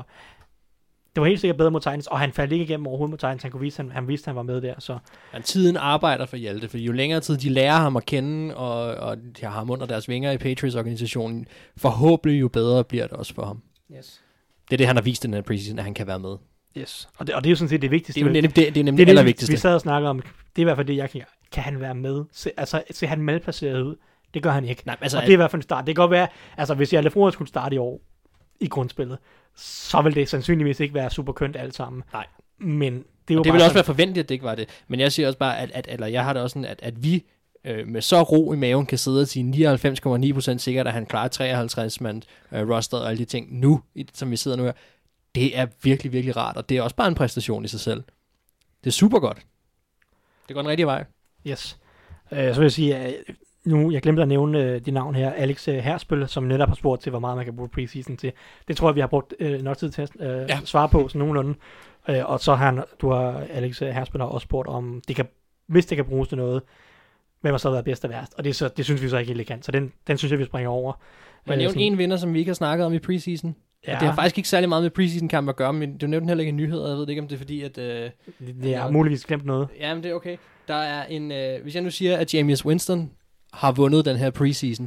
det var helt sikkert bedre mod Titans, og han faldt ikke igennem overhovedet mod Titans. Han vidste, han var med der. Så. Tiden arbejder for Hjalte, for jo længere tid de lærer ham at kende, og de har ham under deres vinger i Patriots-organisationen, forhåbentlig jo bedre bliver det også for ham. Yes. Det er det, han har vist i den her preseason, at han kan være med. Yes, og det er jo sådan set det vigtigste. Det er nemlig det allervigtigste. Vi sad og snakkede om, det er i hvert fald det, jeg kan han være med? Se han malplaceret ud? Det gør han ikke. Nej, altså, og det er i hvert fald en start. Det kan godt være, altså hvis Hjalte Froholt skulle starte i år i grundspillet, så vil det sandsynligvis ikke være super kønt alt sammen. Nej. Men det vil også være forventeligt, at det ikke var det. Men jeg siger også bare, eller jeg har det også sådan, at vi med så ro i maven kan sidde og sige 99,9% sikkert, at han klarer 53-mand roster og alle de ting nu, som vi sidder nu her. Det er virkelig, virkelig rart, og det er også bare en præstation i sig selv. Det er super godt. Det går den rigtige vej. Yes. Så vil jeg sige, at nu, jeg glemte at nævne de navn her. Alex Herspel, som netop har spurgt til, hvor meget man kan bruge preseason til. Det tror jeg, vi har brugt nok tid til at svare på, sådan nogenlunde. Og så har Alex Herspel også spurgt om, hvis det kan bruges til noget, hvem har så været bedst og værst. Og det synes vi så ikke helt kan. Så den synes jeg, vi springer over. Man nævnte en vinder, som vi ikke har snakket om i preseason. Ja. Det har faktisk ikke særlig meget med preseason-kamp at gøre, men du nævnte heller ikke en nyhed, og jeg ved ikke, om det er fordi, at... det er muligvis glemt noget. Jamen, det er okay. Der er en... hvis jeg nu siger, at Jameis Winston har vundet den her preseason,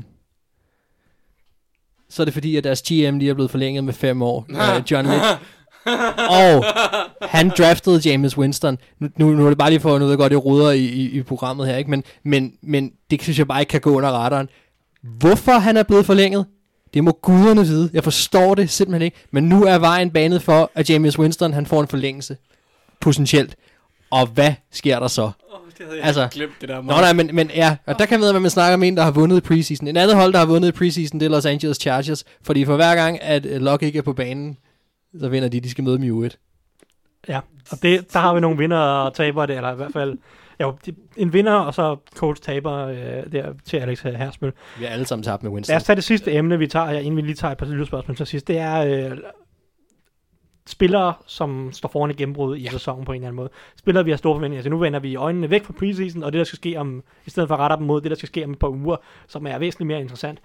så er det fordi, at deres GM lige er blevet forlænget med 5 år. John Lynch. Og han draftede Jameis Winston. Nu er det bare lige for noget godt, jeg ruder i programmet her, ikke? Men det synes jeg bare ikke kan gå under radaren. Hvorfor han er blevet forlænget? Det må guderne vide. Jeg forstår det simpelthen ikke. Men nu er vejen banet for, at Jameis Winston han får en forlængelse. Potentielt. Og hvad sker der så? Det havde jeg glemt det der. Nej, men ja. Og der kan vi vide, hvad man snakker om en, der har vundet i preseason. En anden hold, der har vundet i preseason, det er Los Angeles Chargers. Fordi for hver gang, at Luck ikke er på banen, så vinder de skal møde dem i U1. Ja, og der har vi nogle vinder og taber det, eller i hvert fald... Jo, en vinder, og så Colts taber der til Alex Herspel. Vi har alle sammen tabt med Winston. Lad os tage det sidste emne, vi tager her, inden vi lige tager et par spørgsmål til sidst. Det er spillere, som står foran et gennembrud i sæsonen på en eller anden måde. Spillere, vi har store forventninger til. Nu vender vi øjnene væk fra preseason, og det, der skal ske om, i stedet for at rette dem mod det, der skal ske om et par uger, som er væsentligt mere interessant.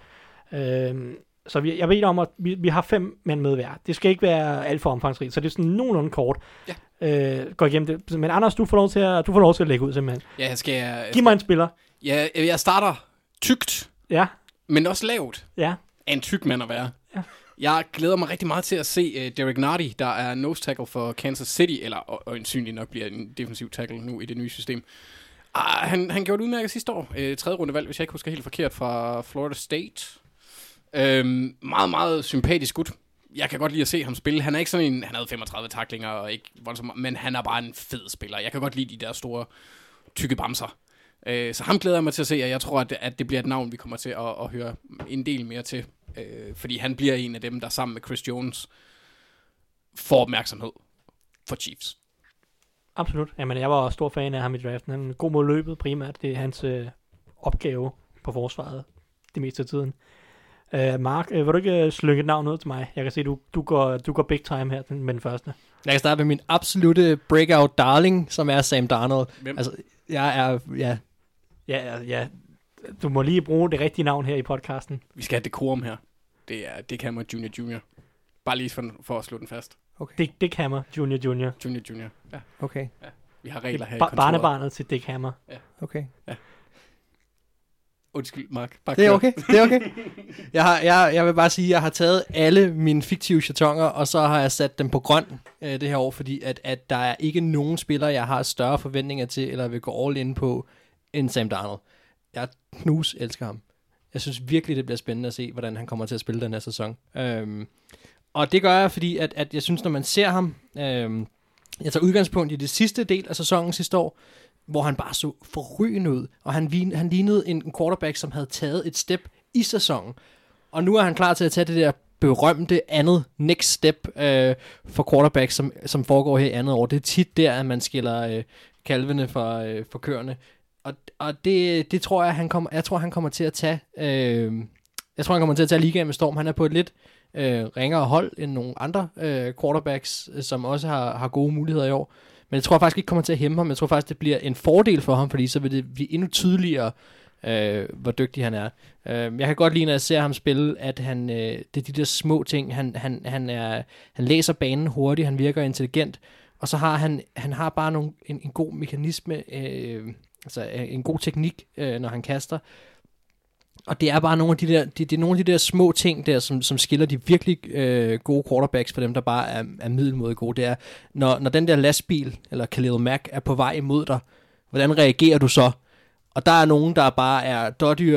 Så jeg ved om, at vi har 5 mænd med hver. Det skal ikke være alt for omfangsrigt, så det er sådan nogenlunde kort. Ja. Går igennem det. Men Anders, du får lov til at lægge ud, simpelthen. Ja, Giv mig en spiller. Ja, jeg starter tykt, men også lavt. Ja. Af en tyk mand at være. Ja. Jeg glæder mig rigtig meget til at se Derek Nardi, der er nose tackle for Kansas City, eller øjensynligt nok bliver en defensiv tackle nu i det nye system. Han gjorde det udmærket sidste år. 3. rundevalg, hvis jeg ikke husker helt forkert, fra Florida State. Meget, meget sympatisk gut. Jeg kan godt lide at se ham spille. Han er ikke sådan en... Han havde 35 tacklinger og ikke voldsomt, men han er bare en fed spiller. Jeg kan godt lide de der store, tykke bamser. Så ham glæder jeg mig til at se, og jeg tror, at det bliver et navn, vi kommer til at høre en del mere til. Fordi han bliver en af dem, der sammen med Chris Jones får opmærksomhed for Chiefs. Absolut. Jamen, jeg var stor fan af ham i draften. Han er god mod løbet primært. Det er hans opgave på forsvaret det meste af tiden. Mark, vil du ikke slynge et navn ud til mig? Jeg kan se, du går big time her med den første. Jeg kan starte med min absolute breakout darling, som er Sam Darnold. Hvem? Altså, jeg er... Ja. Du må lige bruge det rigtige navn her i podcasten. Vi skal have decorum her. Det er Dick Hammer Jr. Bare lige for at slå den fast. Okay. Dick Hammer Jr. Jr. Ja. Okay. Ja. Vi har regler her i kontoret. Barnebarnet til Dick Hammer. Ja. Okay. Ja. Undskyld, Mark. Bare det er okay. Jeg vil bare sige, at jeg har taget alle mine fiktive chatonger, og så har jeg sat dem på grøn det her år, fordi at der er ikke nogen spillere, jeg har større forventninger til, eller vil gå all in på, end Sam Darnold. Jeg elsker ham. Jeg synes virkelig, det bliver spændende at se, hvordan han kommer til at spille den her sæson. Og det gør jeg, fordi at jeg synes, når man ser ham, jeg tager udgangspunkt i det sidste del af sæsonen sidste år, hvor han bare så forrygende ud, og han lignede en quarterback, som havde taget et step i sæsonen. Og nu er han klar til at tage det der berømte andet next step for quarterback, som foregår her i andet år. Det er tit der, at man skiller kalvene for køerne. Og det tror jeg, han kommer til at tage. Jeg tror, han kommer til at tage ligaen med storm. Han er på et lidt ringere hold end nogle andre quarterbacks, som også har gode muligheder i år. Men jeg tror faktisk ikke kommer til at hæmme ham. Jeg tror faktisk, det bliver en fordel for ham, fordi så vil det blive endnu tydeligere, hvor dygtig han er. Jeg kan godt lide, når jeg ser ham spille, at det er de der små ting. Han læser banen hurtigt, han virker intelligent, og så har han har bare en god mekanisme, altså en god teknik, når han kaster. Og det er bare nogle af de der, det er nogle af de der små ting der, som skiller de virkelig gode quarterbacks fra dem, der bare er middelmåde gode. Det er, når den der lastbil, eller Khalil Mack, er på vej imod dig, hvordan reagerer du så? Og der er nogen, der bare er dårdyr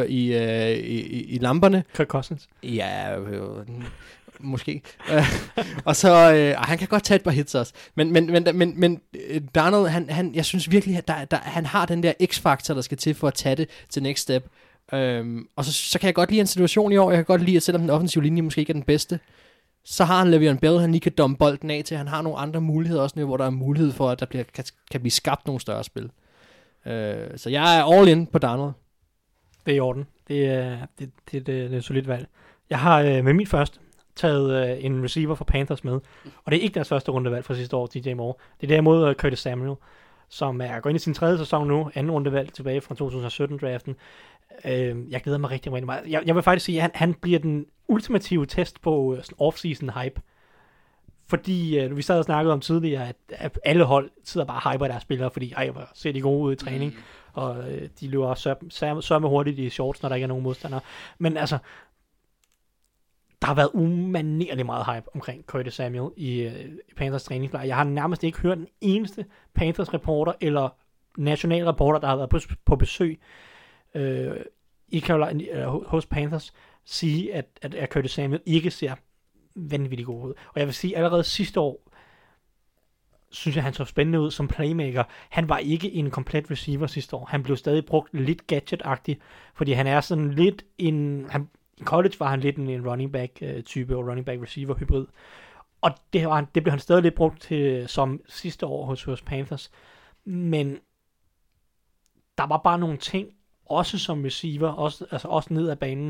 i lamperne. Kirk Cousins. Ja, måske. Og så, han kan godt tage et par hits også. Men Darnold, jeg synes virkelig, at han har den der x-faktor, der skal til for at tage det til next step. Og så kan jeg godt lide en situation i år. Jeg kan godt lide, at selvom den offensive linje måske ikke er den bedste, så har han Le'Veon Bell, han lige kan dumme bolden af til. Han har nogle andre muligheder også nu, hvor der er mulighed for, at der kan blive skabt nogle større spil. Så jeg er all in på Darnold. Det er i orden. Det er et solidt valg. Jeg har med min første taget en receiver fra Panthers med, og det er ikke deres første rundevalg fra sidste år, DJ Moore. Det er derimod Curtis Samuel, som er gået ind i sin 3. sæson nu, 2. rundevalg tilbage fra 2017-draften. Jeg glæder mig rigtig, rigtig meget. Jeg vil faktisk sige, at han bliver den ultimative test på off-season hype. Fordi vi sad og snakkede om tidligere, at alle hold sidder bare og hyper deres spillere, fordi hvor ser de gode ud i træning, og de løber sørme hurtigt i shorts, når der ikke er nogen modstandere. Men altså, der har været umanerligt meget hype omkring Curtis Samuel i Panthers træningslejr. Jeg har nærmest ikke hørt den eneste Panthers reporter eller national reporter, der har været på besøg i Carolina, hos Panthers, sige, at Curtis Samuel ikke ser vanvittigt god ud. Og jeg vil sige, allerede sidste år, synes jeg, han så spændende ud som playmaker. Han var ikke en komplet receiver sidste år. Han blev stadig brugt lidt gadget-agtigt, fordi han er sådan lidt i college var han lidt en running back-type, og running back-receiver-hybrid. Og det blev han stadig lidt brugt til, som sidste år hos Panthers. Men der var bare nogle ting, også som receiver, også ned ad banen,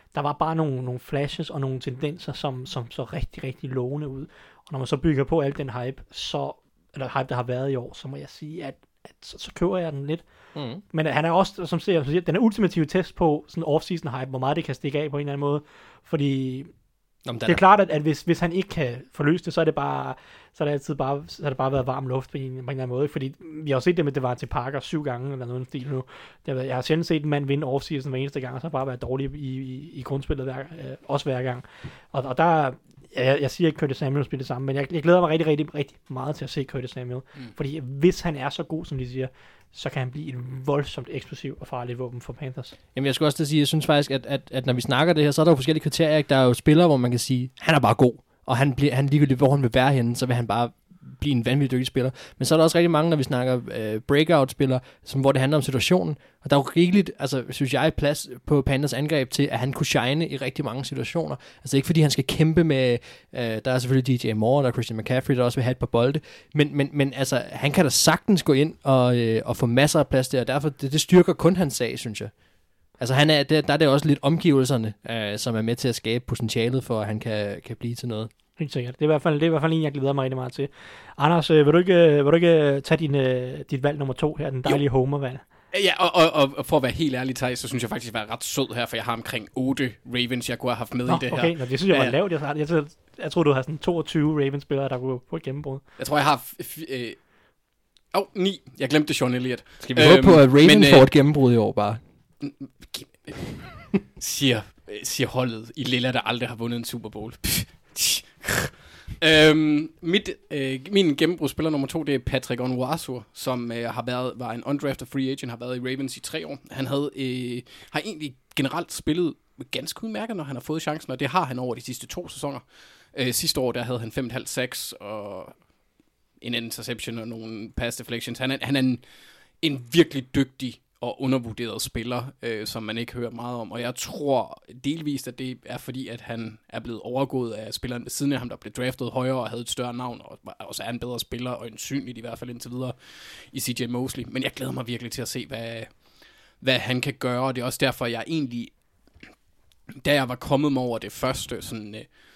der var bare nogle flashes og nogle tendenser, som så rigtig, rigtig lovende ud. Og når man så bygger på alt den hype, der har været i år, så må jeg sige, at så køber jeg den lidt. Men han er også, som siger, den er ultimative test på sådan off-season hype, hvor meget det kan stikke af på en eller anden måde. Fordi det er klart, at hvis han ikke kan forløse det, så er det bare været varm luft på en eller anden måde. Fordi vi har jo set det med, det var til Parker 7 gange, eller noget stil nu. Jeg har sjældent set en mand vinde off-season hver eneste gang, og så bare været dårlig i grundspillet også hver gang. Og der, jeg siger ikke, Curtis Samuel spiller det samme, men jeg glæder mig rigtig, rigtig, rigtig meget til at se Curtis Samuel. Fordi hvis han er så god, som de siger, så kan han blive et voldsomt eksplosiv og farligt våben for Panthers. Jamen jeg skulle også sige, jeg synes faktisk, at når vi snakker det her, så er der jo forskellige kriterier. Der er jo spillere, hvor man kan sige, han er bare god, og han ligegyldigt, hvor han vil være henne, så vil han bare blive en vanvittig dygtig spiller. Men så er der også rigtig mange, når vi snakker breakout-spillere, hvor det handler om situationen. Og der er jo rigeligt, altså synes jeg, plads på Panthers angreb til, at han kunne shine i rigtig mange situationer. Altså ikke fordi han skal kæmpe med, der er selvfølgelig DJ Moore, der er Christian McCaffrey, der også vil have et par bolde. Men altså, han kan da sagtens gå ind og få masser af plads der, og derfor det styrker kun hans sag, synes jeg. Altså der er det også lidt omgivelserne, som er med til at skabe potentialet for, at han kan blive til noget. Helt sikkert. Det er i hvert fald en, jeg glæder mig rigtig meget til. Anders, vil du ikke tage dit valg nummer 2 her, den dejlige Homer-valg? Ja, og for at være helt ærlig, Thijs, så synes jeg faktisk, at jeg var ret sød her, for jeg har omkring 8 Ravens, jeg kunne have haft med i det her. Okay, det synes jeg var lavt. Jeg tror du har sådan 22 Ravens-spillere, der kunne få et gennembrud. Jeg tror, jeg har 9. Jeg glemte Sean Elliott. Skal vi håbe på, at Ravens får et gennembrud i år bare? Siger holdet i Lilla, der aldrig har vundet en Super Bowl. Min gennembrudsspiller nummer 2, det er Patrick Onwuasor, som var en undrafted free agent, har været i Ravens i 3 år. Han har egentlig generelt spillet ganske udmærket, når han har fået chancen, og det har han over de sidste 2 sæsoner. Sidste år, der havde han 5,5 sacks og en interception og nogle pass deflections. Han er en virkelig dygtig og undervurderet spiller, som man ikke hører meget om. Og jeg tror delvist, at det er fordi, at han er blevet overgået af spilleren ved siden af ham, der blev draftet højere og havde et større navn, og også er en bedre spiller, og øjensynligt i hvert fald indtil videre i CJ Mosley. Men jeg glæder mig virkelig til at se, hvad han kan gøre, og det er også derfor, jeg egentlig, da jeg var kommet mig over det første sådan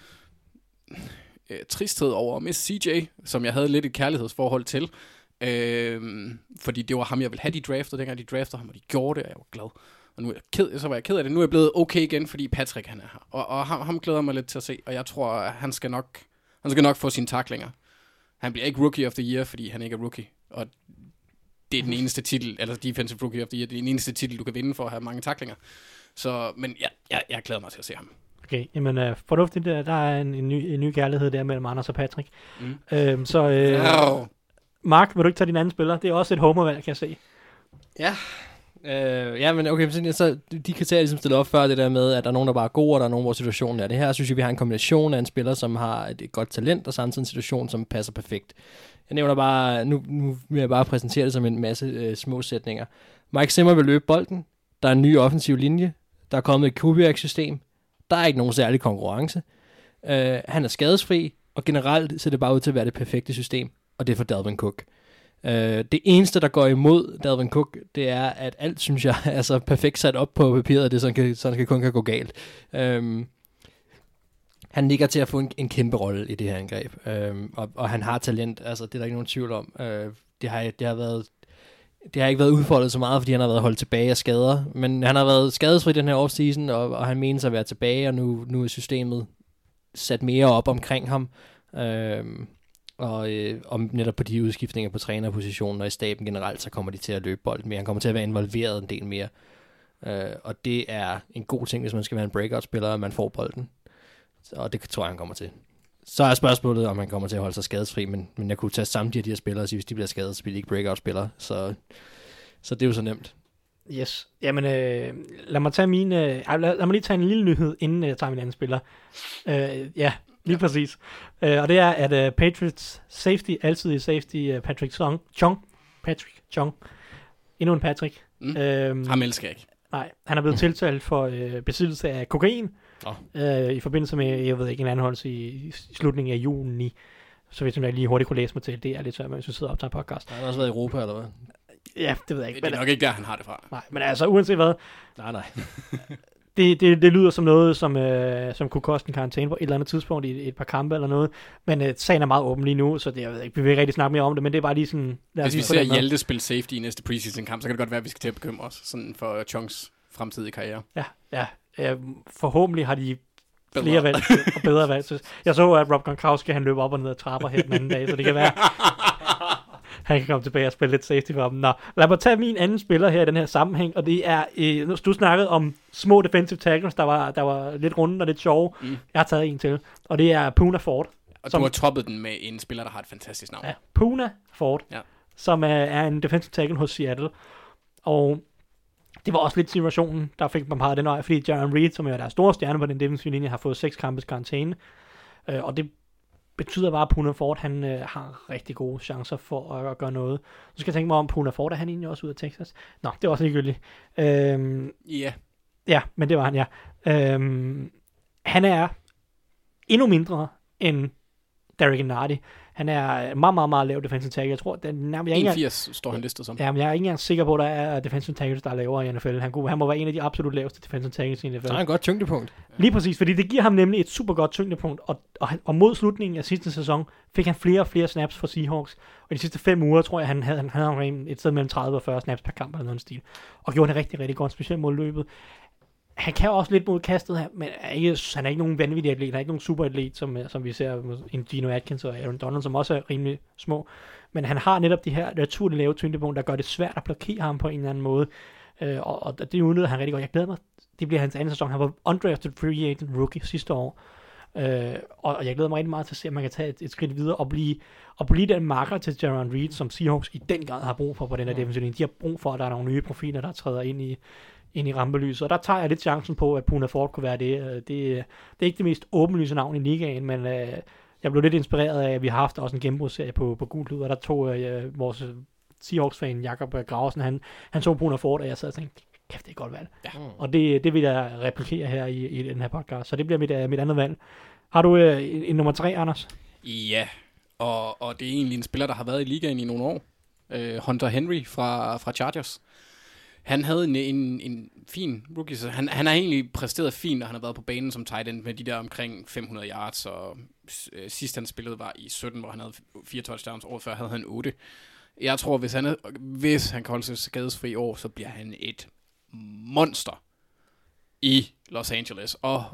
tristhed over at miste CJ, som jeg havde lidt et kærlighedsforhold til, fordi det var ham, jeg ville have, de draftede, dengang de draftede ham, og de gjorde det, og jeg var glad. Og nu var jeg ked af det. Nu er jeg blevet okay igen, fordi Patrick han er her. Og ham glæder mig lidt til at se, og jeg tror, at han skal nok få sine tacklinger. Han bliver ikke Rookie of the Year, fordi han ikke er rookie. Og det er den eneste titel, eller Defensive Rookie of the Year, det er den eneste titel, du kan vinde for at have mange tacklinger. Så, men jeg glæder mig til at se ham. Okay, jamen fornuftigt, der er en ny kærlighed der mellem Anders og Patrick. Mark, vil du ikke tage din anden spiller? Det er også et homervalg, kan jeg se. Ja, men okay, så de kriterier, ligesom stiller op før, det der med, at der er nogen, der bare er gode, og der er nogen, hvor situationen er. Det her synes jeg, vi har en kombination af en spiller, som har et godt talent, og samtidig en situation, som passer perfekt. Jeg nævner bare, nu vil jeg bare præsentere det som en masse små sætninger. Mike Zimmer vil løbe bolden. Der er en ny offensiv linje. Der er kommet et QB-system. Der er ikke nogen særlig konkurrence. Han er skadesfri, og generelt ser det bare ud til at være det perfekte system, og det er for Dalvin Cook. Det eneste, der går imod Dalvin Cook, det er, at alt, synes jeg, er så perfekt sat op på papiret, at det sådan kun kan gå galt. Han ligger til at få en kæmpe rolle i det her angreb, og han har talent, altså det er der ikke nogen tvivl om. Det har ikke været udfordret så meget, fordi han har været holdt tilbage af skader, men han har været skadesfri den her offseason, og han mener sig at være tilbage, og nu er systemet sat mere op omkring ham, og netop på de udskiftninger på trænerpositionen og i staben generelt, så kommer de til at løbe bolden mere. Han kommer til at være involveret en del mere, og det er en god ting, hvis man skal være en breakout-spiller, at man får bolden, og det tror jeg, han kommer til. Så er spørgsmålet, om han kommer til at holde sig skadesfri, men jeg kunne tage samtlige af de her spillere og sige, hvis de bliver skadet, så bliver de ikke breakout-spillere, så det er jo så nemt. Yes. Jamen, lad mig lige tage en lille nyhed, inden jeg tager min anden spiller. Lige præcis. Og det er, at Patriots safety, altid i safety, Patrick Chung. Endnu en Patrick. Ham elsker jeg ikke. Nej, han er blevet tiltalt for besiddelse af kokain i forbindelse med, jeg ved ikke, en anholdelse i slutningen af juni. Så hvis jeg lige hurtigt kunne læse mig til, det er lidt svært, hvis du sidder og optager en podcast. Har han også været i Europa, eller hvad? Ja, det ved jeg ikke. Det er nok ikke der, han har det fra. Nej, men altså uanset hvad. Nej. Det lyder som noget, som kunne koste en karantæne på et eller andet tidspunkt i et par kampe eller noget. Men sagen er meget åben lige nu, så det, jeg ved ikke, vi vil ikke rigtig snakke mere om det, men det er bare lige sådan... Hvis vi ser Hjalte spille safety i næste preseason-kamp, så kan det godt være, at vi skal til at bekymre os sådan for Chunks fremtidige karriere. Ja. Forhåbentlig har de flere valg og bedre valg. Jeg så, at Rob Gronkowski, han løber op og ned ad trapper her den anden dag, så det kan være... Han kan komme tilbage og spille lidt safety for dem. Nå, lad mig tage min anden spiller her i den her sammenhæng, og det er, du snakkede om små defensive tackles, der var lidt runde og lidt sjove. Jeg har taget en til, og det er Poona Ford. Og du har toppet den med en spiller, der har et fantastisk navn. Ja, Poona Ford, som er en defensive tackle hos Seattle. Og det var også lidt situationen, der fik man peget den vej, fordi Jaron Reed, som er der store stjerne på den defensive linje, har fået 6 kampes karantæne. Og det betyder bare, at Poona Ford, han har rigtig gode chancer for at gøre noget. Så skal jeg tænke mig om, Poona Ford, er han egentlig også ude af Texas? Nå, det var også ligegyldigt. Ja, men det var han, ja. Han er endnu mindre end Derek Nnadi. Han er meget, meget, meget lav defensive tackle. Jeg tror, 81 står han listet som. Ja, men jeg er ikke engang sikker på, at der er defensive tackles, der er lavere i NFL. Han må være en af de absolut laveste defensive tackles i NFL. Så er han godt tyngdepunkt. Lige præcis, fordi det giver ham nemlig et super godt tyngdepunkt, og mod slutningen af sidste sæson fik han flere og flere snaps for Seahawks, og i de sidste 5 uger, tror jeg, han havde et sted mellem 30 og 40 snaps per kamp eller noget stil, og gjorde det rigtig, rigtig godt, specielt mod løbet. Han kan også lidt mod kastet her, men han er ikke nogen vanvittig atlet, han er ikke nogen superatlet, som vi ser en Geno Atkins og Aaron Donald, som også er rimelig små. Men han har netop de her naturligt lave tyngdepunkter, der gør det svært at blokere ham på en eller anden måde. Og det udnytter han rigtig godt. Jeg glæder mig. Det bliver hans anden sæson. Han var undrafted free agent rookie sidste år. Og jeg glæder mig rigtig meget til at se, om man kan tage et skridt videre og blive den marker til Jaron Reed, som Seahawks i den grad har brug for på den her defensive linje. De har brug for, at der er nogle nye profiler, der træder ind i rampelyset. Og der tager jeg lidt chancen på, at Poona Ford kunne være det. Det er ikke det mest åbenlyse navn i ligaen, men jeg blev lidt inspireret af, at vi har haft også en gennembrudsserie på Gul Klud, og der tog vores Seahawks-fan Jakob Graversen, han så Poona Ford, og jeg sad og tænkte, kæft, det er godt valg. Ja. Og det vil jeg replikere her i den her podcast, så det bliver mit andet valg. Har du en nummer 3, Anders? Ja, og det er egentlig en spiller, der har været i ligaen i nogle år. Hunter Henry fra Chargers. Han havde en fin rookie, så han har egentlig præsteret fint, når han har været på banen som tight end med de der omkring 500 yards, og sidst han spillede var i 17, hvor han havde 4 touchdowns, året før havde han 8. Jeg tror, hvis han kan holde sig skadesfri i år, så bliver han et monster i Los Angeles. Og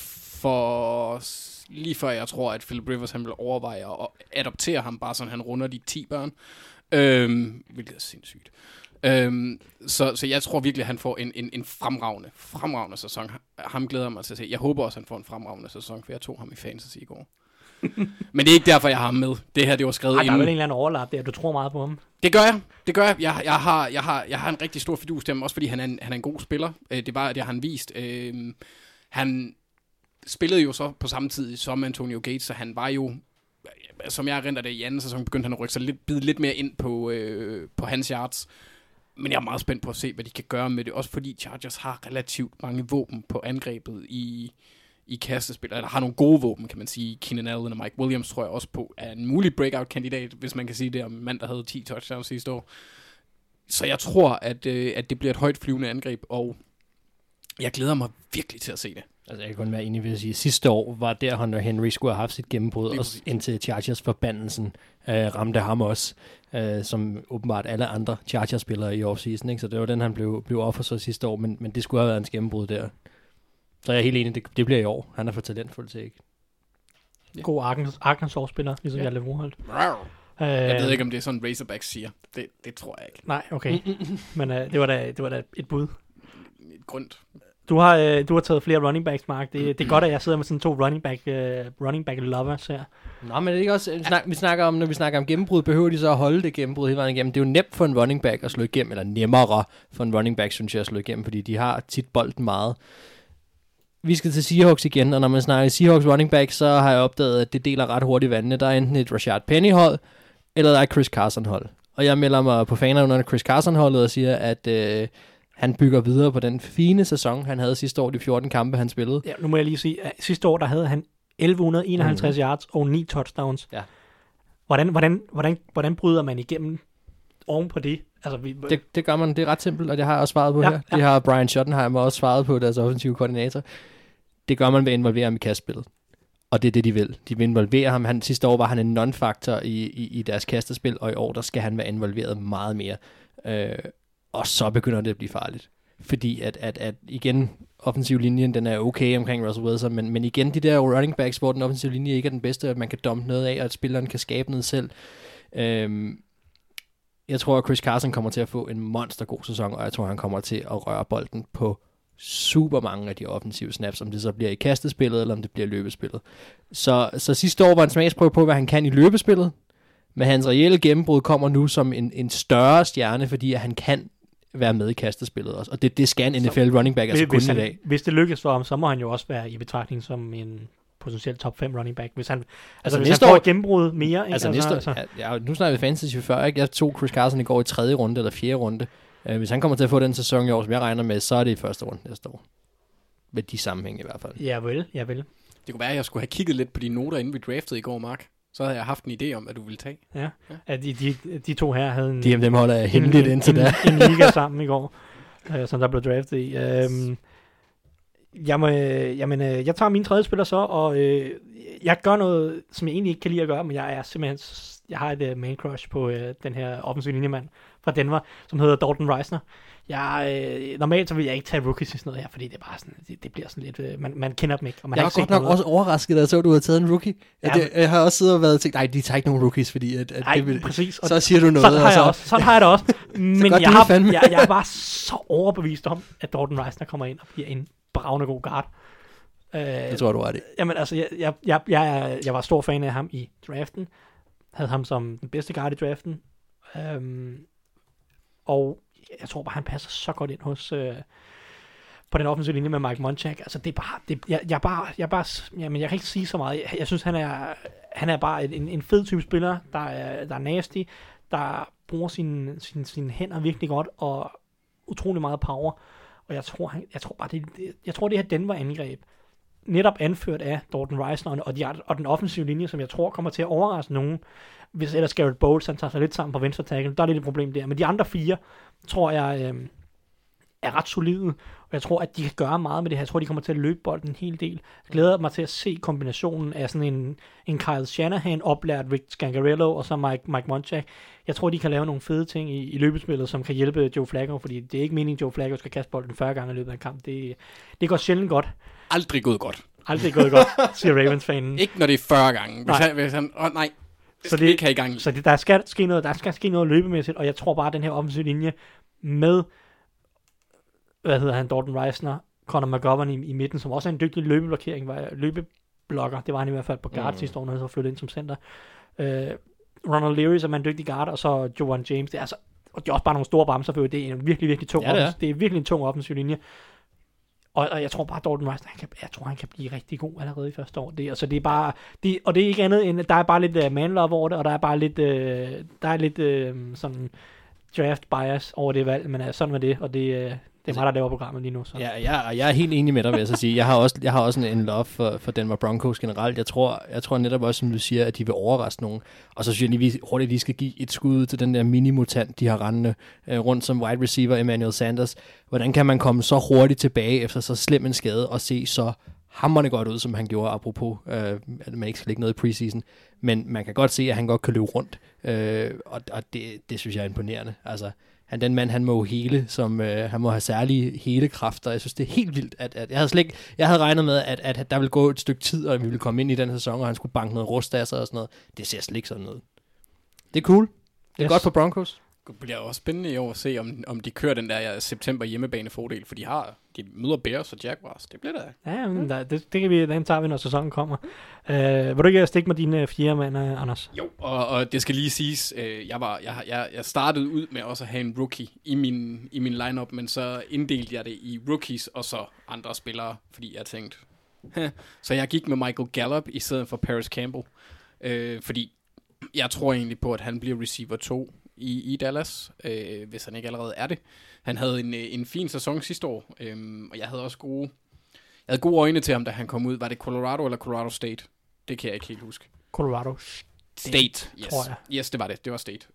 lige før jeg tror, at Philip Rivers han vil overveje at adoptere ham, bare sådan han runder de 10 børn, hvilket er sindssygt. Så jeg tror virkelig, at han får en fremragende sæson. Ham glæder mig til at se. Jeg håber også, at han får en fremragende sæson, for jeg tog ham i fantasy i går. Men det er ikke derfor, jeg har ham med. Det her, det var skrevet inden. Der er vel en eller anden overlap der. Du tror meget på ham. Det gør jeg. Jeg har en rigtig stor fidus til ham, også fordi han er en god spiller. Det er bare, at jeg har han vist. Han spillede jo så på samme tid som Antonio Gates, så han var jo, som jeg erindrer det i anden sæson, begyndte han at rykke sig bide lidt mere ind på hans yards. Men jeg er meget spændt på at se, hvad de kan gøre med det. Også fordi Chargers har relativt mange våben på angrebet i kastespil. Eller har nogle gode våben, kan man sige. Keenan Allen og Mike Williams tror jeg også på er en mulig breakout-kandidat, hvis man kan sige det om en mand, der havde 10 touchdowns sidste år. Så jeg tror, at det bliver et højt flyvende angreb, og jeg glæder mig virkelig til at se det. Altså, jeg kan kun være enig ved at sige, at sidste år var der, Hunter Henry skulle have haft sit gennembrud, og indtil Chargers forbandelsen ramte ham også, som åbenbart alle andre Chargers-spillere i offseason, ikke? Så det var den, han blev offer så sidste år, men det skulle have været hans gennembrud der. Så jeg er helt enig, det bliver i år. Han er for talentfuld til, ikke? God Arkansas-spiller, ligesom jeg lavede Moholt. Jeg ved ikke, om det er sådan Razorbacks siger. Det tror jeg ikke. Nej, okay. Men det var da et bud. Et grønt. Du har taget flere running backs, Mark. Det er godt, at jeg sidder med sådan 2 running back lovers her. Nå, men det er ikke også... Når vi snakker om gennembrud, behøver de så at holde det gennembrud hele vejen igennem. Det er jo nemt for en running back at slå igennem, eller nemmere for en running back, synes jeg, at slå igennem, fordi de har tit bolden meget. Vi skal til Seahawks igen, og når man snakker Seahawks running back, så har jeg opdaget, at det deler ret hurtigt vandene. Der er enten et Rashad Penny-hold, eller der er et Chris Carson-hold. Og jeg melder mig på fanerne under Chris Carson-holdet og siger, at han bygger videre på den fine sæson, han havde sidste år, de 14 kampe, han spillede. Ja, nu må jeg lige sige, at sidste år, der havde han 1151 yards og 9 touchdowns. Ja. Hvordan bryder man igennem oven på det? Altså, det gør man, det er ret simpelt, og det har jeg også svaret på her. Det har Brian Schottenheimer også svaret på, deres offensive koordinator. Det gør man ved at involvere ham i kastspillet. Og det er det, de vil. De vil involvere ham. Sidste år var han en non-faktor i deres kastespil, og i år der skal han være involveret meget mere. Og så begynder det at blive farligt. Fordi at igen, offensiv linjen, den er okay omkring Russell Wilson, men igen, de der running backs, hvor den offensive linje ikke er den bedste, at man kan dumpe noget af, og at spilleren kan skabe noget selv. Jeg tror, at Chris Carson kommer til at få en monstergod sæson, og jeg tror, han kommer til at røre bolden på super mange af de offensive snaps, om det så bliver i kastespillet, eller om det bliver i løbespillet. Så sidste år var en smagsprøve på, hvad han kan i løbespillet, men hans reelle gennembrud kommer nu som en større stjerne, fordi at han kan være med i kastespillet også, og det skal en NFL running back altså kun i dag. Hvis det lykkes for ham, så må han jo også være i betragtning som en potentielt top 5 running back, hvis han får et gennembrud mere. Ikke? Nu snakker vi fantasy før, ikke? Jeg tog Chris Carson i går i 3. runde eller 4. runde. Hvis han kommer til at få den sæson i år, som jeg regner med, så er det i 1. runde næste år. Med de sammenhæng i hvert fald. Jeg vil. Det kunne være, at jeg skulle have kigget lidt på de noter, inden vi draftede i går, Mark. Så havde jeg haft en idé om, at du ville tage. Ja. At de to her havde dem holder jeg hemmeligt indtil da. En liga sammen i går, som der blev draftet i. Jeg tager mine tredje spiller så, og jeg gør noget, som jeg egentlig ikke kan lide at gøre, men jeg har et man crush på den her offensive linjemand fra Denver, som hedder Dalton Reisner. Normalt så vil jeg ikke tage rookies i sådan noget her, fordi det er bare sådan, det bliver sådan lidt, man kender dem ikke. Og man jeg har godt nok også overrasket, da jeg så, at du havde taget en rookie. Jeg har også siddet og været og tænkt, nej, de tager ikke nogen rookies, fordi præcis. Så siger du noget. Sådan har jeg det også. Men jeg er bare så overbevist om, at Dalton Reisner kommer ind og bliver en bravende god guard. Det tror du er det. Jamen altså, jeg var stor fan af ham i draften. Havde ham som den bedste guard i draften. Og jeg tror bare, han passer så godt ind hos på den offensive linje med Mike Munchak. Altså, det er bare, jeg kan ikke sige så meget. Jeg synes, han er bare en fed type spiller, der er nasty, der bruger sine hænder virkelig godt, og utrolig meget power. Og jeg tror det her Denver-angreb, netop anført af Dalton Reisner og den offensive linje, som jeg tror kommer til at overraske nogen, hvis ellers Garrett Bowles, han tager sig lidt sammen på venstre tackle. Der er lidt et problem der. Men de andre 4, tror jeg, er ret solide, og jeg tror, at de kan gøre meget med det her. Jeg tror, de kommer til at løbe bolden en hel del. Jeg glæder mig til at se kombinationen af sådan en Kyle Shanahan, oplært Rick Scangarello, og så Mike Munchak. Jeg tror, de kan lave nogle fede ting i løbespillet, som kan hjælpe Joe Flacco, fordi det er ikke meningen, at Joe Flacco skal kaste bolden 40 gange i løbet af en kamp. Det går sjældent godt. Aldrig gået godt, siger Ravens-fanen. Ikke når det er 40 gange. Hvis han nej. Så det kan i gang. Så der skal ske noget løbemæssigt, og jeg tror bare, at den her offensive linje med, Dalton Reisner, Connor McGovern i midten, som også er en dygtig løbeblokker, det var han i hvert fald på guard sidste år, når han så flyttede ind som center. Ronald Leary, som er en dygtig guard, og så Jovan James, det er altså, og det er også bare nogle store bamser, for det er en virkelig, virkelig tung det er virkelig en tung offensiv linje. Og jeg tror bare, at Dalton Reisner, han kan blive rigtig god allerede i første år. Det er bare, og det er ikke andet end, der er bare lidt man-love over det, og der er bare lidt, sådan draft bias over det valg, men sådan var det, og det er mig, der laver programmet lige nu. Så. Ja, jeg er helt enig med dig, vil jeg så sige. Jeg har også en love for Denver Broncos generelt. Jeg tror netop også, som du siger, at de vil overraske nogen. Og så synes jeg lige hurtigt, at de skal give et skud til den der mini-mutant, de har rendende rundt som wide receiver, Emmanuel Sanders. Hvordan kan man komme så hurtigt tilbage efter så slem en skade og se så hamrende godt ud, som han gjorde, apropos, at man ikke skal lægge noget i preseason. Men man kan godt se, at han godt kan løbe rundt. Og det synes jeg er imponerende. Altså, den mand, han må jo hele, som han må have særlige helekræfter. Jeg synes, det er helt vildt, at jeg havde regnet med, at der ville gå et stykke tid, og vi ville komme ind i den sæson, og han skulle banke noget rust af sig og sådan noget. Det ser slet ikke sådan ud. Det er cool. Det er godt for Broncos. Det bliver også spændende i år at se, om de kører den der september hjemmebanefordel, for de møder Bears og Jaguars. Det bliver der. Ja, men den tager vi, når sæsonen kommer. Vil du ikke stikke med dine 4 mand, Anders? Jo, og det skal lige siges, jeg startede ud med også at have en rookie i min lineup, men så inddelte jeg det i rookies og så andre spillere, fordi jeg tænkte, så jeg gik med Michael Gallup i stedet for Paris Campbell, fordi jeg tror egentlig på, at han bliver receiver 2 i Dallas, hvis han ikke allerede er det. Han havde en fin sæson sidste år, og jeg havde også gode øjne til ham, da han kom ud. Var det Colorado eller Colorado State? Det kan jeg ikke helt huske. Colorado State, yes. tror jeg. Yes, det var det. Det var State.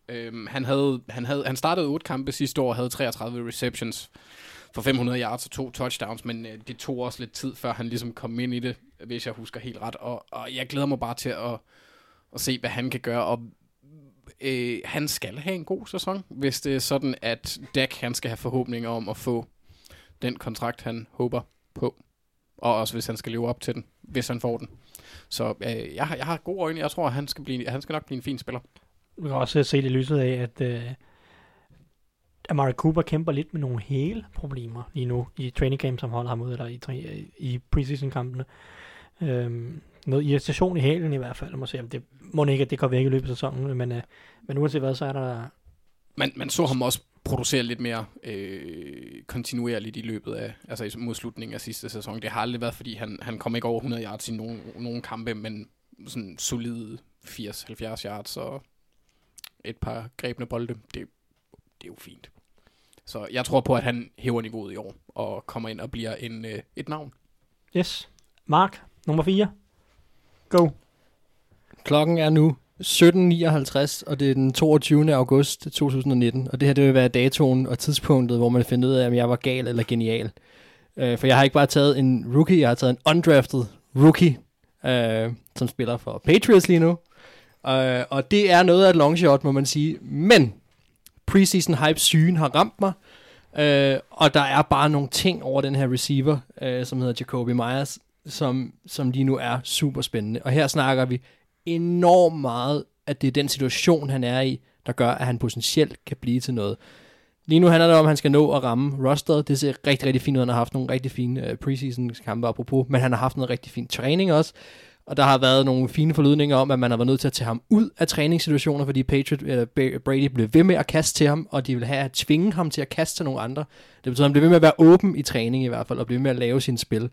Han startede 8 kampe sidste år og havde 33 receptions for 500 yards og 2 touchdowns, men det tog også lidt tid, før han ligesom kom ind i det, hvis jeg husker helt ret. Og jeg glæder mig bare til at se, hvad han kan gøre. Og han skal have en god sæson, hvis det er sådan, at Dak han skal have forhåbninger om at få den kontrakt, han håber på. Og også hvis han skal leve op til den, hvis han får den. Så jeg har gode øjne. Jeg tror, han skal nok blive en fin spiller. Vi kan også se det i lyset af, at Amari Cooper kæmper lidt med nogle hele problemer lige nu i training camp, som holder ham ud, eller i preseason-kampene. Noget irritation i hælen i hvert fald. Man se, det må ikke, at det går væk i løbet af sæsonen, men uanset hvad, så er der... Man så ham også producere lidt mere kontinuerligt i løbet af, altså mod slutningen af sidste sæson. Det har aldrig været, fordi han kom ikke over 100 yards i nogle kampe, men sådan solide 80-70 yards og et par grebne bolde. Det er jo fint. Så jeg tror på, at han hæver niveauet i år og kommer ind og bliver et navn. Yes. Mark, nummer 4. Go. Klokken er nu 17:59, og det er den 22. august 2019, og det her det vil være datoen og tidspunktet, hvor man finder ud af, om jeg var gal eller genial. For jeg har ikke bare taget en rookie, jeg har taget en undrafted rookie, som spiller for Patriots lige nu. Og det er noget af et long shot, må man sige. Men preseason hype-sygen har ramt mig, og der er bare nogle ting over den her receiver, som hedder Jacoby Myers, som lige nu er super spændende. Og her snakker vi enormt meget, at det er den situation, han er i, der gør, at han potentielt kan blive til noget. Lige nu handler det om, at han skal nå at ramme rosteret. Det ser rigtig, rigtig fint ud. Han har haft nogle rigtig fine preseason-kampe apropos, men han har haft noget rigtig fin træning også. Og der har været nogle fine forlydninger om, at man har været nødt til at tage ham ud af træningssituationer, fordi Brady blev ved med at kaste til ham, og de vil have at tvinge ham til at kaste til nogle andre. Det betyder, at han bliver ved med at være åben i træning i hvert fald, og bliver ved med at lave sine spil.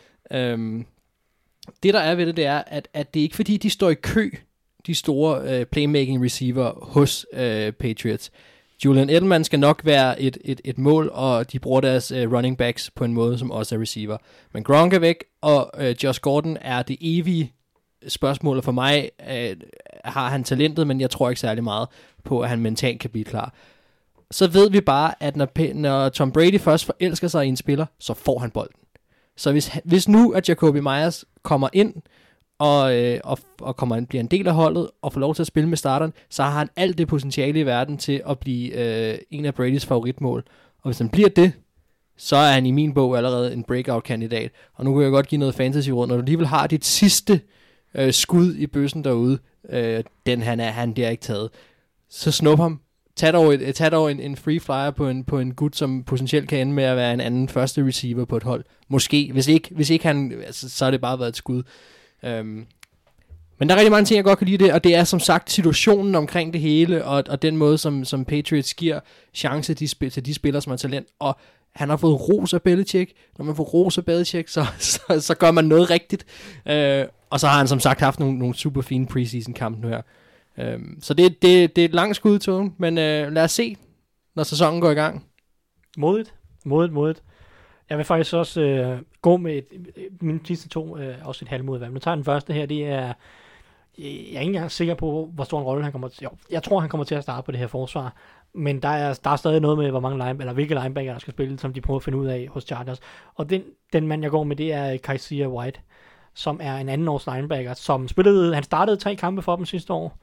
Det der er ved det, det er, at det er ikke fordi, de står i kø, de store playmaking receiver hos Patriots. Julian Edelman skal nok være et mål, og de bruger deres running backs på en måde, som også er receiver. Men Gronk er væk, og Josh Gordon er det evige spørgsmål. For mig har han talentet, men jeg tror ikke særlig meget på, at han mentalt kan blive klar. Så ved vi bare, at når Tom Brady først forelsker sig i en spiller, så får han bolden. Så hvis nu, at Jacoby Myers kommer ind, og kommer ind, bliver en del af holdet, og får lov til at spille med starteren, så har han alt det potentiale i verden til at blive en af Bradys favoritmål. Og hvis han bliver det, så er han i min bog allerede en breakout-kandidat. Og nu kan jeg godt give noget fantasy råd. Når du alligevel har dit sidste skud i bøssen derude, han der ikke taget, så snup ham. Tag dog en free flyer på en gut, som potentielt kan ende med at være en anden første receiver på et hold. Måske. Hvis ikke han, altså, så har det bare været et skud. Men der er rigtig mange ting, jeg godt kan lide det, og det er som sagt situationen omkring det hele, og den måde, som Patriots giver chance til de spillere, som har talent. Og han har fået ros af Belichick. Når man får ros af Belichick, så gør man noget rigtigt. Og så har han som sagt haft nogle super fine preseason-kampe nu her. Så det er et langt skud, Tone, men lad os se, når sæsonen går i gang. Modigt. Jeg vil faktisk også gå med mine sidste to, også et halvmodigt valg. Nu tager den første her, det er, jeg er ikke engang sikker på, hvor stor en rolle han kommer til. Jo, jeg tror, han kommer til at starte på det her forsvar, men der er stadig noget med, hvor mange hvilke linebacker, der skal spille, som de prøver at finde ud af hos Chargers. Og den mand, jeg går med, det er Kaiser White, som er en anden års linebacker, som han startede 3 kampe for dem sidste år.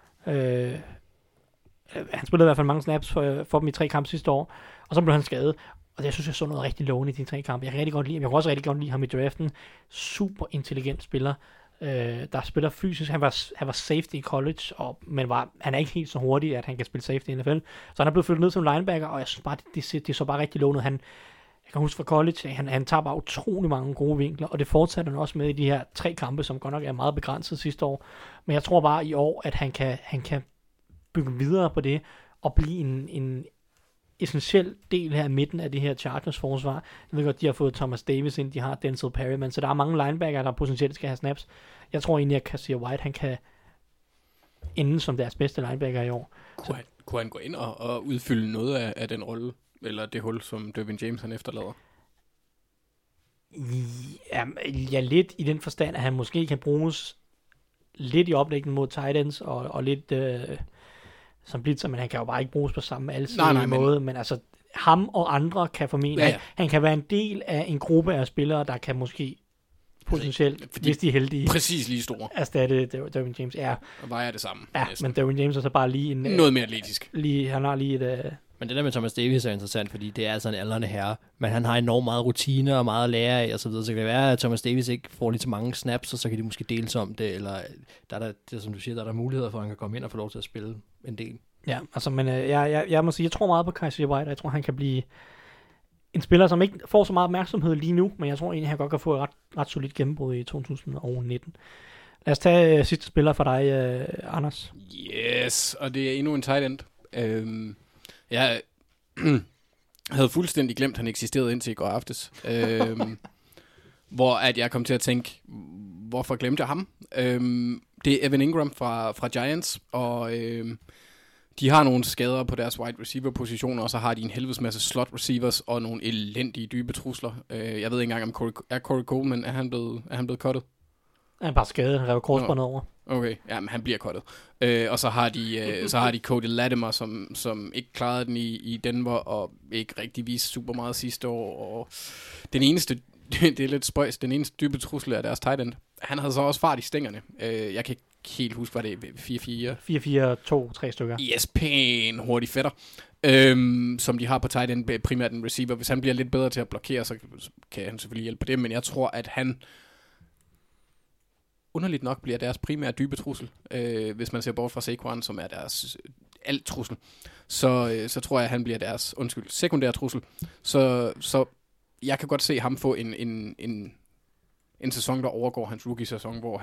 Han spillede i hvert fald mange snaps for dem i 3 kampe sidste år, og så blev han skadet. Og jeg synes, jeg så noget rigtig lovende i de 3 kampe. Jeg kan også rigtig godt lide ham i draften. Super intelligent spiller, der spiller fysisk. Han var safety i college, men han er ikke helt så hurtig, at han kan spille safety i NFL. Så han er blevet flyttet ned som linebacker, og jeg synes bare, det så bare rigtig lovende. Jeg kan huske fra college, han tager bare utrolig mange gode vinkler, og det fortsætter han også med i de her 3 kampe, som godt nok er meget begrænset sidste år. Men jeg tror bare i år, at han kan bygge videre på det, og blive en essentiel del her i midten af det her Chargers forsvar. Jeg ved godt, de har fået Thomas Davis ind, de har Denzel Perryman, så der er mange linebacker, der potentielt skal have snaps. Jeg tror egentlig, at Kaiser White, han kan ende som deres bedste linebacker i år. Kunne han gå ind og udfylde noget af den rolle, eller det hul, som Derwin James han efterlader? Ja, lidt i den forstand, at han måske kan bruges lidt i oplægningen mod tight ends, og lidt som blitzer, men han kan jo bare ikke bruges på samme alsidige måde, men altså ham og andre kan formentlig, han kan være en del af en gruppe af spillere, der kan måske potentielt, hvis de er heldige, præcis lige store, erstatte Derwin James. Ja. Og vejer det samme. Ja, næsten. Men Derwin James er så bare lige en... noget mere atletisk. Han har lige et... Men det der med Thomas Davis er interessant, fordi det er altså en aldrende herre, men han har enormt meget rutine og meget at lære af, og så videre. Så kan det være, at Thomas Davis ikke får lige så mange snaps, og så kan de måske deles om det, eller det, som du siger, der er der muligheder for, at han kan komme ind og få lov til at spille en del. Ja, altså, men jeg må sige, jeg tror meget på Kaiser White, og jeg tror, han kan blive en spiller, som ikke får så meget opmærksomhed lige nu, men jeg tror egentlig, han godt kan få et ret solidt gennembrud i 2019. Lad os tage sidste spiller for dig, Anders. Yes, og det er endnu en tight end. Jeg havde fuldstændig glemt, at han eksisterede indtil i går aftes. Hvor at jeg kom til at tænke, hvorfor glemte jeg ham? Det er Evan Ingram fra Giants, og de har nogle skader på deres wide receiver positioner, og så har de en helvedes masse slot receivers og nogle elendige dybe trusler. Jeg ved ikke engang, om Corey Coleman er han blevet cuttet? Han er bare skadet, han rev korsbåndet over. Okay, ja, men han bliver cuttet. Og så har de Cody Latimer, som ikke klarede den i Denver, og ikke rigtig viste super meget sidste år. Og den eneste, det er lidt spøjs, den eneste dybe trussel af deres tight end. Han havde så også fart i stængerne. Jeg kan ikke helt huske, hvad det er. 4-4-2-3 stykker. Yes, pæn hurtig fætter. Som de har på tight end, primært en receiver. Hvis han bliver lidt bedre til at blokere, så kan han selvfølgelig hjælpe på det, men jeg tror, at han underligt nok bliver deres primære dybe trussel, hvis man ser bort fra Saquon, som er deres alt trussel. Så tror jeg, at han bliver deres sekundære trussel. Så jeg kan godt se ham få en sæson, der overgår hans rookie-sæson, hvor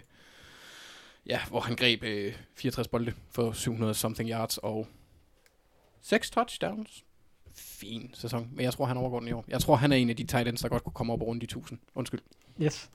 han greb 64 bolde for 700-something yards og 6 touchdowns. Fin sæson, men jeg tror, han overgår den i år. Jeg tror, han er en af de tight ends, der godt kunne komme op rundt i 1000. Undskyld. Yes.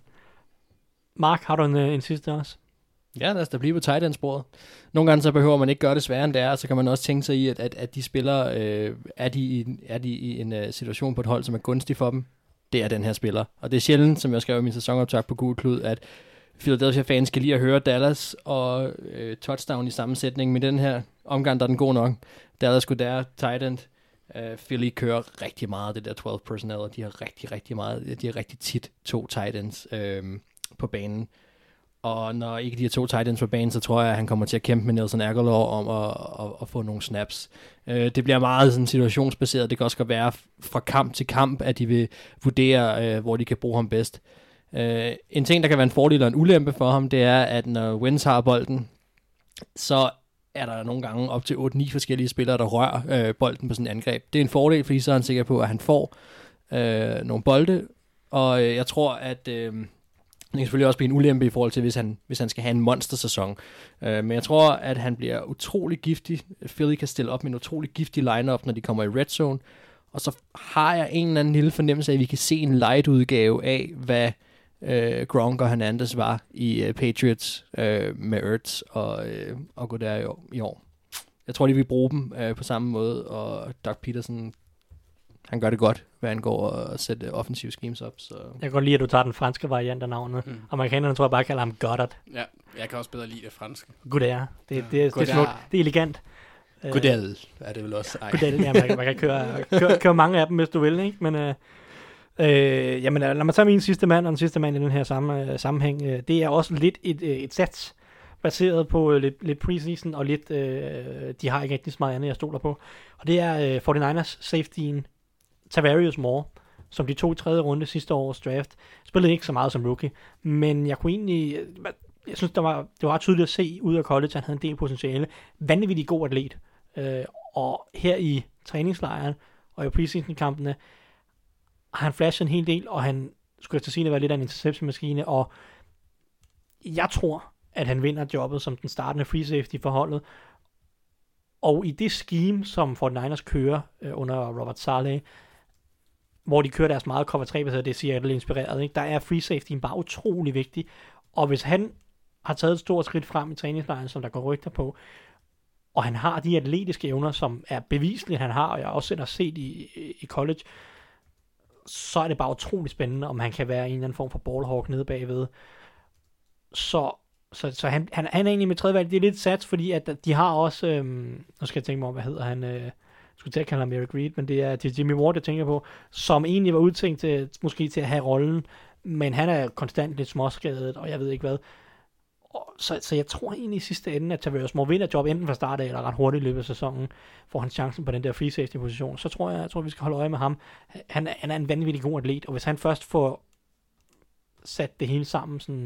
Mark, har du en sidste også? Ja, lad os da blive på tight end-sporet. Nogle gange så behøver man ikke gøre det sværere end det er, og så kan man også tænke sig i, at de spillere, er de i en situation på et hold, som er gunstig for dem. Det er den her spiller. Og det er sjældent, som jeg skrev i min sæsonoptag på Gul Klud, at Philadelphia-fans skal lige at høre Dallas og touchdown i sammensætning. Men den her omgang, der er den god nok. Dallas skulle der tight end. Philly kører rigtig meget det der 12 personnel, og de har rigtig tit 2 tight ends på banen. Og når ikke de har 2 tight ends på banen, så tror jeg, at han kommer til at kæmpe med Nelson Agholor om at få nogle snaps. Det bliver meget sådan situationsbaseret. Det kan også godt være fra kamp til kamp, at de vil vurdere, hvor de kan bruge ham bedst. En ting, der kan være en fordel og en ulempe for ham, det er, at når Wentz har bolden, så er der nogle gange op til 8-9 forskellige spillere, der rører bolden på sådan et angreb. Det er en fordel, fordi så er han sikker på, at han får nogle bolde, og jeg tror, at det kan selvfølgelig også blive en ulempe i forhold til, hvis han skal have en monstersæson. Men jeg tror, at han bliver utrolig giftig. Philly kan stille op med en utrolig giftig lineup, når de kommer i red zone. Og så har jeg en eller anden lille fornemmelse af, at vi kan se en light udgave af, hvad Gronk og Hernandez var i Patriots med Ertz og gå der i år. Jeg tror, de vil bruge dem på samme måde, og Doug Peterson, han gør det godt, hvad han går og sætte offensive schemes op. Så. Jeg kan godt lide, at du tager den franske variant af navnet. Amerikanerne tror jeg bare kalder ham Goddard. Ja, jeg kan også bedre lide det franske. Det er smukt. Det er elegant. Godel er det vel også. Godel, ja, man kan køre mange af dem, hvis du vil, ikke? Men jamen, lad mig tage min sidste mand, og den sidste mand i den her sammenhæng. Det er også lidt et sats, baseret på lidt preseason, og lidt, de har ikke rigtig så meget andet, jeg stoler på. Og det er 49ers safetyen Tavarius Moore, som de tog i 3. runde sidste års draft. Spillede ikke så meget som rookie, men jeg kunne egentlig, jeg synes, det var tydeligt at se ud af college, at han havde en del potentiale. Vanvittig god atlet. Og her i træningslejren og i preseason-kampene har han flashet en hel del, og han skulle til sige, at være lidt af en interception-maskine, og jeg tror, at han vinder jobbet som den startende free safety for holdet. Og i det scheme, som 49ers kører under Robert Saleh, hvor de kører deres meget cover 3-baseret, det siger jeg, lidt inspireret, ikke? Der er free safety bare utrolig vigtig, og hvis han har taget et stort skridt frem i træningslejren, som der går rygter på, og han har de atletiske evner, som er bevisligt, han har, og jeg også selv har set i college, så er det bare utrolig spændende, om han kan være en eller anden form for ballhawk nede bagved. Så Så han er egentlig med tredje valg. Det er lidt sats, fordi at de har også... nu skal jeg tænke mig om, hvad hedder han... jeg skulle til at kalde ham Eric Reed, men det er Jimmy Ward, jeg tænker på, som egentlig var udtænkt til, måske til at have rollen, men han er konstant lidt småskadet, og jeg ved ikke hvad. Så jeg tror egentlig i sidste ende, at Tavares Moore vinder job enten fra start af, eller ret hurtigt i løbet af sæsonen, får han chancen på den der free safety position. Så tror jeg, vi skal holde øje med ham. Han er en vanvittig god atlet, og hvis han først får sat det hele sammen sådan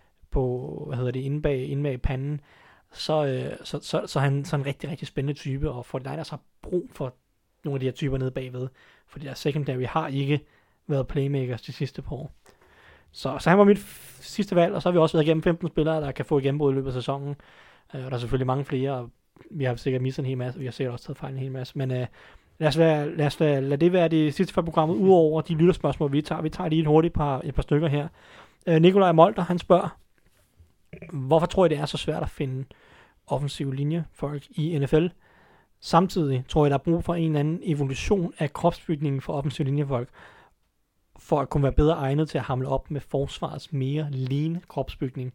på, inde bag panden, så er han sådan en rigtig, rigtig spændende type, og for Niners har brug for nogle af de her typer nede bagved, fordi der secondary har ikke været playmakers de sidste par år. Så han var mit sidste valg, og så har vi også været igennem 15 spillere, der kan få gennembrud i løbet af sæsonen, og der er selvfølgelig mange flere, og vi har sikkert misset en hel masse, og vi har sikkert også taget fejl en hel masse, men lad os lade det være det sidste for programmet, udover de lytterspørgsmål, vi tager. Vi tager lige et par stykker her. Nikolaj Molter, han spørger, hvorfor tror I, det er så svært at finde offensive linjefolk i NFL? Samtidig tror jeg, der er brug for en eller anden evolution af kropsbygningen for offensive linjefolk, for at kunne være bedre egnet til at hamle op med forsvarets mere lean kropsbygning.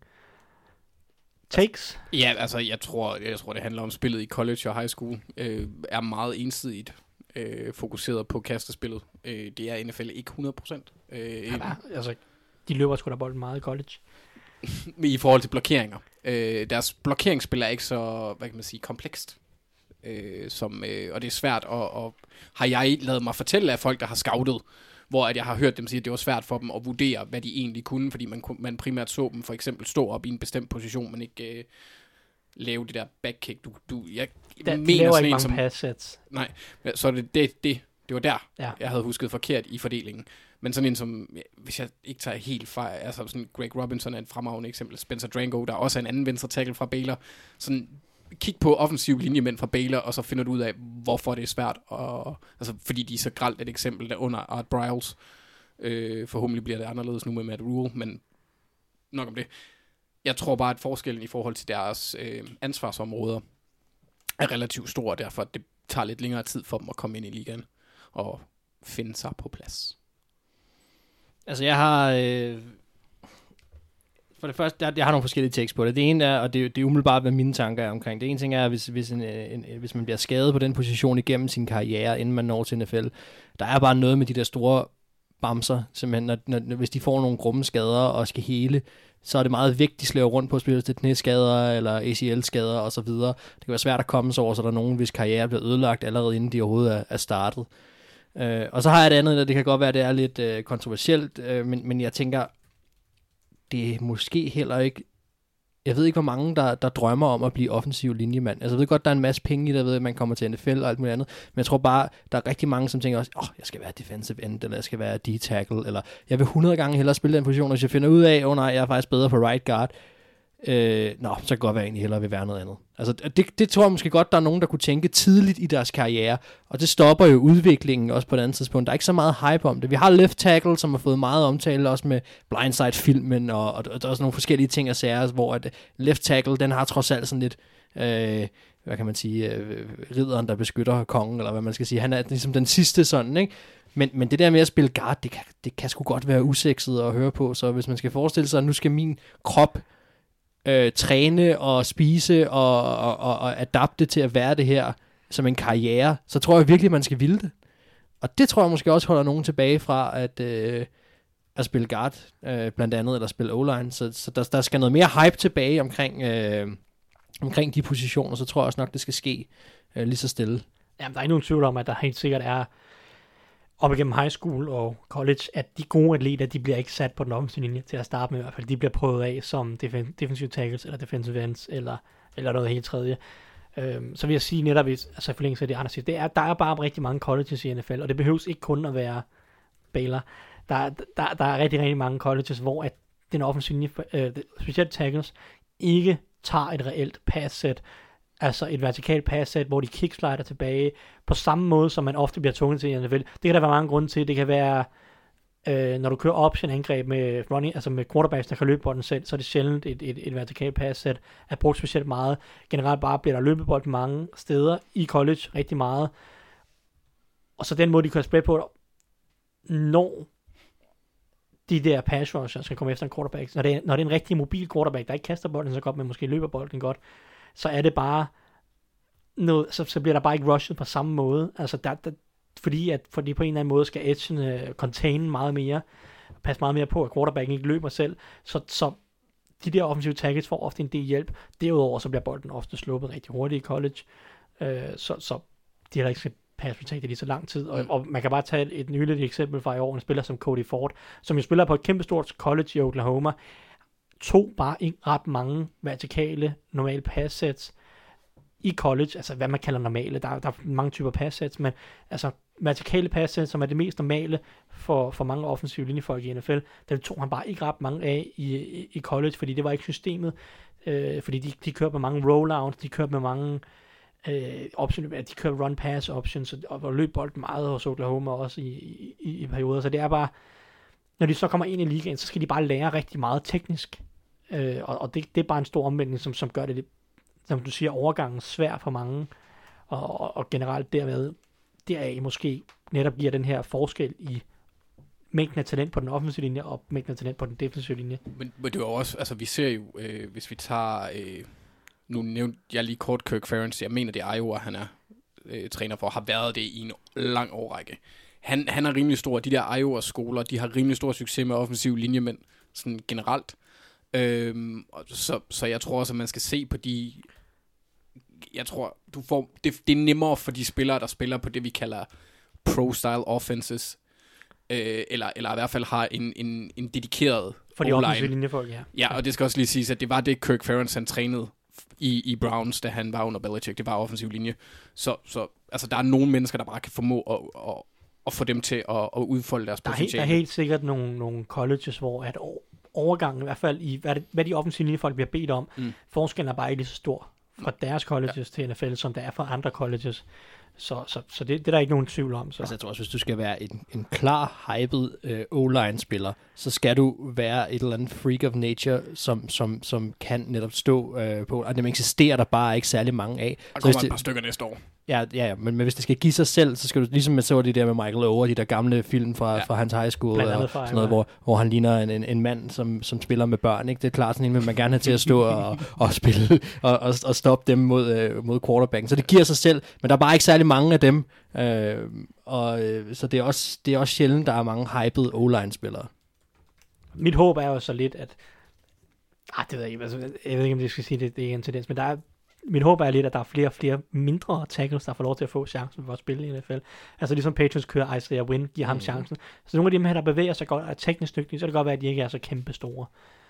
Takes? Ja, altså jeg tror, det handler om spillet i college og high school. Er meget ensidigt fokuseret på kastespillet. Det er NFL ikke 100%. Altså, de løber sgu da bolden meget i college. I forhold til blokeringer. Deres blokeringsspil er ikke så, hvad kan man sige, komplekst. Og det er svært, og har jeg lavet mig fortælle af folk, der har scoutet, hvor at jeg har hørt dem sige, at det var svært for dem at vurdere, hvad de egentlig kunne, fordi man primært så dem for eksempel stå op i en bestemt position, men ikke lave det der backkick. Jeg mener sådan en som... pass sets. Nej, så det var der, jeg havde husket forkert i fordelingen. Men sådan en som, hvis jeg ikke tager helt fejl, altså sådan Greg Robinson er en fremragende eksempel, Spencer Drango, der også er en anden venstre tackle fra Baylor. Sådan, kig på offensive linjemænd fra Baylor, og så finder du ud af, hvorfor det er svært. Altså, fordi de er så grelt et eksempel der under Art Briles. Forhåbentlig bliver det anderledes nu med Matt Rule, men nok om det. Jeg tror bare, at forskellen i forhold til deres ansvarsområder er relativt stor, og derfor det tager lidt længere tid for dem at komme ind i ligaen og finde sig på plads. Altså, jeg har... For det første, jeg har nogle forskellige tekster på det. Det ene er, og det er umiddelbart, hvad mine tanker er omkring. Det ene ting er, hvis man bliver skadet på den position igennem sin karriere, inden man når til NFL, der er bare noget med de der store bamser, simpelthen, hvis de får nogle grumme skader og skal hele, så er det meget vigtigt, de slæver rundt på spillet til knæskader eller ACL-skader osv. Det kan være svært at komme sig over, så der er nogen, hvis karriere bliver ødelagt allerede inden de overhovedet er startet. Og så har jeg et andet, og det kan godt være, at det er lidt kontroversielt, men jeg tænker, det er måske heller ikke... Jeg ved ikke, hvor mange, der drømmer om at blive offensiv linjemand. Altså, jeg ved godt, der er en masse penge i det, ved at man kommer til NFL og alt muligt andet. Men jeg tror bare, der er rigtig mange, som tænker også, jeg skal være defensive end, eller jeg skal være D-tackle, eller jeg vil 100 gange hellere spille den position, og hvis jeg finder ud af, nej, jeg er faktisk bedre på right guard, så kan godt være, at jeg egentlig hellere vil være noget andet. Altså, det tror jeg måske godt, der er nogen, der kunne tænke tidligt i deres karriere, og det stopper jo udviklingen også på et andet tidspunkt. Der er ikke så meget hype om det. Vi har left tackle, som har fået meget omtale, også med Blindside-filmen, og der er også nogle forskellige ting og sager, hvor at left tackle, den har trods alt sådan lidt, hvad kan man sige, ridderen, der beskytter kongen, eller hvad man skal sige. Han er ligesom den sidste sådan, ikke? Men det der med at spille guard, det kan sgu godt være usekset at høre på, så hvis man skal forestille sig, at nu skal min krop træne og spise og adapte til at være det her som en karriere, så tror jeg virkelig, man skal ville det. Og det tror jeg måske også holder nogen tilbage fra at spille guard, blandt andet, eller spille O-line. Så der skal noget mere hype tilbage omkring de positioner, så tror jeg også nok, det skal ske lige så stille. Jamen, der er ikke nogen tvivl om, at der helt sikkert er op igennem high school og college, at de gode atleter, de bliver ikke sat på den offensive linje til at starte med i hvert fald. De bliver prøvet af som defensive tackles, eller defensive ends, eller noget helt tredje. Så vil jeg sige netop, altså i forlængelse af det andre siger, der er bare rigtig mange colleges i NFL, og det behøves ikke kun at være Baylor. Der er rigtig, rigtig mange colleges, hvor at den offensive linje, specielt tackles, ikke tager et reelt pass-set, altså et vertikalt pass-set, hvor de kickslider tilbage, på samme måde, som man ofte bliver tvunget til i NFL. Det kan der være mange grunde til. Det kan være, når du kører option-angreb med running, altså med quarterbacks, der kan løbe bolden selv, så er det sjældent et vertikalt pass-set er brugt specielt meget. Generelt bare bliver der løbet bold mange steder i college rigtig meget. Og så den måde, de kan spille på, når de der pass rusher skal komme efter en quarterback. Når det er en rigtig mobil quarterback, der ikke kaster bolden så godt, men måske løber bolden godt, så er det bare noget, så bliver der bare ikke rushet på samme måde. Altså, fordi på en eller anden måde skal edgen contain meget mere, passe meget mere på, at quarterbacken ikke løber selv, så de der offensive tackles får ofte en del hjælp. Derudover så bliver bolden ofte sluppet rigtig hurtigt i college, så de der ikke skal pass protect i så lang tid. Og man kan bare tage et nyligt eksempel fra i år, en spiller som Cody Ford, som jo spiller på et kæmpestort college i Oklahoma, tog bare ikke ret mange vertikale, normale pass sets i college, altså hvad man kalder normale, der er mange typer pass sets, men altså vertikale pass sets, som er det mest normale for mange offensive linjefolk i NFL, den tog han bare ikke ret mange af i college, fordi det var ikke systemet, fordi de kørte med mange rollouts, de kørte med mange option, de kører run-pass options, og løb bolden meget hos Oklahoma også i perioder, så det er bare, når de så kommer ind i ligaen, så skal de bare lære rigtig meget teknisk, og det er bare en stor omvendning, som gør det, som du siger, overgangen svær for mange, og generelt dermed, deraf måske netop giver den her forskel i mængden af talent på den offensive linje, og mængden af talent på den defensive linje. Men det er jo også, altså vi ser jo, hvis vi tager, nu nævnte jeg lige kort Kirk Ferentz, jeg mener det er Iowa, han er træner for, har været det i en lang årrække. Han er rimelig stor, de der Iowa-skoler, de har rimelig stor succes med offensive linjemænd, sådan generelt. Så jeg tror også, at man skal se på de, jeg tror, det er nemmere for de spillere, der spiller på det, vi kalder pro-style offenses, eller i hvert fald har en dedikeret for de offensive linjefolk, ja. Ja, og det skal også lige siges, at det var det, Kirk Ferentz, han trænede i Browns, da han var under Belichick. Det var offensiv linje. Så altså, der er nogle mennesker, der bare kan formå at få dem til at udfolde deres potentiale. Der er helt sikkert nogle colleges, hvor at overgangen, i hvert fald i hvad de offensive linjefolk bliver bedt om, forskellen er bare ikke lige så stor fra deres colleges til NFL, som der er fra andre colleges. Så det er der ikke nogen tvivl om. Så. Altså jeg tror også, hvis du skal være en klar, hyped O-line-spiller, så skal du være et eller andet freak of nature, som kan netop stå på, og dem eksisterer der bare ikke særlig mange af. Der kommer et par stykker næste år. Ja, men hvis det skal give sig selv, så skal du, ligesom man så det der med Michael Oher, de der gamle film fra hans high school, og sådan noget, hvor han ligner en mand, som spiller med børn, ikke? Det er klart sådan en, man gerne have til at stå og spille, og stoppe dem mod quarterbacken. Så det giver sig selv, men der er bare ikke særlig mange af dem, så det er også sjældent, der er mange hyped O-line-spillere. Mit håb er jo så lidt, at det ved jeg ikke, altså, jeg ved ikke, om det skal sige, det er en tendens, men mit håb er lidt, at der er flere og flere mindre tackles, der får lov til at få chancen for at spille i NFL. Altså ligesom Patriots kører Isaiah Wynn, giver ham chancen. Så nogle af dem her, der bevæger sig godt og er teknisk dygtige, så er det godt være, at de ikke er så kæmpe store.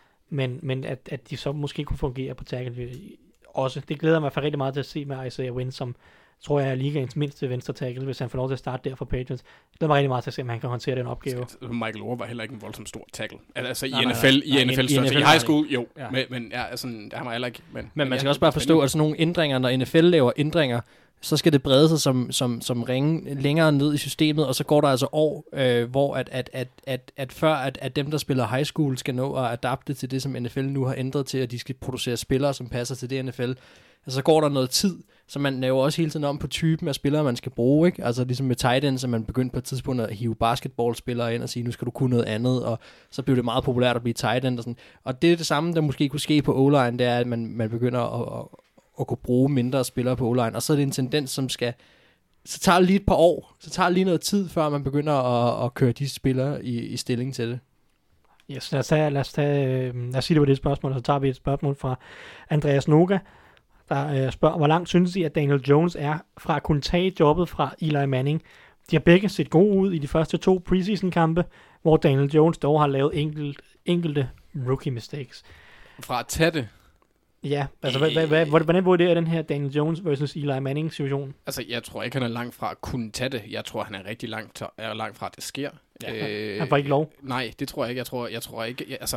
Men at de så måske kunne fungere på tackle også. Det glæder mig for rigtig meget til at se med Isaiah Wynn, som tror jeg er ligaens mindste venstre tackle, hvis han får lov til at starte der for Patriots. Det glæder mig rigtig meget til at se, om han kan håndtere den opgave. Michael Oher var heller ikke en voldsomt stor tackle. Altså i NFL, i high school, jo. Ja. Men ja, altså, det har man heller ikke. Men man skal også bare forstå, at sådan nogle ændringer, når NFL laver ændringer, så skal det brede sig som ringe længere ned i systemet, og så går der altså år, hvor at før at dem, der spiller high school, skal nå at adapte til det, som NFL nu har ændret til, at de skal producere spillere, som passer til det NFL. Altså, så går der noget tid, så man laver også hele tiden om på typen af spillere, man skal bruge, ikke? Altså ligesom med tight ends, så man begyndte på et tidspunkt at hive basketballspillere ind og sige, nu skal du kunne noget andet, og så blev det meget populært at blive tight end og sådan. Og det er det samme, der måske kunne ske på O-line, det er, at man begynder at kunne bruge mindre spillere på O-line, og så er det en tendens, som skal, så tager det lige et par år, så tager det lige noget tid, før man begynder at køre de spillere i stilling til det. Yes, lad os sige det var det spørgsmål, og så tager vi et spørgsmål fra Andreas Noga, der spørger, hvor langt synes I, at Daniel Jones er fra at kunne tage jobbet fra Eli Manning? De har begge set gode ud i de første 2 preseason-kampe, hvor Daniel Jones dog har lavet enkelte rookie mistakes. Fra at tage det? Ja, altså hvordan vurderer den her Daniel Jones versus Eli Manning situation? Altså, jeg tror ikke, han er langt fra at kunne tage det. Jeg tror, han er rigtig langt fra, at det sker. Ja, han får ikke lov? Nej, det tror jeg ikke. Jeg tror ikke, altså,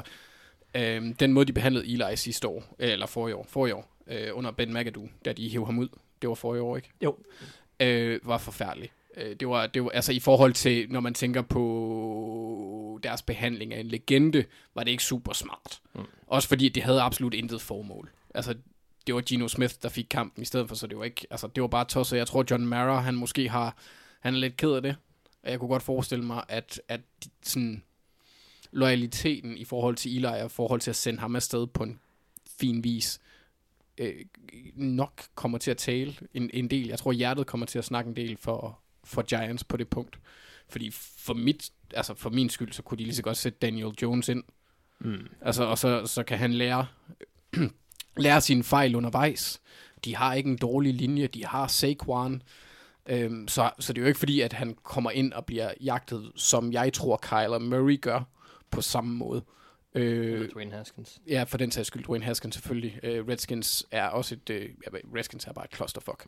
den måde, de behandlede Eli sidste år, eller forrige år, under Ben McAdoo, da de hævde ham ud. Det var forrige år, ikke? Jo. Var forfærdeligt. Det var altså i forhold til, når man tænker på deres behandling af en legende, var det ikke super smart. Også fordi det havde absolut intet formål. Altså, det var Geno Smith, der fik kampen i stedet for, så det var ikke, altså det var bare tosset. Jeg tror, John Mara, han er lidt ked af det. Og jeg kunne godt forestille mig, at sådan loyaliteten i forhold til Eli, og i forhold til at sende ham afsted på en fin vis, nok kommer til at tale en del. Jeg tror, hjertet kommer til at snakke en del for Giants på det punkt. Fordi for min skyld, så kunne de lige så godt sætte Daniel Jones ind. Altså, og så kan han lære sine fejl undervejs. De har ikke en dårlig linje, de har Saquon. Så det er jo ikke fordi, at han kommer ind og bliver jagtet, som jeg tror, Kyler Murray gør, på samme måde. Dwayne Haskins. Ja, for den sags skyld, Dwayne Haskins selvfølgelig. Redskins er også Redskins er bare et clusterfuck.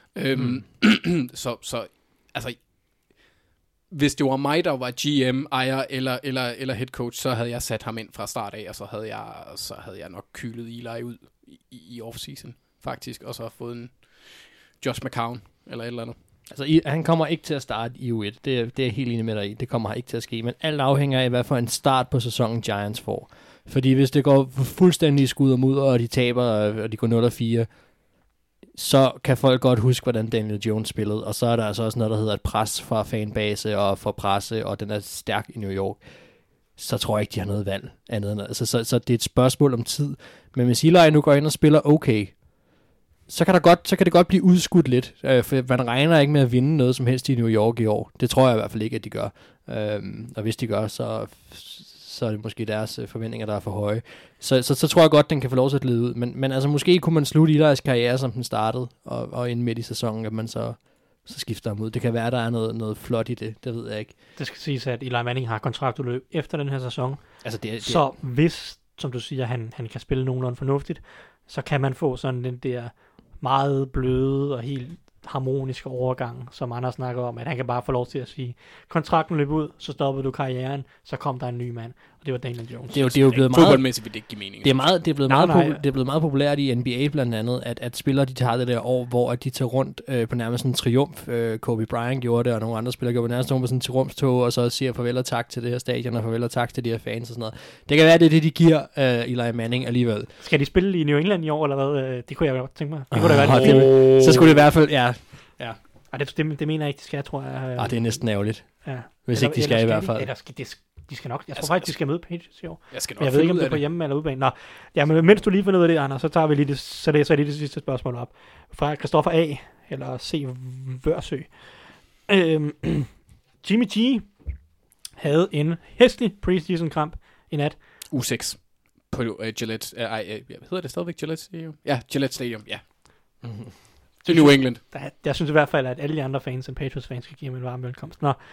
Så altså, hvis det var mig, der var GM, ejer eller head coach, så havde jeg sat ham ind fra start af, og så havde jeg nok kylet Eli ud i offseason, faktisk, og så fået en Josh McCown, eller et eller andet. Altså, han kommer ikke til at starte i U1. Det er jeg helt enig med dig i. Det kommer ikke til at ske. Men alt afhænger af, hvad for en start på sæsonen Giants får. Fordi hvis det går fuldstændig skud og mudder, og de taber, og de går 0-4, så kan folk godt huske, hvordan Daniel Jones spillede. Og så er der altså også noget, der hedder et pres fra fanbase og fra presse, og den er stærk i New York. Så tror jeg ikke, de har noget valg andet end. Altså, så det er et spørgsmål om tid. Men hvis Eli nu går ind og spiller okay, så kan det godt blive udskudt lidt, for man regner ikke med at vinde noget som helst i New York i år. Det tror jeg i hvert fald ikke, at de gør. Og hvis de gør, så er det måske deres forventninger, der er for høje. Så tror jeg godt, den kan få lov til at lede ud. Men altså, måske kunne man slutte Eli's karriere, som den startede, og ind midt i sæsonen, at man så skifter ham ud. Det kan være, der er noget flot i det. Det ved jeg ikke. Det skal siges, at Eli Manning har kontraktudløb efter den her sæson. Altså, så hvis, som du siger, han kan spille nogenlunde fornuftigt, så kan man få sådan den der meget bløde og helt harmoniske overgang, som andre snakker om, at han kan bare få lov til at sige, kontrakten løb ud, så stoppede du karrieren, så kom der en ny mand, og det var Daniel Jones. Det er jo blevet meget fodboldmæssigt vil det ikke give mening. Det er blevet meget populært i NBA blandt andet, at spillere, de tager det der år, hvor de tager rundt på nærmest en triumf. Kobe Bryant gjorde det, og nogle andre spillere gjorde det nærmest på sådan en triumftog, og så siger farvel og tak til det her stadion, og farvel og tak til de her fans og sådan noget. Det kan være, det er det, de giver Eli Manning alligevel. Skal de spille i New England i år, eller hvad? Det kunne jeg godt tænke mig. Det kunne da være så skulle det i hvert fald, ja. Og det mener jeg ikke, de skal, tror jeg. Det er næsten ærgerligt. Ja. Hvis ikke de skal i hvert fald. De skal nok. Jeg tror faktisk, de skal møde Patriots i år. Jeg ved ikke, om det er på hjemme eller udebane. Nå, ja, men mens du lige finder ud af det, Anders, så tager vi lige det sidste spørgsmål op. Fra Christoffer A. eller C. Vørsø. Jimmy G havde en hæslig preseason kamp i nat. U6 på Gillette. Hedder det stadigvæk Gillette Stadium? Ja, Gillette Stadium, ja. Til New England. Jeg synes i hvert fald, at alle de andre fans end Patriots fans skal give ham en varm velkomst. Nå.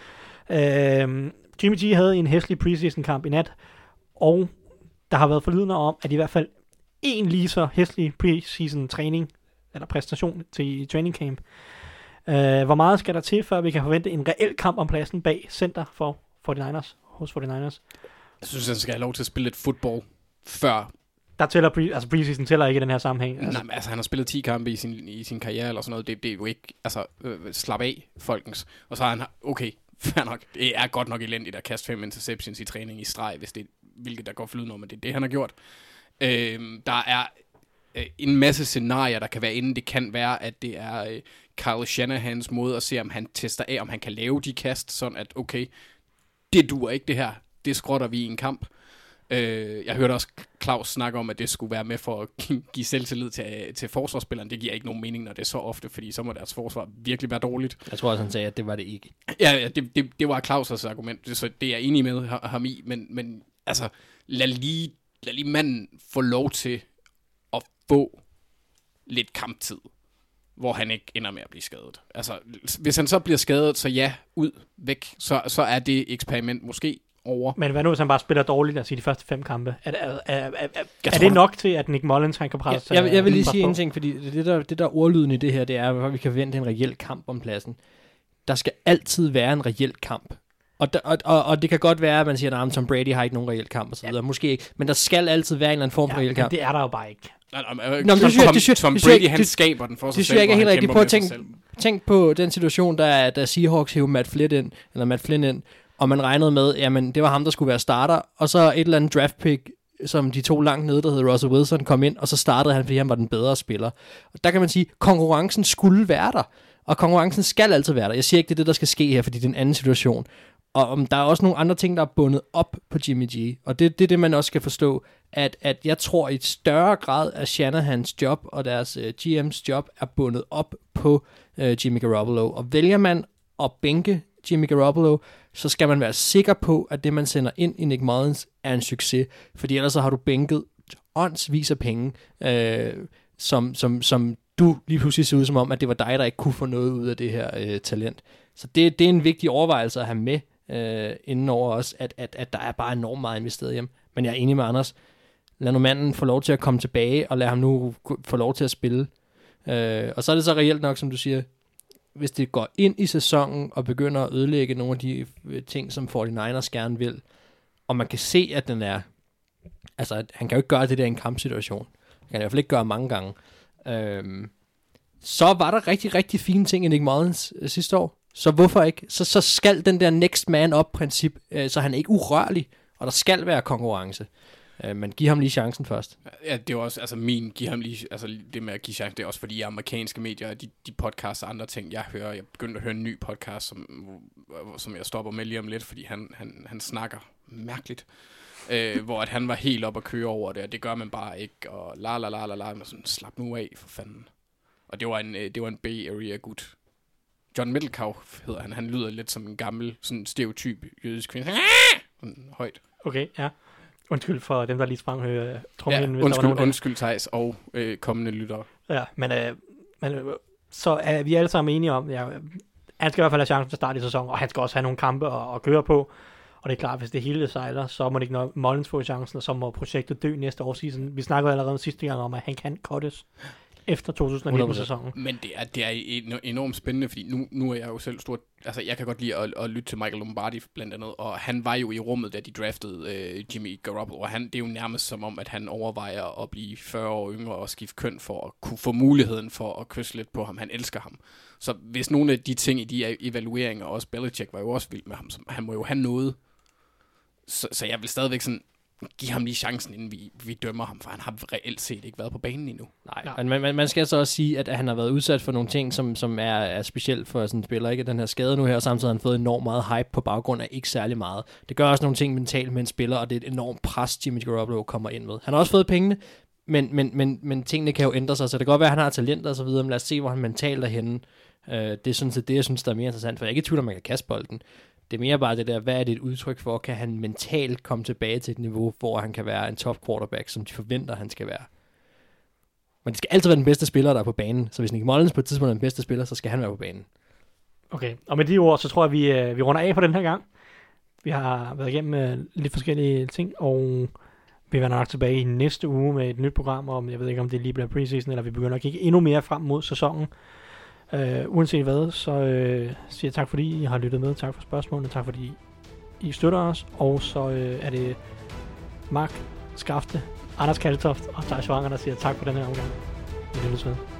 Jimmy G havde en hæslig preseason kamp i nat, og der har været forlydender om, at i hvert fald en lige så hæslig preseason træning, eller præstation til training camp. Hvor meget skal der til, før vi kan forvente en reel kamp om pladsen bag center for 49ers, hos 49ers? Jeg synes, han skal have lov til at spille lidt fodbold før. Der tæller preseason tæller ikke i den her sammenhæng. Nej, men altså han har spillet 10 kampe i sin karriere eller sådan noget. Det er jo ikke, altså slap af, folkens. Og så har han, okay, fair nok. Det er godt nok elendigt at kaste 5 interceptions i træning i streg, hvis det hvilket der går flydende om, men det er det, han har gjort. Der er en masse scenarier, der kan være inde. Det kan være, at det er Kyle Shanahans måde at se, om han tester af, om han kan lave de kast, sådan at okay, det duer ikke det her. Det skrotter vi i en kamp. Jeg hørte også Claus snakke om, at det skulle være med for at give selvtillid til forsvarsspilleren. Det giver ikke nogen mening, når det er så ofte, fordi så må deres forsvar virkelig være dårligt. Jeg tror også, han sagde, at det var det ikke. Ja, det var Claus' argument, så det er jeg enig med ham i, men altså, lad lige manden få lov til at få lidt kamptid, hvor han ikke ender med at blive skadet. Altså, hvis han så bliver skadet, så ja, ud, væk, så er det eksperiment måske over. Men hvad nu, hvis han bare spiller dårligt, altså i de første 5 kampe? Er det nok til, at Nick Mullins han kan presse? Jeg vil lige sige en ting, fordi det der ordlyden i det her, det er, hvor vi kan vente en reel kamp om pladsen. Der skal altid være en reel kamp. Og det kan godt være, at man siger, at Tom Brady har ikke nogen reel kamp og så videre. Måske ikke, men der skal altid være en eller anden form for reel kamp. Det er der jo bare ikke. Tom Brady, han skaber den for sig selv. Det synes jeg ikke er helt rigtigt. Prøv at tænk på den situation, der Seahawks hævde Matt Flynn ind, og man regnede med, jamen det var ham, der skulle være starter, og så et eller andet draft pick, som de tog langt nede, der hed Russell Wilson, kom ind, og så startede han, fordi han var den bedre spiller. Og der kan man sige, konkurrencen skulle være der, og konkurrencen skal altid være der. Jeg siger ikke, det er det, der skal ske her, fordi det er en anden situation. Og der er også nogle andre ting, der er bundet op på Jimmy G. Og det er det, man også skal forstå, at jeg tror i et større grad, at Shanahans job og deres GM's job er bundet op på Jimmy Garoppolo. Og vælger man at bænke Jimmy Garoppolo, så skal man være sikker på, at det, man sender ind i Nick Mullins, er en succes. Fordi ellers så har du bænket åndsvis af penge, som du lige pludselig ser ud som om, at det var dig, der ikke kunne få noget ud af det her talent. Så det er en vigtig overvejelse at have med indenover også, at der er bare enormt meget investeret hjem. Men jeg er enig med Anders. Lad nu manden få lov til at komme tilbage, og lad ham nu få lov til at spille. Og så er det så reelt nok, som du siger, hvis det går ind i sæsonen og begynder at ødelægge nogle af de ting, som 49ers gerne vil, og man kan se, at den er... Altså, han kan jo ikke gøre det der i en kampsituation. Han kan i hvert fald ikke gøre mange gange. Så var der rigtig, rigtig fine ting i Nick Mullins sidste år. Så hvorfor ikke? Så skal den der next man up princip, så han er ikke urørlig, og der skal være konkurrence. Men giv ham lige chancen først. Ja, det er også, altså giv ham lige, altså det med at give chancen, det er også fordi amerikanske medier, de podcasts og andre ting, jeg begyndte at høre en ny podcast, som jeg stopper med lige om lidt, fordi han snakker mærkeligt. Hvor at han var helt op at køre over det, og det gør man bare ikke, og men sådan, slap nu af, for fanden. Og det var en Bay Area gut. John Middlecow hedder han. Han lyder lidt som en gammel, sådan stereotyp jødisk kvinde. Sådan højt. Okay, ja. Undskyld for dem, der lige sprang trommen. Ja, undskyld Thijs og kommende lyttere. Ja, men så er vi alle sammen enige om, han skal i hvert fald have chancen til at starte i sæsonen, og han skal også have nogle kampe at køre på. Og det er klart, hvis det hele sejler, så må det ikke nok Mullins få chancen, og så må projektet dø næste årseason. Vi snakkede allerede sidste gang om, at han kan cuttes efter 2019-sæsonen. Men det er enormt spændende, fordi nu er jeg jo selv stort... Altså, jeg kan godt lide at lytte til Michael Lombardi, blandt andet, og han var jo i rummet, da de draftede Jimmy Garoppolo, og det er jo nærmest som om, at han overvejer at blive 40 år yngre og skifte køn for at kunne få muligheden for at kysse lidt på ham. Han elsker ham. Så hvis nogle af de ting i de evalueringer, også Belichick var jo også vild med ham, så han må jo have noget. Så jeg vil stadigvæk sådan... Giv ham lige chancen, inden vi dømmer ham, for han har reelt set ikke været på banen endnu. Nej, men man skal så også sige, at han har været udsat for nogle ting, som er specielt for sådan en spiller. Ikke? Den her skade nu her, og samtidig har han fået enormt meget hype på baggrund af ikke særlig meget. Det gør også nogle ting mentalt med en spiller, og det er et enormt pres, Jimmy Garoppolo kommer ind med. Han har også fået pengene, men tingene kan jo ændre sig, så det kan godt være, at han har talent og så videre, men lad os se, hvor han mentalt er henne. Det er sådan set det, jeg synes, der er mere interessant, for jeg er ikke i tvivl, om man kan kaste bolden. Det er mere bare det der, hvad er det et udtryk for, kan han mentalt komme tilbage til et niveau, hvor han kan være en top quarterback, som de forventer, han skal være. Men det skal altid være den bedste spiller, der er på banen. Så hvis Nick Mullins på et tidspunkt er den bedste spiller, så skal han være på banen. Okay, og med de ord, så tror jeg, vi runder af for den her gang. Vi har været igennem lidt forskellige ting, og vi vender nok tilbage i næste uge med et nyt program, og jeg ved ikke, om det lige bliver preseason, eller vi begynder at kigge endnu mere frem mod sæsonen. Uanset hvad, så siger jeg tak, fordi I har lyttet med. Tak for spørgsmålene, tak fordi I støtter os. Og så er det Mark Skafte, Anders Kaltoft og Thijs Schwanger, der siger tak for den her omgang. Vi lyttes ved.